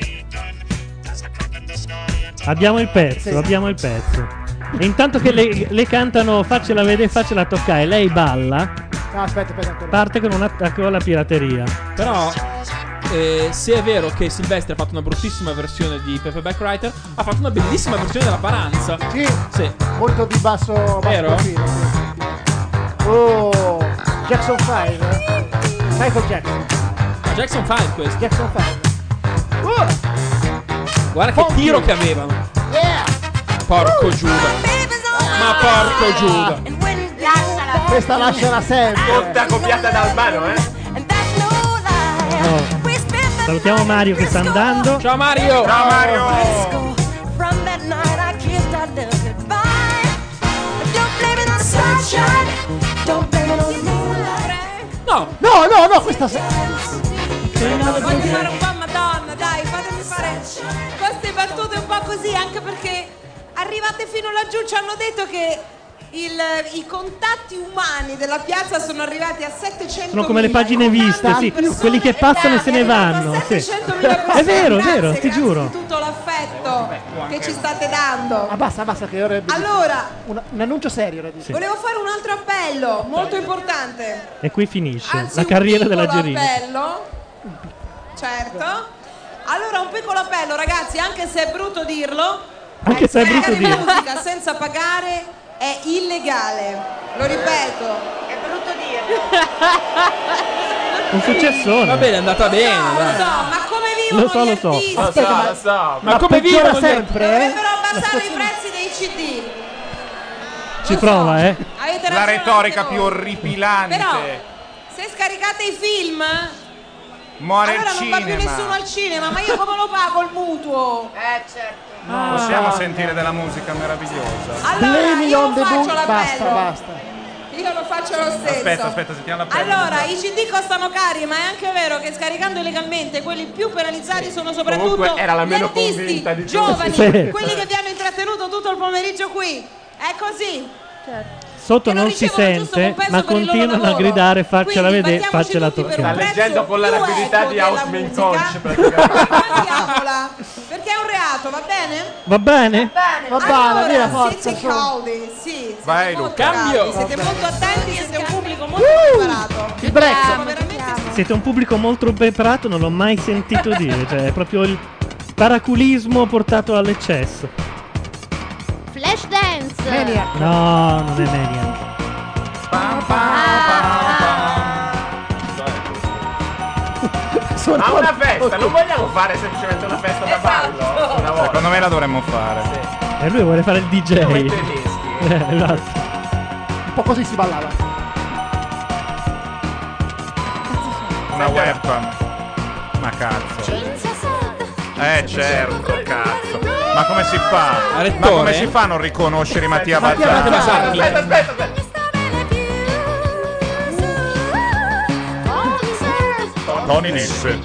Abbiamo il pezzo, Sì. abbiamo il pezzo. E intanto che le, le cantano faccela vedere, faccela toccare, lei balla, No, aspetta, aspetta ancora. parte con un attacco alla pirateria. Però eh, se è vero che Silvestri ha fatto una bruttissima versione di Pepe Backwriter, ha fatto una bellissima versione della Paranza. Sì, Sì. molto di basso, basso Vero? profilo. Sì. Oh, Jackson cinque. eh? Michael Jackson. Ma Jackson cinque questo. Jackson cinque. Uh, Guarda che Funky. tiro che avevano. yeah. Porco Giuda. Ma porco Giuda. Questa lasciala sempre. Tutta copiata da Albano, eh? Oh. Salutiamo Mario che sta andando. Ciao Mario. Ciao Mario! From that night I kissed our love goodbye. Don't blame it on the sunshine. Don't blame it on the moonlight. No. No, no, no, questa se- Voglio fare un po' Madonna, dai, fatemi fare queste battute un po' così, anche perché arrivate fino laggiù ci hanno detto che il- i contatti umani della piazza sono arrivati a settecento. Sono come le pagine viste, sì, quelli che passano e se ne vanno. Sì. È vero, è vero, ti giuro. Tutto l'affetto che ci state dando. Ah, basta, basta, che ora è Allora, un, un annuncio serio. ora dico. volevo fare un altro appello molto importante. E qui finisce Anzi, la carriera un della piccolo Gerini. appello. Certo. Allora, un piccolo appello, ragazzi, anche se è brutto dirlo. Anche se è brutto Fare dirlo. musica senza pagare è illegale. Lo ripeto. È brutto dirlo. Un successone. Va bene, è andata bene. No, lo dai. so, ma come vivono Lo so, gli lo so. artisti? Lo so, lo so. Ma come peggiora vivono gli sempre, eh? Dovrebbero abbassare i prezzi dei C D. Ci prova, eh. Avete La ragione retorica anche più voi. orripilante. Però Se scaricate i film, Muore allora il non va più cinema. nessuno al cinema, ma io come lo pago il mutuo? Eh, certo. No, possiamo sentire della musica meravigliosa. Allora, io on the faccio book. l'appello. Basta, basta. Io lo faccio lo stesso. Aspetta, aspetta, sentiamo l'appello. Allora, i C D costano cari, ma è anche vero che scaricando illegalmente quelli più penalizzati sono soprattutto Comunque era la meno gli artisti convinta di tutti. giovani, Sì. quelli che vi hanno intrattenuto tutto il pomeriggio qui. È così. Sotto non si sente, ma continuano a gridare faccela vedere, faccela Sta toccare. leggendo con la più rapidità equo di della Houseman musica. Coach praticamente. Passiamola, perché è un reato, va bene? Va bene? Va bene, via, Allora, forza, siete su. caldi, sì, siete Vai, molto Luca. caldi, Cambio. siete molto attenti, siete un pubblico molto preparato. Il Brexit. Siamo veramente Siete un pubblico molto preparato, non l'ho mai sentito dire, cioè è proprio il paraculismo portato all'eccesso. Flash Dance. Maniac. No, non è Maniac. Ma una festa, non vogliamo fare semplicemente una festa da ballo? Una volta. Secondo me la dovremmo fare. E lui vuole fare il D J. Come i tedeschi. Eh, esatto. Un po' così si ballava. Una webcam. Ma cazzo. Eh certo, cazzo. Ma come si fa? Ma Rettore? come si fa a non riconoscere Mattia Mattia Bazzani? Bazzani. Aspetta, aspetta, aspetta. Tony Nesse.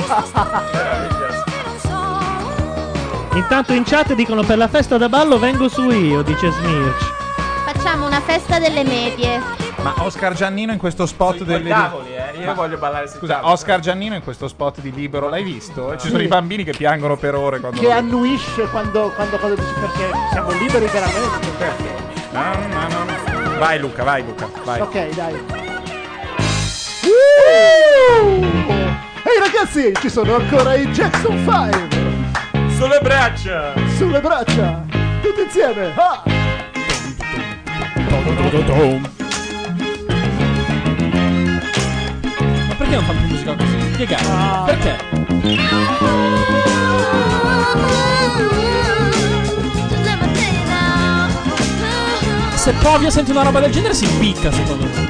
Intanto in chat dicono per la festa da ballo vengo su io, dice Smirch. Facciamo una festa delle medie. Ma Oscar Giannino in questo spot Quei delle... tavoli, eh. Io voglio ballare sui Scusa, tavoli. Oscar Giannino in questo spot di Libero, l'hai visto? Ci sono i bambini che piangono per ore quando... Che annuisce quando, quando cosa dici perché siamo liberi veramente. No, no, no. Vai Luca, vai Luca, vai. Ok, dai. Ehi ragazzi, ci sono ancora i Jackson cinque. Sulle braccia. Sulle braccia. Tutti insieme. Ah! Ma perché non fanno più musica così? Spiegate. Perché? Se provi a sentire una roba del genere si impicca secondo me.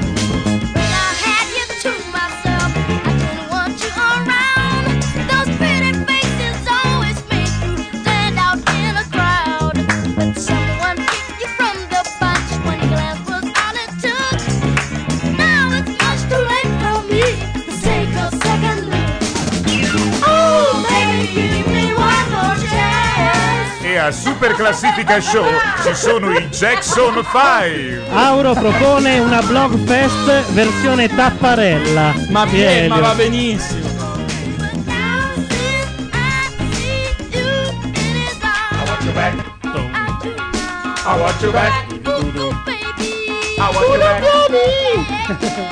E al Super Classifica Show ci sono i Jackson cinque. Auro propone una blog fest versione tapparella. Ma bien, Elio. ma va benissimo. I want you back. I want you back. I want you back.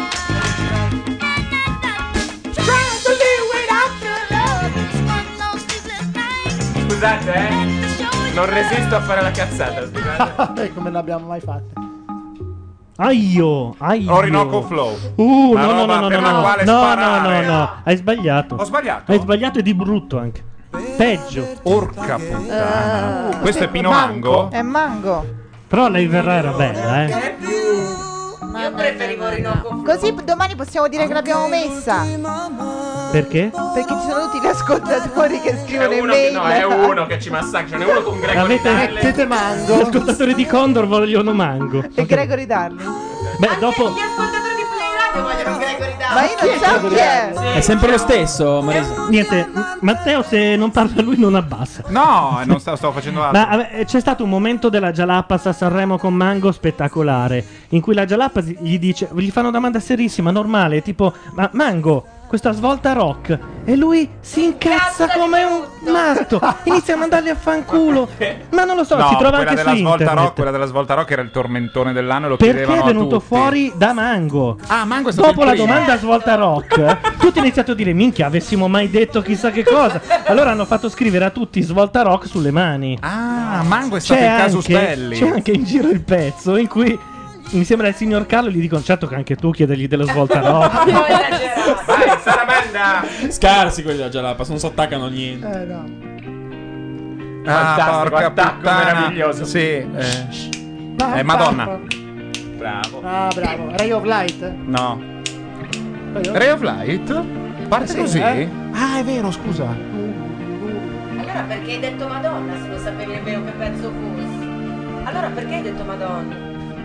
Scusate, eh. Non resisto a fare la cazzata, scusate. Beh, come l'abbiamo mai fatta? Aio, aio. Orinoco Flow. Uh, La no, no, roba no, no, per no, la no. quale no, no, sparare. no, no, hai sbagliato. Ho sbagliato? Hai sbagliato e di brutto anche. Peggio. Orca puttana. Questo è Pino Mango? È mango. Però lei verrà era bella, eh. Io preferivo Rinoco. Così domani possiamo dire che l'abbiamo messa. Perché? Perché ci sono tutti gli ascoltatori che È scrivono uno che, email. no, è uno che ci massacra, ce n'è uno con Gregory Avete Dalle. Siete mango. Gli ascoltatori di Condor vogliono mango. E Gregory Darling. Beh, dopo Gli ascoltatori di Playradio vogliono Gregory Dalle. Ma io non so chi è. È sempre lo stesso, Marisa. niente, Matteo se non parla lui non abbassa. No, non stavo, stavo facendo altro. Ma vabbè, c'è stato un momento della Jalapas a Sanremo con Mango spettacolare, in cui la Jalapas gli dice, gli fa una domanda serissima, normale, tipo, ma Mango, questa svolta rock, e lui si incazza come un matto, inizia a mandarli a fanculo, ma non lo so, no, si trova quella anche su della svolta internet. rock, quella della svolta rock era il tormentone dell'anno e lo Perché chiedevano è venuto a tutti. fuori da Mango? Ah, Mango è stato Dopo il la primo. domanda svolta rock, tutti hanno iniziato a dire minchia, avessimo mai detto chissà che cosa. Allora hanno fatto scrivere a tutti svolta rock sulle mani. Ah, Mango è stato C'è il casus anche- belli. C'è anche in giro il pezzo in cui mi sembra il signor Carlo gli dicono certo che anche tu chiedergli dello svolta rock. Vai, Saramanda! Scarsi quelli da Jalapas, non si attaccano a niente. Eh no. Ah, Fantastico, porca attacco puttana. meraviglioso. Sì, eh. Eh, Madonna. Bravo. Ah, bravo. Ray of Light. No. Ray of Light? Parte Sì, così? eh? Ah, è vero, scusa. Allora perché hai detto Madonna se non sapevi nemmeno che pezzo fosse? Allora perché hai detto Madonna?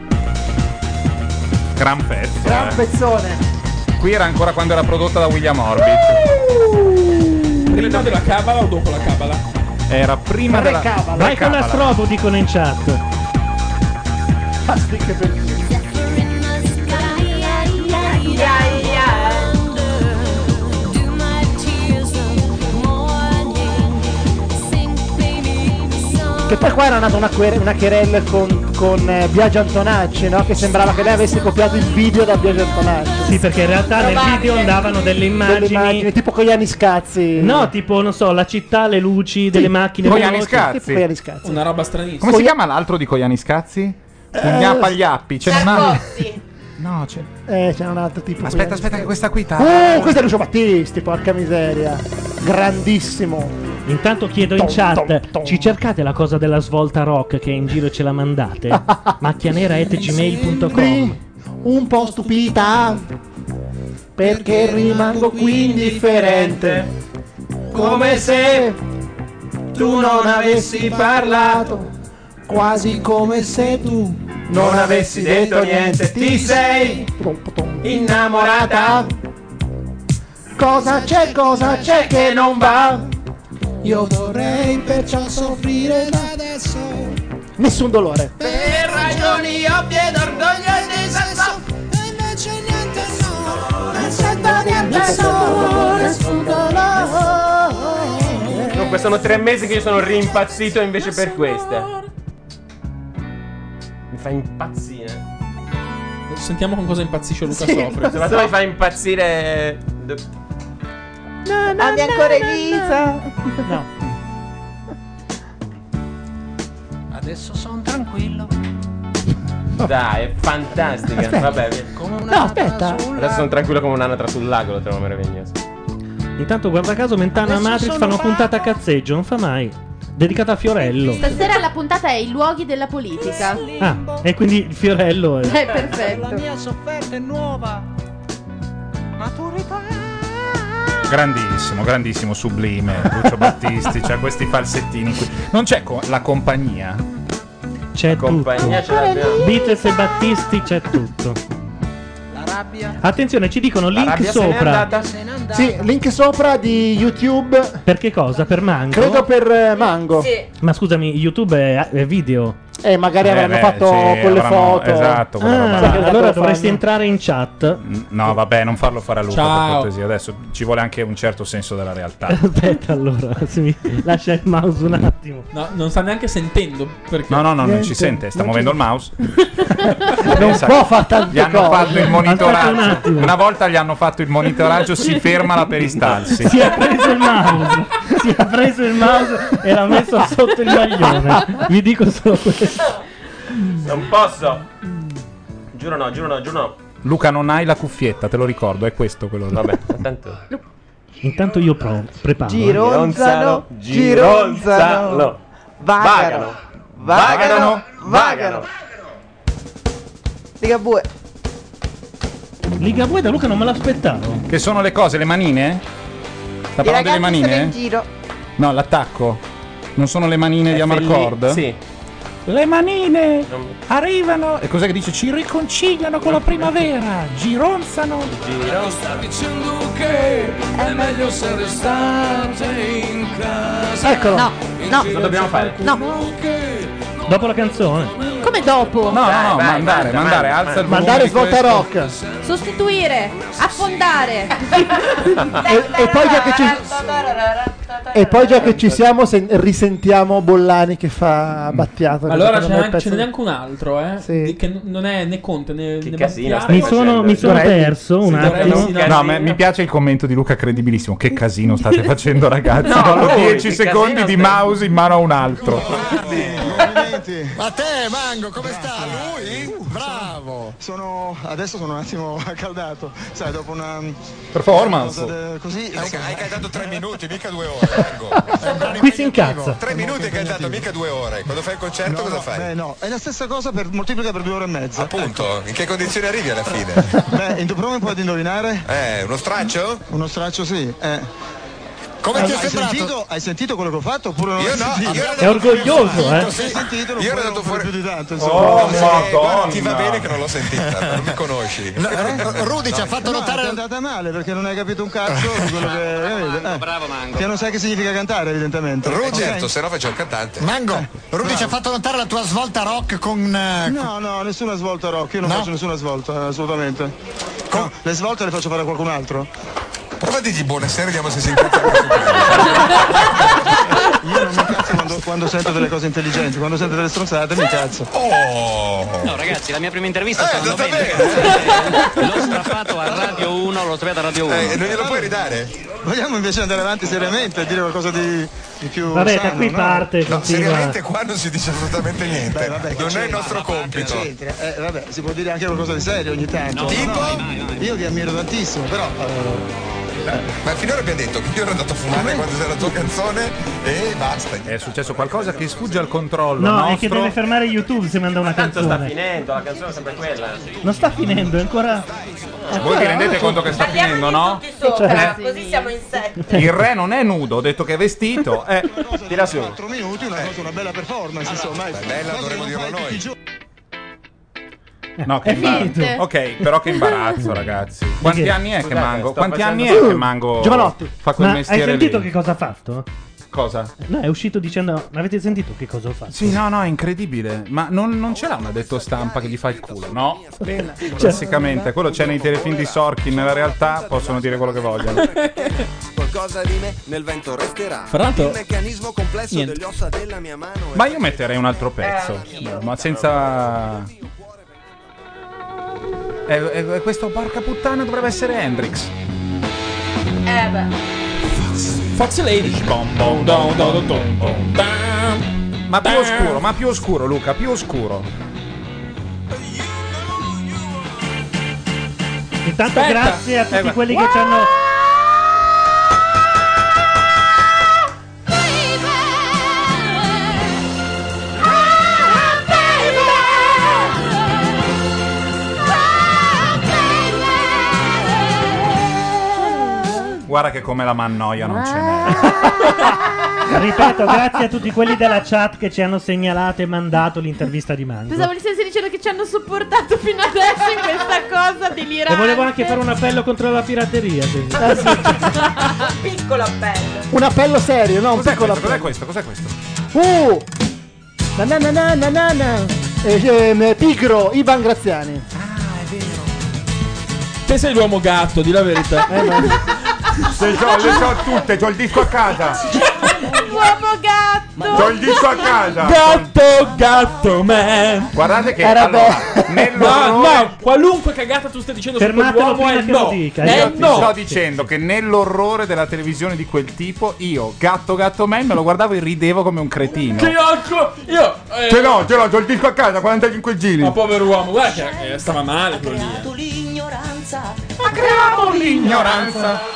Gran pezzo. Gran eh. pezzone. Qui era ancora quando era prodotta da William Orbit. Prima della cabala o dopo la cabala? Era prima Re della Cabala. Vai con la strobo, dicono in chat. Basti che bellissimo. Che poi qua era nata una, quere- una querelle con, con eh, Biagio Antonacci, no? Che sembrava che lei avesse copiato il video da Biagio Antonacci. Sì, perché in realtà nel video andavano delle immagini. Delle immagini, tipo con gli anni scazzi. No, tipo, non so, la città, le luci delle macchine. Con gli veloci. anni scazzi. Tipo con gli anni scazzi. Una roba stranissima. Come si chiama l'altro di Cogliani Scazzi? Gnappa gli appi. C'è un altro. No, c'è. Eh, c'è un altro tipo. Aspetta, aspetta, che questa qui sta. Uh, questo è Lucio Battisti, porca miseria. Grandissimo. Intanto chiedo in chat, ci cercate la cosa della svolta rock che è in giro e ce la mandate? macchianera at gmail punto com. Un po' stupita, perché rimango qui indifferente, come se tu non avessi parlato, quasi come se tu non avessi detto niente. Ti sei innamorata? Cosa c'è, cosa c'è che non va? Io vorrei perciò soffrire da adesso. Nessun dolore. Per ragioni ovvie d'orgoglio e dissenso. E invece niente no. Non sento niente no. Nessun dolore. Dunque sono tre mesi che io sono rimpazzito invece per questa. Mi fa impazzire. Sentiamo con cosa impazzisce Luca Sì, Sofri. ma tu mi fa impazzire. Andi ancora Elisa? No. Adesso sono tranquillo. Dai, è fantastica. Aspetta. Vabbè, via. No, aspetta. Adesso sono tranquillo come un'anatra sul lago, lo trovo meraviglioso. Intanto, guarda caso, Mentana e Adesso Matrix sono fanno fatta. puntata a cazzeggio, non fa mai. Dedicata a Fiorello. Stasera la puntata è i luoghi della politica. Ah, e quindi il Fiorello è. È perfetto. La mia sofferta è nuova. Maturità. Grandissimo, grandissimo, sublime. Lucio Battisti, c'ha questi falsettini qui. Non c'è co- la compagnia? C'è compagnia tutto. ce l'abbiamo. Beatles e Battisti, c'è tutto. La rabbia. Attenzione, ci dicono link rabbia se n'è sopra. andata. Sì, link sopra di YouTube. Per che cosa? Per Mango? Credo per eh, Mango. Ma scusami, YouTube è, è video. Eh, magari Eh, avranno beh, fatto sì, con le avranno- foto. esatto, quella roba Ah, là. Perché allora lo dovresti fanno. entrare in chat. No, vabbè, non farlo fare a Luca, Ciao. per cortesia. Adesso ci vuole anche un certo senso della realtà. Aspetta, allora, se mi lascia il mouse un attimo. No, non sta neanche sentendo. Perché... No, no, no, non Niente, ci sente, sta non muovendo ci- il mouse. Non Pensa può che fare tante Gli hanno cose. fatto il Aspetta un monitoraggio. attimo. Una volta gli hanno fatto il monitoraggio, si ferma la peristalsi. Si è preso il mouse. Si è preso il mouse e l'ha messo sotto il maglione. Vi dico solo questo. Non posso. Giuro no, giuro no, giuro no. Luca, non hai la cuffietta, te lo ricordo, è questo quello. Vabbè, intanto. Intanto io provo, preparo. Gironzano, gironzano, vagano, vagano, vagano. Ligabue. Ligabue da Luca non me l'aspettavo. Che sono le cose, le manine? Sta I parlando delle ragazzi sono in manine? giro. No, l'attacco. Non sono le manine di Amarcord? Sì. Le manine arrivano. E cos'è che dice? Ci riconciliano con la primavera. Gironzano. Sta dicendo che è meglio se restate in casa. Eccolo. No, no, Cosa dobbiamo fare? no. Dopo la canzone. Come dopo? No, no, no, Vai, vai, mandare, manda, mandare, manda, alza il volume. Mandare di svolta questo. rock. Sostituire, affondare. E, e poi già che ci E poi già che ci siamo sen- risentiamo Bollani che fa Battiato. che Allora secondo ce me è n'è, il pezzo- ce n'è anche un altro, eh. Sì. di- Che n- non è né Conte né, Che né casino Battiato. Mi sono, mi sono Dovrei- perso un Sì, dovrei- attimo. sì, No, ma mi piace il commento di Luca credibilissimo. Che casino state facendo, ragazzi? No, Dopo voi, dieci che secondi casino di stai- mouse in mano a un altro. complimenti. Ma te, Mango, come sta? Lui? Bravo. Sono adesso sono un attimo accaldato, sai, dopo una Performance. cosa de- così. Hai, hai cantato tre minuti, mica due ore. Mango. Qui si incazza. Tre minuti hai cantato, mica due ore. Quando fai il concerto No, cosa no, fai? beh, no, è la stessa cosa per moltiplica per due ore e mezza. Appunto, in che condizioni arrivi alla fine? Beh, in- provi un po' ad indovinare. Eh, uno straccio? Uno straccio, sì. Eh. Come ti è hai sembrato? Sentito, hai sentito quello che ho fatto oppure non Io l'hai no, sentito? io ero È orgoglioso, eh. Se hai sentito non Io ero puoi andato rompere fuori- più di tanto, Oh, insomma. Eh, guarda, Madonna. ti va bene che non l'ho sentita, non mi conosci. Rudy ci ha fatto notare. È andata male perché non hai capito un cazzo di quello che. Eh, bravo Mango. Che non sai che significa cantare, evidentemente. Rudy, Ok? certo, se no faccio il cantante. Mango, Rudy ci ha fatto notare la tua svolta rock con... No, no, nessuna svolta rock, io non No? faccio nessuna svolta, assolutamente. No, le svolte le faccio fare a qualcun altro. Prova a dirgli buonasera, vediamo se si incazza. Io non mi incazzo quando, quando sento delle cose intelligenti, quando sento delle stronzate mi incazzo. Oh! No ragazzi, la mia prima intervista Eh, sta andando andata bene. L'ho strappato a Radio uno, l'ho strappato a Radio uno. Eh, non glielo puoi ridare? Vogliamo invece andare avanti seriamente e dire qualcosa di, di più Vabbè, da sano, qui no? parte, No, continua. seriamente qua non si dice assolutamente niente. Beh, vabbè, che non è il c'entra? nostro compito. Che c'entra? Eh, vabbè, si può dire anche qualcosa di serio ogni tanto. No, tipo? No, no, io vi ammiro tantissimo, però. eh, Ma finora abbiamo detto che io ero andato a fumare quando c'era la tua canzone e basta. È successo qualcosa che sfugge al controllo No, nostro. è che deve fermare YouTube se manda una Tanto sta canzone. finendo, la canzone è sempre quella. Non sta finendo, è ancora. Voi vi rendete conto che sta finendo, no? Sopra, Cioè- così siamo in sette. Il re non è nudo, ho detto che è vestito. Eh, tira su. quattro minuti, una cosa, una bella performance, insomma. Beh, bella, Cose dovremmo che non dirlo fai tutti i noi. giorni. no, che È finito. imbarazzo. Ok, però che imbarazzo, ragazzi. Quanti Perché? anni è che Scusate, Mango? sto Quanti anni è facendo- che Mango Giovanotti, fa quel ma hai mestiere sentito lì? che cosa ha fatto? Cosa? No, è uscito dicendo. Ma avete sentito che cosa ho fatto? Sì, no, no, è incredibile. Ma non, non ce l'ha un addetto stampa che gli fa il culo, no? Classicamente, quello c'è nei telefilm di Sorkin. Nella realtà possono dire quello che vogliono. Qualcosa di me nel vento resterà. Fra l'altro- Il meccanismo complesso Niente. delle ossa della mia mano è Ma io metterei un altro pezzo. Ma senza. E, e- e questo porca puttana dovrebbe essere Hendrix. Eh beh. Fox Lady. Bom, bom, dom, dom, dom, bom, bam. Ma più oscuro, ma più oscuro, Luca, più oscuro. Intanto Aspetta. grazie a tutti Eh, ma- quelli che ci hanno. Guarda che come la mannoia non ce n'è. Ripeto, grazie a tutti quelli della chat che ci hanno segnalato e mandato l'intervista di Mango. Pensavo gli stessi dicendo che ci hanno sopportato fino adesso in questa cosa delirante. E volevo anche fare un appello contro la pirateria. se- Piccolo appello. Un appello serio, no? Un Cos'è piccolo questo? appello. Cos'è questo? Cos'è questo? Uh! Na na na na na na na. Eh, ehm, Pigro, Ivan Graziani. Te sei l'uomo gatto, di la verità. Eh, no. Se so, le so tutte, c'ho il disco a casa. Uomo gatto. C'ho il disco a casa. Gatto, gatto, man. Guardate che Era allora, No, nell'orrore no, qualunque cagata tu stai dicendo su Fermatelo quell'uomo è prima che lo no. dica, È io ti no. sto dicendo che nell'orrore della televisione di quel tipo, io, gatto gatto man, me lo guardavo e ridevo come un cretino. Che occhio! Io. Eh, Ce l'ho, ce l'ho, c'ho il disco a casa, quarantacinque giri. Ma povero uomo, guarda che eh, stava male quello lì. eh. L'ignoranza. Ha creato l'ignoranza.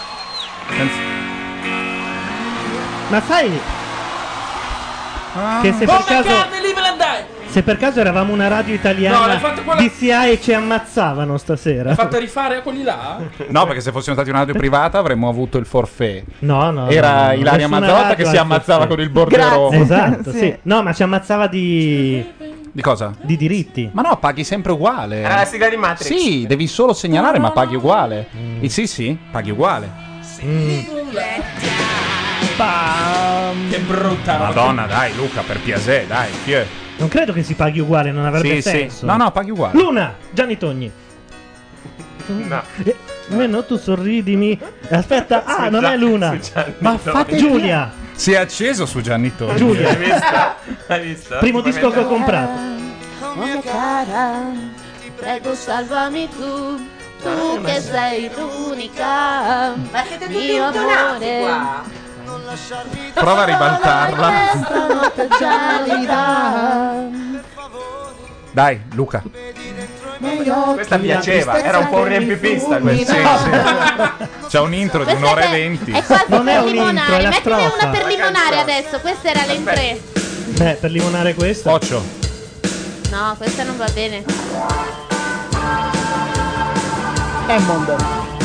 Ma sai Ah. che se per Come caso carne, live and die! se per caso eravamo una radio No, italiana l'hai fatto quella- D C I e ci ammazzavano stasera. L'hai fatta rifare a quelli là? No, perché se fossimo stati una radio privata avremmo avuto il forfait. No, no. Era no, no, Ilaria nessuna Mazzotta radio che si ha ammazzava fatto- con il borderò. Esatto, Sì. sì. No, ma ci ammazzava di Di cosa? di diritti. Ma no, paghi sempre uguale. Era la sigla di Matrix. Sì, devi solo segnalare, ma paghi uguale. Eh, sì, sì, paghi uguale. Bam. Che brutta roba. Madonna, dai, Luca, per piacere, dai, chi è? Non credo che si paghi uguale, non avrebbe Sì, sì. senso. No, no, paghi uguale. Luna, Gianni Togni. No. Eh, Meno tu sorridimi. Aspetta, ah, non è Luna. Ma fate Giulia. Si è acceso su Gianni Togni. Giulia. Hai visto? Hai visto? Primo disco che ho comprato. Oh mia cara, ti prego salvami tu, tu che sei l'unica. Ma siete tutti Mio intonati amore. qua. Prova a ribaltarla. Dai, Luca. Questa piaceva, era un po' un riempipista questo. Sì, sì. C'è un intro di un'ora e venti. È quasi Non è per un intro, limonare. è la Mettine una strofa. per limonare adesso. Questa era l'in tre. Beh, per limonare questa. Occhio. No, questa non va bene. Hammond.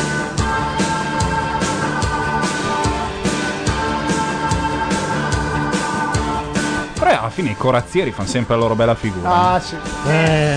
Però alla fine i corazzieri fanno sempre la loro bella figura. Ah, sì. Eh.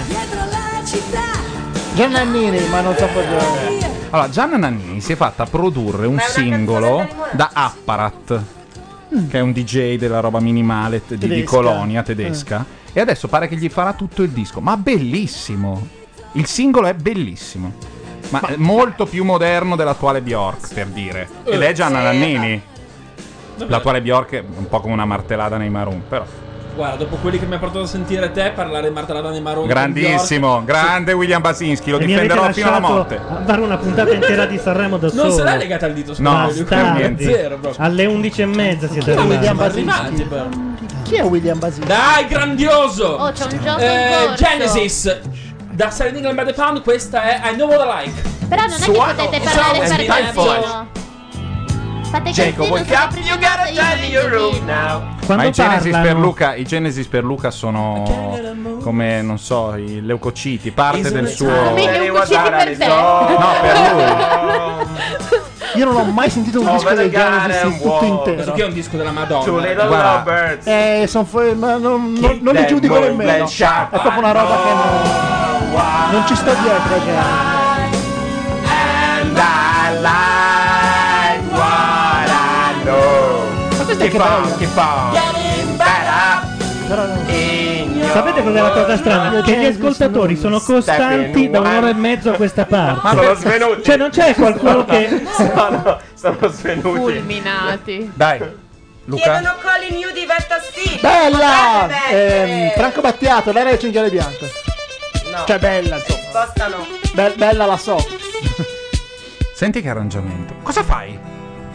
Gian Nannini, ma non so perché. Allora, Gianna Nannini si è fatta produrre un singolo da Apparat, che è un D J della roba minimale t- di, di Tedesca. Colonia tedesca. E adesso pare che gli farà tutto il disco. Ma bellissimo! Il singolo è bellissimo. Ma, è molto più moderno dell'attuale Bjork, per dire. Ed è Gianna Nannini. L'attuale Bjork è un po' come una martellata nei Maroon, però. Guarda, dopo quelli che mi ha portato a sentire te parlare di Martellata nei Maroni. Grandissimo, grande William Basinski, lo E mi avete difenderò fino alla lasciato morte. a fare una puntata intera di Sanremo da solo. Non se l'hai legata al dito, No, scusa, per Luca. niente. Zero, proprio. Alle undici e mezza siete Siamo arrivati. arrivati, però. Chi è William Basile? Dai, grandioso! Oh, c'è un gioco in Eh, corso. Genesis. Da Silent England by the Pound, questa è I Know What I Like. Però non è che Suono- potete parlare suono- per mezzo. Fate Jacob, casino wake sulla up, you gotta tidy your room now. Ma i Genesis, parlano- per Luca, i Genesis per Luca sono come, non so, i leucociti, parte del suo... Come i leucociti per te. No, per lui. Io non ho mai sentito un disco dei Genesis tutto intero. Questo qui è un disco della Madonna. Two little Guarda. lovebirds. Eh, son fu- ma non, non, Keep non li them giudico moving nemmeno. È sharp. proprio una roba che non, non ci sto dietro. Cioè. And I like what I know. Ma questa è Keep che on, bella. keep on. Getting better. Però non- In your Sapete cos'è la cosa strana? Che gli ascoltatori sono costanti da un'ora e mezzo a questa parte. Ma sono svenuti. Cioè non c'è qualcuno che... Sono, sono svenuti. Fulminati. Dai, Luca. Chiedono Calling You di Vetta Steve. Bella! Potrebbe mettere. Ehm, Franco Battiato, lei era il cinghiale bianco. No. Cioè bella, insomma. Basta no. Be- bella la so. Senti che arrangiamento. Cosa fai?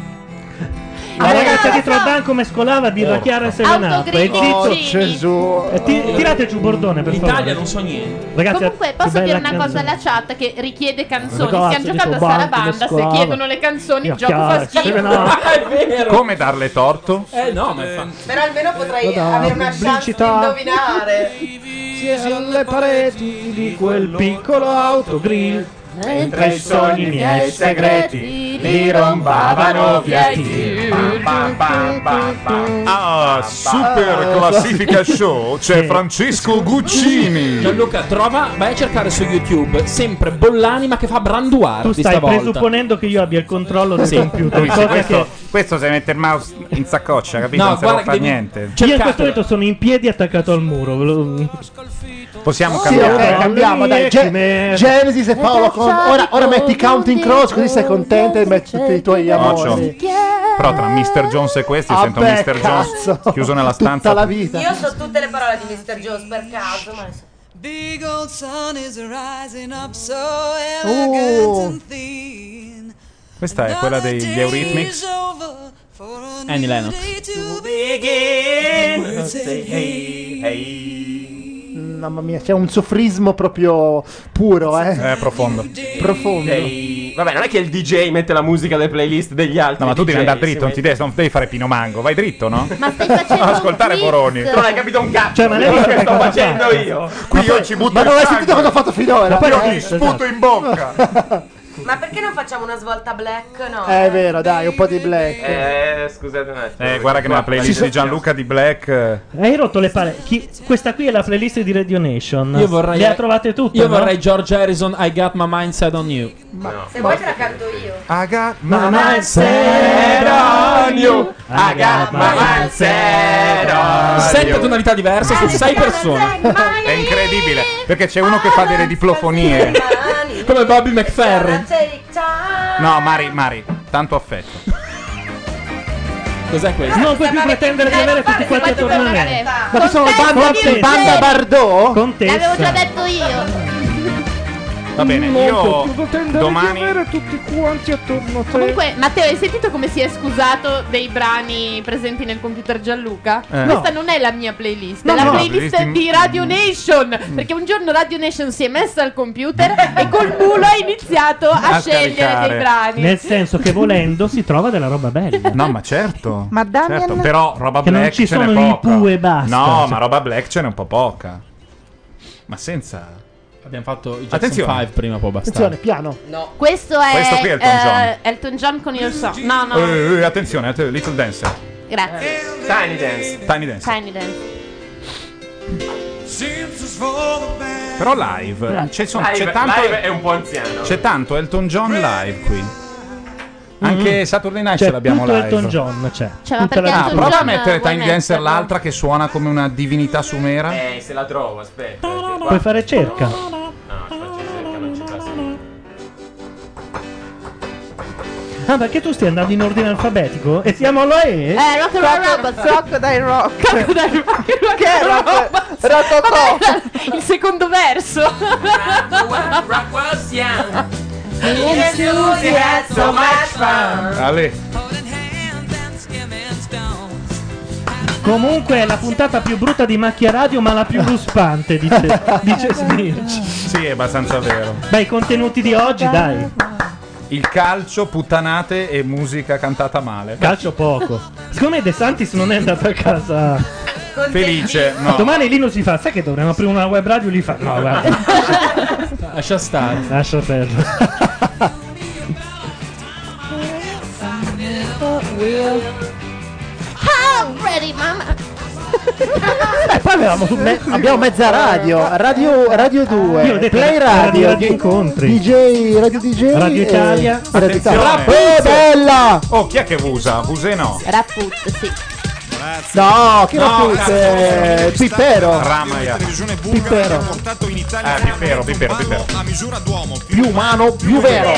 La ragazza dietro al banco mescolava birra chiara e seven up. E Oh, zitto. Gesù. E ti- tirate giù Bordone per favore. L'Italia non so niente. Ragazzi, Comunque più posso bella dire una cosa canzone. alla chat che richiede canzoni. Ragazzi, Stiamo giocando a dietro banco, Sarabanda. Se mescolava. chiedono le canzoni, il Birra gioco fa chiara, schifo. seven up. Ah, è vero. Come darle torto? Eh no, ma infatti. Però almeno potrei Guarda, avere una chance di pubblicità. indovinare. Alle pareti di quel piccolo autogrill. Mentre i sogni miei segreti li rombavano via ti. Ah, super classifica show. C'è Francesco Guccini. Gianluca, trova, vai a cercare su YouTube sempre Bollani ma che fa Branduardi Tu stai stavolta. presupponendo che io abbia il controllo del Sì. computer. Capisci? cosa Questo, che questo se mette il mouse in saccoccia, capito? No, non se lo guarda fa che devi- niente. io in questo Cercatelo. momento sono in piedi attaccato al muro. ve lo- Possiamo Sì, cambiare. ok, cambiamo, dai. Ge- Chimere. Genesis e Paolo con... ora, ora metti Counting Crows così sei contento e metti tutti i tuoi Occhio. amori. Però tra mister Jones e questi io sento Vabbè, mister Jones cazzo. chiuso nella Tutta stanza. la vita. Io so tutte le parole di mister Jones per caso, ma Big old sun is rising up so Oh. elegant and thin. Questa è quella degli Eurythmics. Annie Lennox. Begin. Say hey, hey. Mamma mia, c'è un soffrismo proprio puro, eh. È profondo. Profondo. Sei- Vabbè, non è che il D J mette la musica delle playlist degli altri. No, ma tu devi D J, andare dritto, si non ti devi, non devi fare Pino Mango, vai dritto, no? Ma stai facendo Non ascoltare un quiz? Poroni. Tu non hai capito un cazzo Cioè, ma di lei quello sa che che sto cosa facendo fa? io. Qui io ci butto Ma il non hai sangue. sentito cosa ho fatto finora? Ma poi Eh, ho Ti visto, sputo in bocca. Ma perché non facciamo una svolta black? No. È vero, dai, un po' di black. Eh, scusate un attimo. Eh, guarda che nella playlist di Gianluca di Black eh, Hai rotto le palle. Chi- questa qui è la playlist di Radio Nation. Io vorrei Le ha trovate tutte. Io no? vorrei George Harrison I got my mind set on you. Se vuoi te la canto io. I got Ma my no, Set on you. I got my mind set on Sette you. tonalità diverse su sei persone. È incredibile, perché c'è uno che fa delle diplofonie. Come Bobby McFerrin. No, Mari, Mari, tanto affetto. Cos'è questo? non puoi più pretendere di avere tutti quanti attorno a me. Ma tu sono Contessa banda, di banda Vincere. Bardot? L'avevo Contessa. già detto io. Va bene, io domani avere tutti quanti attorno a te. Comunque, Matteo, hai sentito come si è scusato dei brani presenti nel computer Gianluca? Eh. Questa No. non è la mia playlist, No, è la no. playlist Playlist in- di Radio Nation. Perché un giorno Radio Nation si è messa al computer e col mulo ha iniziato a, A scegliere scaricare. dei brani. Nel senso che volendo si trova della roba bella. No, ma certo. Ma Damian- certo, però roba Che non black ci ce n'è sono i poca. Pooh e basta, No, cioè. ma roba black ce n'è un po' poca. Ma senza. Abbiamo fatto i Jackson Attenzione. cinque prima, può bastare. Attenzione, piano. No. Questo è Questo qui è Elton John. eh, Elton John con Your Song. No, no. Eh, eh, attenzione, att- Little Dancer. Grazie. Tiny Dance. Tiny Dance. Tiny Dance. Però live, c'è, sono- Live- c'è tanto live è un po' anziano. C'è tanto Elton John live qui. Anche Mhm. Saturday Night C'è ce l'abbiamo tutto live. Elton John, c'è. Cioè, ma Tutta perché la- Ah, Elton prova a John mettere vuoi Tiny Dancer metterlo? l'altra che suona come una divinità sumera. Eh, se la trovo, aspetta. perché qua- Puoi fare cerca. No, faccio cerca, non ci passa. Ah, perché tu stai andando in ordine alfabetico? E siamo alla E? Eh, Rock and Roll Robots. Crocodile Rock. Crocodile Rock. Che è Rock? Rococò. Il secondo verso. Rock was young. Me and Susie had so much fun. Ale. Comunque è la puntata più brutta di Macchia Radio, ma la più ruspante, dice, dice Smirch. Sì, è abbastanza vero. Beh, i contenuti di oggi, dai. Il calcio, puttanate e musica cantata male. Calcio poco. Secondo me De Santis non è andato a casa Felice, no. Domani Lino si fa, sai che dovremmo aprire una web radio? Li fa, no, guarda. Lascia stare. Lascia perdere. How ready, mama. Eh, poi avevamo su me- abbiamo mezza radio, radio, radio due, Io ho detto Play radio- Radio, radio incontri. D J, Radio D J, Radio e- Italia. Radio Italia. Attenzione. Oh, bella! Oh, chi è che usa? Use no. Raput, sì. No, che No, no, cazzo. eh, Pippero. Ramaya. Pippero. Eh, Pippero, Pippero, Pippero. Più umano, più vero.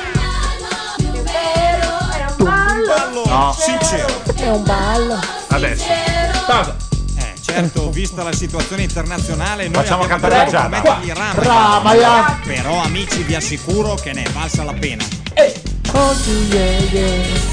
No. È un ballo. Adesso. Pausa. Eh, certo, vista la situazione internazionale, noi Facciamo abbiamo cantare la dovuto Giada. mettergli Ramaya. Ramaya. Però amici, vi assicuro che ne è valsa la pena. Oh, yeah, yeah.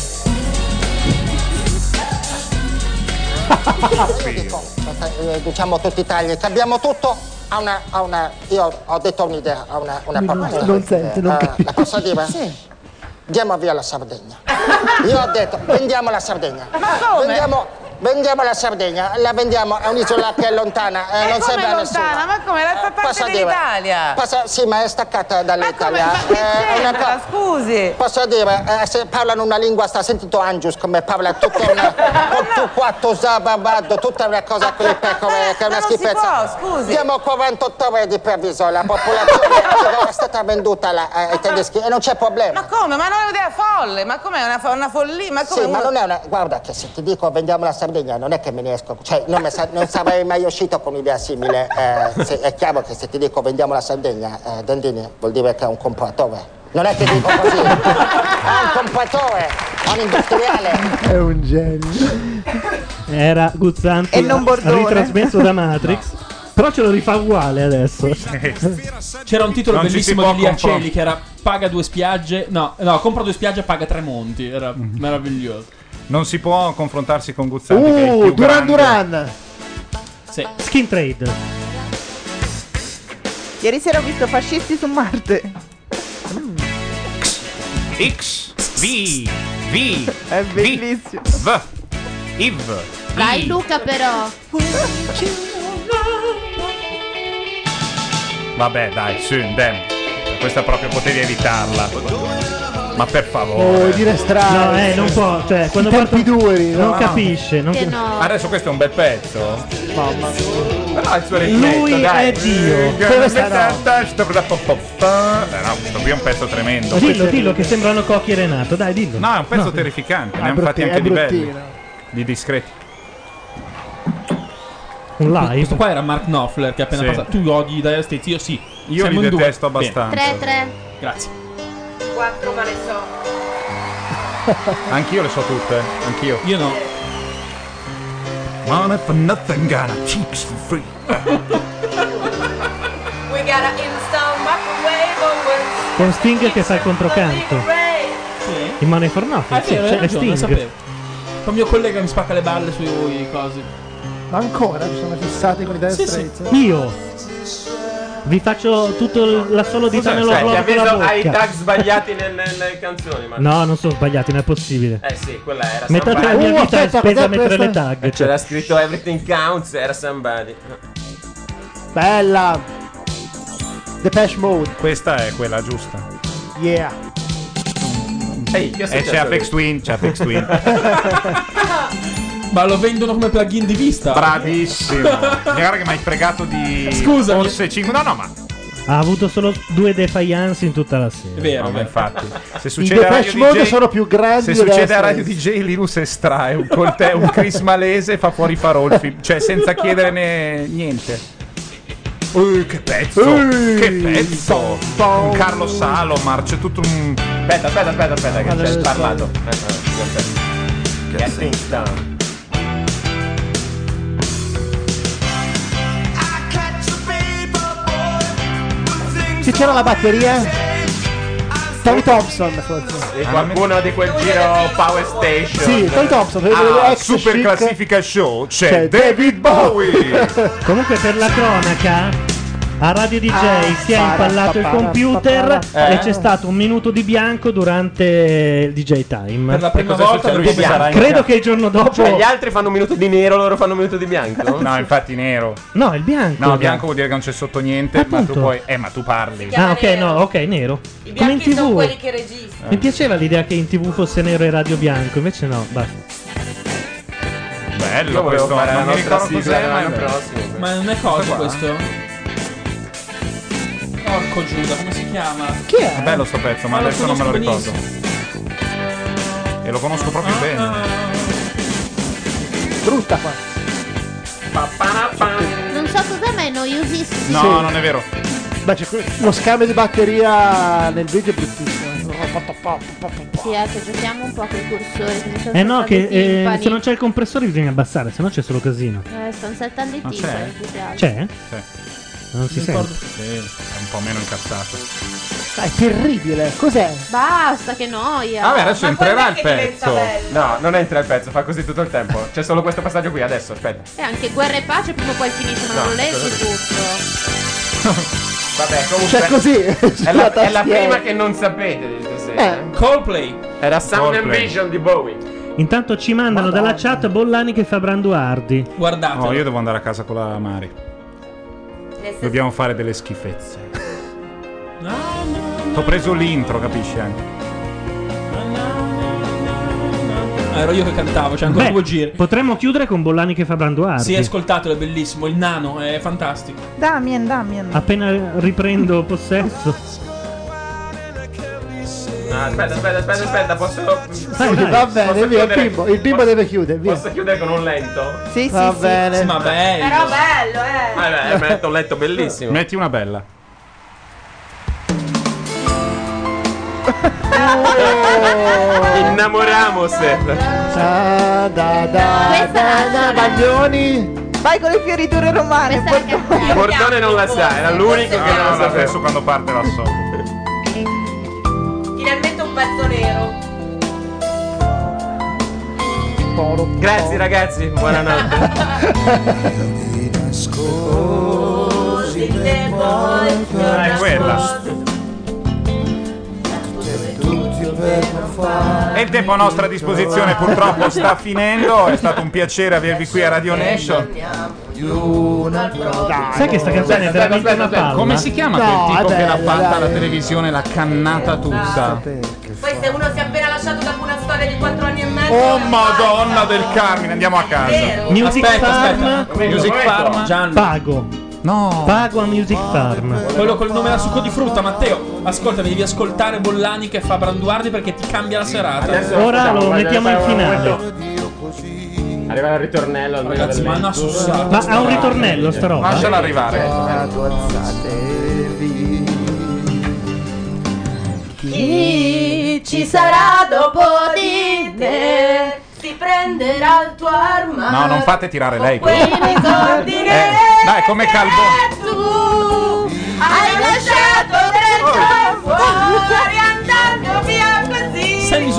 Io dico, eh, diciamo tutti i tagli che abbiamo tutto a una, a una io ho detto un'idea, a una, una proposta. Non sente, non Eh, capisce. la posso dire? Sì. Diamo via la Sardegna. Io ho detto, vendiamo la Sardegna. Ma come? Vendiamo, vendiamo la Sardegna, la vendiamo, è un'isola che è lontana, eh, E non come serve a nessuno. lontana? Ma come? La fa parte Posso dire? dell'Italia. Posso- sì, ma è staccata dall'Italia. Ma che Eh, una c'entra? co- Scusi. Posso dire, eh, se parlano una lingua, sta sentito Angius come parla tutta una con tu quattro zababado, tutta una cosa con le pecore che è una Ma non si schifezza. può, scusi. Diamo quarantotto ore di preavviso, la popolazione è stata venduta alla- ai tedeschi e non c'è problema. Ma come? Ma non è un'idea folle, ma com'è una, fo- una follia? Ma come Sì, ma uno- non è una. Guarda che se ti dico vendiamo la Sardegna non è che me ne esco. Cioè, non, me sa- non sarei mai uscito con un'idea simile. Eh, se- è chiaro che se ti dico vendiamo la Sardegna, eh, Dandini, vuol dire che è un compratore. Non è che dico così. È un compratore, è un industriale. È un genio. Era Guzzanti E non Bordone. ritrasmesso da Matrix. Però ce lo rifà uguale adesso. C'era un titolo Non ci si bellissimo può di Lia compro- Celli che era paga due spiagge. No, no, compra due spiagge e paga tre monti. Era Mhm. meraviglioso. Non si può confrontarsi con Guzzanti, che è il Uh, più Duran grande. Duran. Sì. Skin Trade. Ieri sera ho visto Fascisti su Marte. X, V, V, È bellissimo. V, Iv. Dai Luca però. Vabbè, dai, su, dem. Questa proprio potevi evitarla. Ma per Oh, favore. dire strano. No, eh, non può. Cioè, quando I tempi parto- duri. non no? capisce. Non Che ca- no. Adesso questo è un bel pezzo. Mamma mia. Però il suo ritmetto, Lui dai. è Dio. Questa no. Eh no, questo qui è un pezzo tremendo. Dillo, dillo che sembrano Cocchi e Renato. Dai, dillo. No, è un pezzo No. terrificante. È Ne hanno fatti brutti- anche è di belli. bruttino. Di discreti. Un Questo live. qua era Mark Knopfler che è appena Sì. passato. Tu odi Dire Straits? Io sì. Io Siamo li in due. detesto Bene. abbastanza. tre tre. Grazie. Quattro ma ne so. Anch'io le so tutte. Anch'io. Io no. Money for nothing, gonna cheeks for free. We gotta install microwave. Con Sting che fa il controcanto. In Money for Nothing. Ah, sì, sì, hai c'è ragione, lo Sting. sapevo. Poi mio collega mi spacca le balle sui cosi. Ma ancora ci sono fissati con i Dire Sì, Straits? Io vi faccio tutto l'assolo dita nello Cioè, ti globo ha con la messo ai bocca. tag sbagliati nel- nelle canzoni. Ma... No, non sono sbagliati, non è possibile. Eh sì, quella era Metà della Somebody. mia vita è spesa a mettere le tag. E cioè. c'era scritto Everything Counts, era Somebody. Bella. Depeche Mode. Questa è quella giusta. Yeah. Ehi, che è E c'è successo Apex lì? Twin, c'è Apex Twin. Ma lo vendono come plugin di vista. Bravissimo. Guarda che mi hai fregato di Scusami. forse cinque. No, no, ma Ha avuto solo due defiance in tutta la serie. È vero, no, ma vero. infatti. Se I succede a Radio Depeche Mode D J, sono più grandi se dei succede Dire a Radio D Straits. J, Linus estrae un coltello, un Chris Malese e fa fuori Farolfi, cioè senza chiederne niente. Uh, che pezzo! Ui. Che pezzo! Un Carlo Salomar, c'è tutto un. Aspetta, aspetta, aspetta, aspetta, che Allora, c'è lo parlato. Aspetta, aspetta. Get things done. Chi c'era la batteria? Tony Thompson forse. E qualcuno di quel giro Power Station. Sì, Tony Thompson. Ah, ex Super chic. Classifica Show c'è, C'è David Bowie. Comunque per la cronaca a Radio D J Ah, si è impallato il para, computer para, para. e c'è stato un minuto di bianco durante il D J time. Per la prima cosa volta succede? lui Lui sarà in Credo che il giorno dopo. Cioè, gli altri fanno un minuto di nero, loro fanno un minuto di bianco? No, infatti nero. No, il bianco. No, bianco vuol dire che non c'è sotto niente, ma Appunto. tu puoi. Eh, ma tu parli. Ah, ok, no, ok, nero. I Come in bianchi sono tivù. quelli che registrano. Mi piaceva l'idea che in tivù fosse nero e radio bianco, invece no, basta. Bello Io volevo questo, fare la non mi nostra ricordo sigla cos'è, ma è l'anno bello. prossimo. Ma non è cosa qua? questo? Porco Giuda, come si chiama? Chi è? È bello sto pezzo, ma Ma lo adesso non me lo conosco ricordo. E lo conosco proprio Ah, bene. ah. Brutta qua. Non so cos'è, ma è noiosissimo. No, Sì. non è vero. Beh, c'è que- lo scambio di batteria nel video è bruttissimo. Sì, ecco, giochiamo un po' con i cursori. che mi sono Eh no, saltati che i eh, timpani. se non c'è il compressore bisogna abbassare, se no c'è solo casino. Eh, stanno saltando i Ma c'è? timpani più che altro. C'è? Sì. Non si Mi sente. ricordo. Sì, è un po' meno incazzato. Ah, è terribile. Cos'è? Basta, che noia. Vabbè, adesso entrerà il quando è che diventa pezzo. bello? No, non entra il pezzo, fa così tutto il tempo. C'è solo questo passaggio qui, adesso, aspetta. E anche Guerra e Pace prima o poi finisce, ma No, non lo leggi cosa- tutto. Vabbè, comunque. C'è così. È la, è la prima che non sapete di stasera. Eh. Coldplay. Era Sound and Coldplay. Vision di Bowie. Intanto ci mandano Madonna. dalla chat Bollani che fa Branduardi. Guardate. No, io devo andare a casa con la Mari. Dobbiamo fare delle schifezze. T'ho preso l'intro, capisci anche. Ah, ero io che cantavo, c'è ancora Beh, due giri. potremmo chiudere con Bollani che fa Branduardi. Sì, ascoltatelo, è bellissimo. Il nano è fantastico. Damien, Damien. Appena riprendo possesso. Ah, aspetta, aspetta, aspetta, aspetta, posso. Vai, vai. Va bene, Posso via. Il chiudere? bimbo, il bimbo deve chiudere. Via. Posso chiudere con un lento? Sì, sì, Va sì. bene. Sì, ma bello. Però bello, eh. Vabbè, mi ha detto un letto bellissimo. Metti una bella. Innamoramos. Da, da, da, Questa da, da, nasce- Baglioni. Vai con le fioriture romane. Questa è la Bordone. canzone. Bordone non la sa, era l'unico che non la No, sapeva. adesso quando parte la so. Finalmente un pezzo nero. Grazie ragazzi, buonanotte. Ah, è quella. E il tempo a nostra disposizione purtroppo sta finendo. È stato un piacere avervi qui a Radio Nation. Sai che sta canzone è veramente una palla? Come si chiama No, quel tipo è che l'ha bella, fatta dai. alla televisione, l'ha cannata tutta? Poi se uno si è appena lasciato dopo una storia di quattro anni e mezzo. Oh Madonna del Carmine, andiamo a casa. Vero? Music Aspetta, Farm. aspetta. Music Farm. Gianni. Pago. No. Pago a Music Farm. Quello col nome da succo di frutta, Matteo. Ascoltami, devi ascoltare Bollani che fa Branduardi perché ti cambia la serata. Adesso Ora facciamo, lo voglio mettiamo in fare un finale. momento. Arriva il ritornello almeno Ragazzi, del ma una lento. sussata. Ma ha un ritornello sta roba? Lasciala arrivare. Chi ci sarà dopo di te si prenderà il tuo armadio. No, non fate tirare lei. Quei soldi che Eh, dai, come Calvo. tu hai lasciato dentro il fuoco.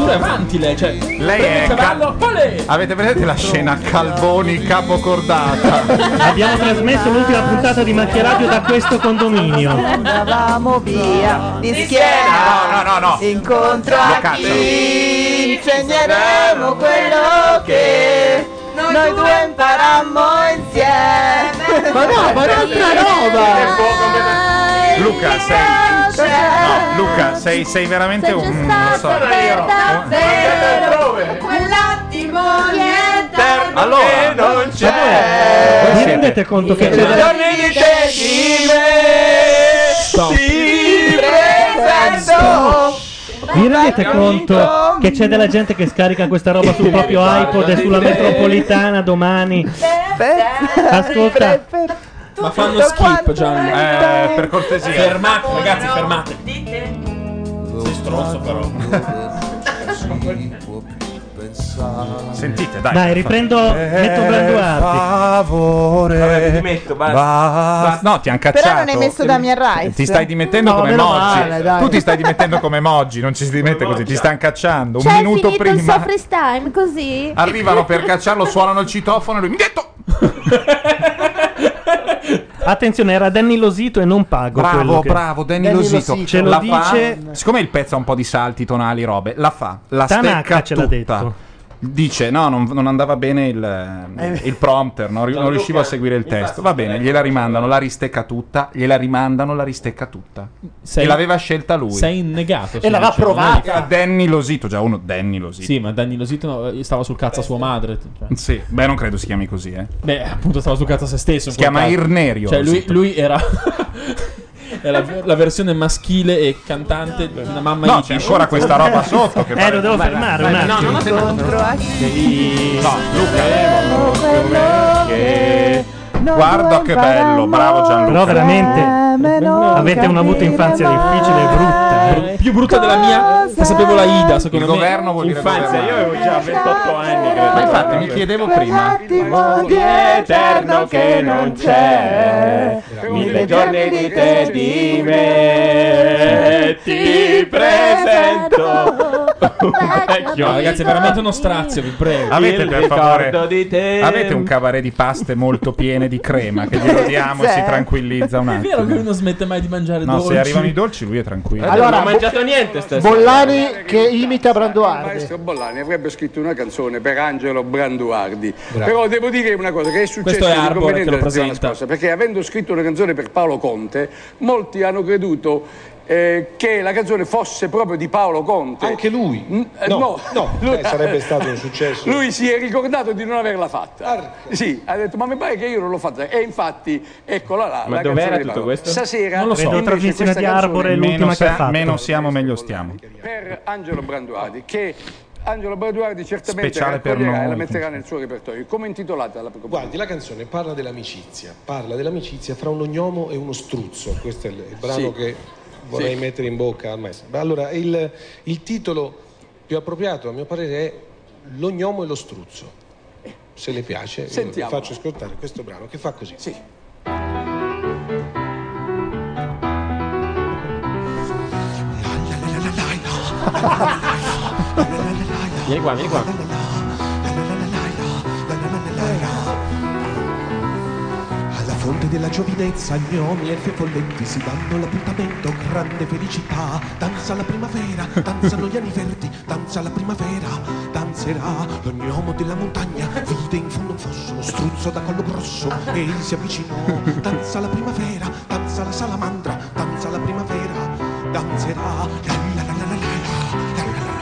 addirittura è avanti lei, cioè Lei prende è il cavallo, cal- olè! Avete presente la scena Calvoni capocordata? Abbiamo trasmesso l'ultima puntata di Macchia Radio da questo condominio. Andavamo via di schiena. No, no, no, no. Incontro Lo a cazzo. chi insegneremo quello che noi due imparammo insieme. Ma no, ma è un'altra roba. Luca, sei. No, Luca, sei, sei veramente un. Non so. Quell'attimo niente Allora, non c'è. Vi rendete conto che c'è della... Vi rendete conto che c'è della gente che scarica questa roba sul proprio iPod e sulla metropolitana domani? Ascolta. Ma fanno skip, Gianni. Eh, per cortesia. Fermate, ragazzi, fermate. Sei stronzo, però. Sentite, dai. Dai, riprendo. Metto Branduardi. Favore. Vabbè, mi dimetto, basta. Basta. No, ti han cacciato. Però non hai messo Damien Rice. Ti stai dimettendo No, come meno Moggi. male, dai. Tu ti stai dimettendo come Moggi, non ci si dimette così, ti stanno cacciando. Un Cioè, è minuto finito il prima suo freestyle così? arrivano per cacciarlo, suonano il citofono e lui mi detto. Attenzione, era Danny Losito e non pago. quello Bravo, che- bravo, Danny Losito. Ce lo La dice. fa- siccome il pezzo ha un po' di salti, tonali, robe, la fa, la Tanaka stecca ce l'ha tutta. detto. Dice no, non, non andava bene il, il prompter, non, ri- non riuscivo a seguire il testo. Va bene, gliela rimandano, la ristecca tutta, gliela rimandano, la ristecca tutta. Sei- e l'aveva scelta lui. Sei innegato. E l'aveva provata. Era Danny Losito, già uno Danny Losito. Sì, ma Danny Losito no, stava sul cazzo a sua madre. Cioè. Sì, beh, non credo si chiami così, eh. Beh, appunto stava sul cazzo a se stesso. in Si quel chiama caso. Irnerio Cioè, lui, Losito. lui era. Era la, la versione maschile e cantante di una mamma No, di c'è ancora questa roba sotto che Eh, lo devo fermare un attimo. No, non ho fermato. No, Luca. Guarda che bello, bravo Gianluca. Però veramente avete avuto infanzia difficile e brutta. eh. Più brutta della mia, che sapevo la Ida, secondo Il me. governo vuol dire Infanzia, io avevo già ventotto anni, credo. Ma infatti mi chiedevo prima. Di eterno che non c'è, mille giorni di te di me, ti presento. No, ragazzi, è veramente uno strazio, vi prego. Avete Il per favore ricordo di te. avete un cabaret di paste molto piene di crema che glielo diamo e si tranquillizza un È vero attimo. che lui non smette mai di mangiare No, dolci. se arrivano i dolci lui è tranquillo. Allora, non ho mangiato niente stasera. Bollani che imita Il Branduardi. maestro Bollani avrebbe scritto una canzone per Angelo Branduardi. Però devo dire una cosa che è successo Questo è un Arbore che inconveniente lo la settimana presenta. scorsa, perché avendo scritto una canzone per Paolo Conte, molti hanno creduto eh, che la canzone fosse proprio di Paolo Conte. Anche lui? N- eh, No, no, no, Lui- eh, sarebbe stato un successo. Lui si è ricordato di non averla fatta. Sì, ha detto ma mi pare che io non l'ho fatta. E infatti, eccola là. Ma la dov'era canzone di tutto Paolo. questo? Stasera Non lo so. invece Credo trasmissione questa di canzone Arbore, l'ultima Meno, che ha sa- fatto. meno siamo meglio stiamo. per Angelo Branduardi, che Angelo Branduardi certamente Speciale per raccoglierà e la noi. metterà nel suo repertorio. Come è intitolata la Guardi, la canzone parla dell'amicizia, parla dell'amicizia fra un ognomo e uno struzzo. Questo è il, il brano Sì. che vorrei Sì. mettere in bocca al maestro. Beh, allora, il, il titolo più appropriato, a mio parere, è L'ognomo e lo struzzo. Se le piace, io vi Sentiamo. faccio ascoltare questo brano che fa così. Sì. Vieni qua, vieni qua. Alla fonte della giovinezza gnomi e fefolletti si danno l'appuntamento, grande felicità. Danza la primavera, danzano gli anni verdi, danza la primavera, danzerà l'ognomo della montagna. Vide in fondo un fosso, uno struzzo da collo grosso, e egli si avvicinò. Danza la primavera, danza la salamandra, danza la primavera, danzerà. La la la la la la la, la la la.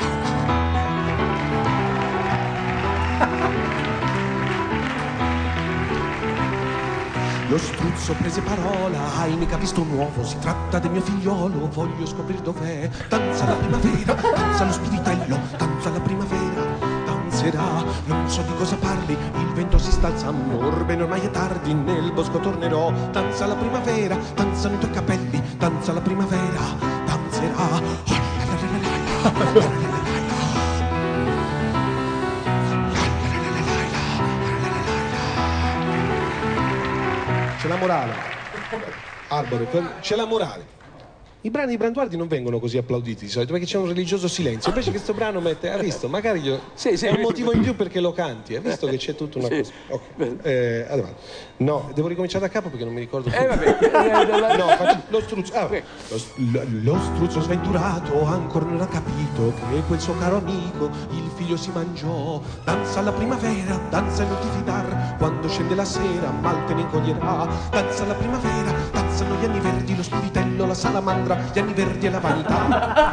Lo struzzo prese parola, hai mica visto un uovo, si tratta del mio figliolo, voglio scoprire dov'è. Danza la primavera, danza lo spiritello, danza la primavera, danzerà, non so di cosa parli, il vento si sta alzando, orbene ormai è tardi, nel bosco tornerò. Danza la primavera, danzano i tuoi capelli, danza la primavera, danzerà. C'è la morale. Arbore, per- c'è la morale. I brani di Branduardi non vengono così applauditi di solito perché c'è un religioso silenzio. Invece questo brano mette, ha visto, magari glielo- Sì, sì, è un visto. motivo in più perché lo canti, hai visto che c'è tutta una Sì. cosa. Ok. Eh, allora, no, devo ricominciare da capo perché non mi ricordo più. Eh, vabbè. No, faccio lo struzzo. Ah, Lo, lo- lo struzzo sventurato ancora non ha capito che quel suo caro amico il figlio si mangiò. Danza alla primavera, danza e non ti fidar, quando scende la sera mal te ne coglierà. Danza alla primavera, danzano gli anni verdi, lo spiritello, la salamandra, gli anni verdi e la vanità.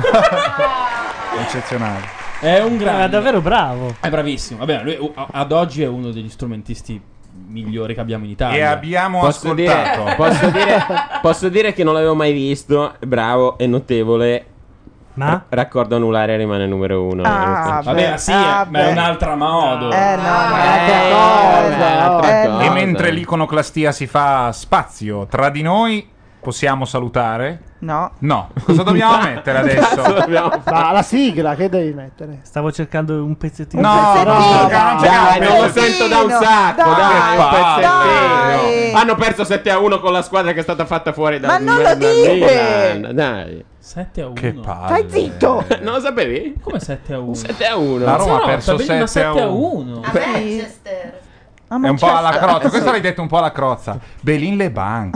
Eccezionale. È un grande. È davvero bravo. È bravissimo. Vabbè, lui uh, ad oggi è uno degli strumentisti migliori che abbiamo in Italia. E abbiamo Posso ascoltato. dire, posso, dire, posso dire che non l'avevo mai visto. Bravo e notevole. Ma? Raccordo anulare rimane numero uno. Ah, Vabbè, sì, Ah, ma è beh. un altro modo. Eh no, Eh, un'altra eh, cosa. altra Eh, cosa. E no. mentre l'iconoclastia si fa spazio tra di noi, possiamo salutare? No. No. Cosa dobbiamo mettere adesso? Ma la sigla che devi mettere? Stavo cercando un pezzettino. No, pezzettino. no, No, non c'è Dai, un non lo pezzettino. sento da un sacco. Dai, Dai, un palle. pezzettino. Dai. Hanno perso sette a uno con la squadra che è stata fatta fuori da Ma non lo dal dite! Milan. Dai. sette a uno. Che palle. Stai zitto. Non lo sapevi? Come sette a uno? sette a uno. La Roma ha No, perso sta bene, ma sette a sette a uno. uno. A Manchester. Ah, È un po' alla Manchester. crozza, questo l'hai detto un po' alla crozza. Belin le banche.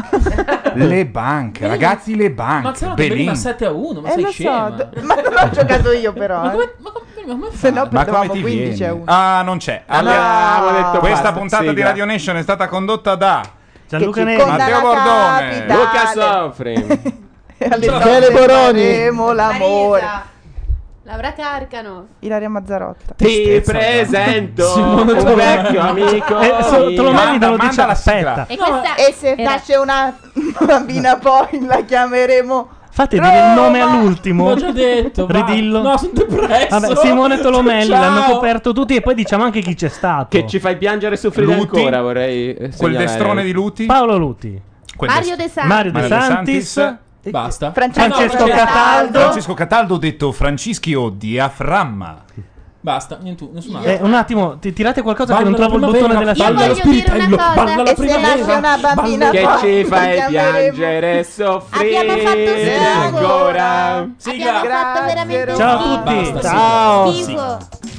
Le banche, ragazzi, le banche. Mazzarotti, Belin, Belin. ma sette a uno, ma Eh, sei lo scema. so, d- ma non l'ho giocato io però. Ma eh. come, ma come, ma come Se no fai? Ma come perdevamo ti quindici a viene? uno. Ah, non c'è. Abbiamo detto Questa basta, puntata di sigla. Radio Nation è stata condotta da Gianluca Che ci Neri. condanna Matteo Bordone, capitale. Luca Sofri. E Alessandro Michele Boroni. faremo l'amore. Marisa. Laura Carcano. Ilaria Mazzarotta. Ti presento Simone un Tolomei. vecchio amico. Eh, so- mio. Tolomei Manda- non lo dice, manda la sigla. aspetta. E questa E se era- nasce una bambina poi la chiameremo Fate dire il nome Roma. all'ultimo. L'ho già detto. va. Ridillo. No, sono depresso. Vabbè, Simone Tolomelli Ciao. l'hanno coperto tutti e poi diciamo anche chi c'è stato. Che ci fai piangere e soffrire Luti. ancora, vorrei eh, Quel segnalare. destrone di Luti. Paolo Luti, Quel Mario dest- De Santi. Mario De Mario De Santis, Santis. e- Basta. Francesco, Francesco Cataldo. Cataldo. Francesco Cataldo detto Francischio Diaframma. Basta, niente, nessun altro. Eh, un attimo, ti tirate qualcosa Balla che non la trovo il primavera, bottone della Io sigla. voglio dire una cosa. Balla la E se nasce primavera. una bambina Che poi ci la fai chiameremo- piangere e soffrire Abbiamo fatto schifo. ancora. Sigla. Abbiamo fatto veramente Grazie, Ciao a schifo. tutti. Basta, Ciao. Schifo.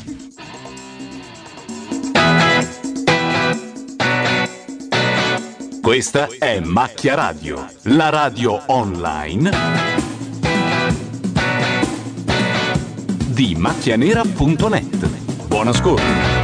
Questa è Macchia Radio, la radio online di macchianera punto net. Buon ascolto.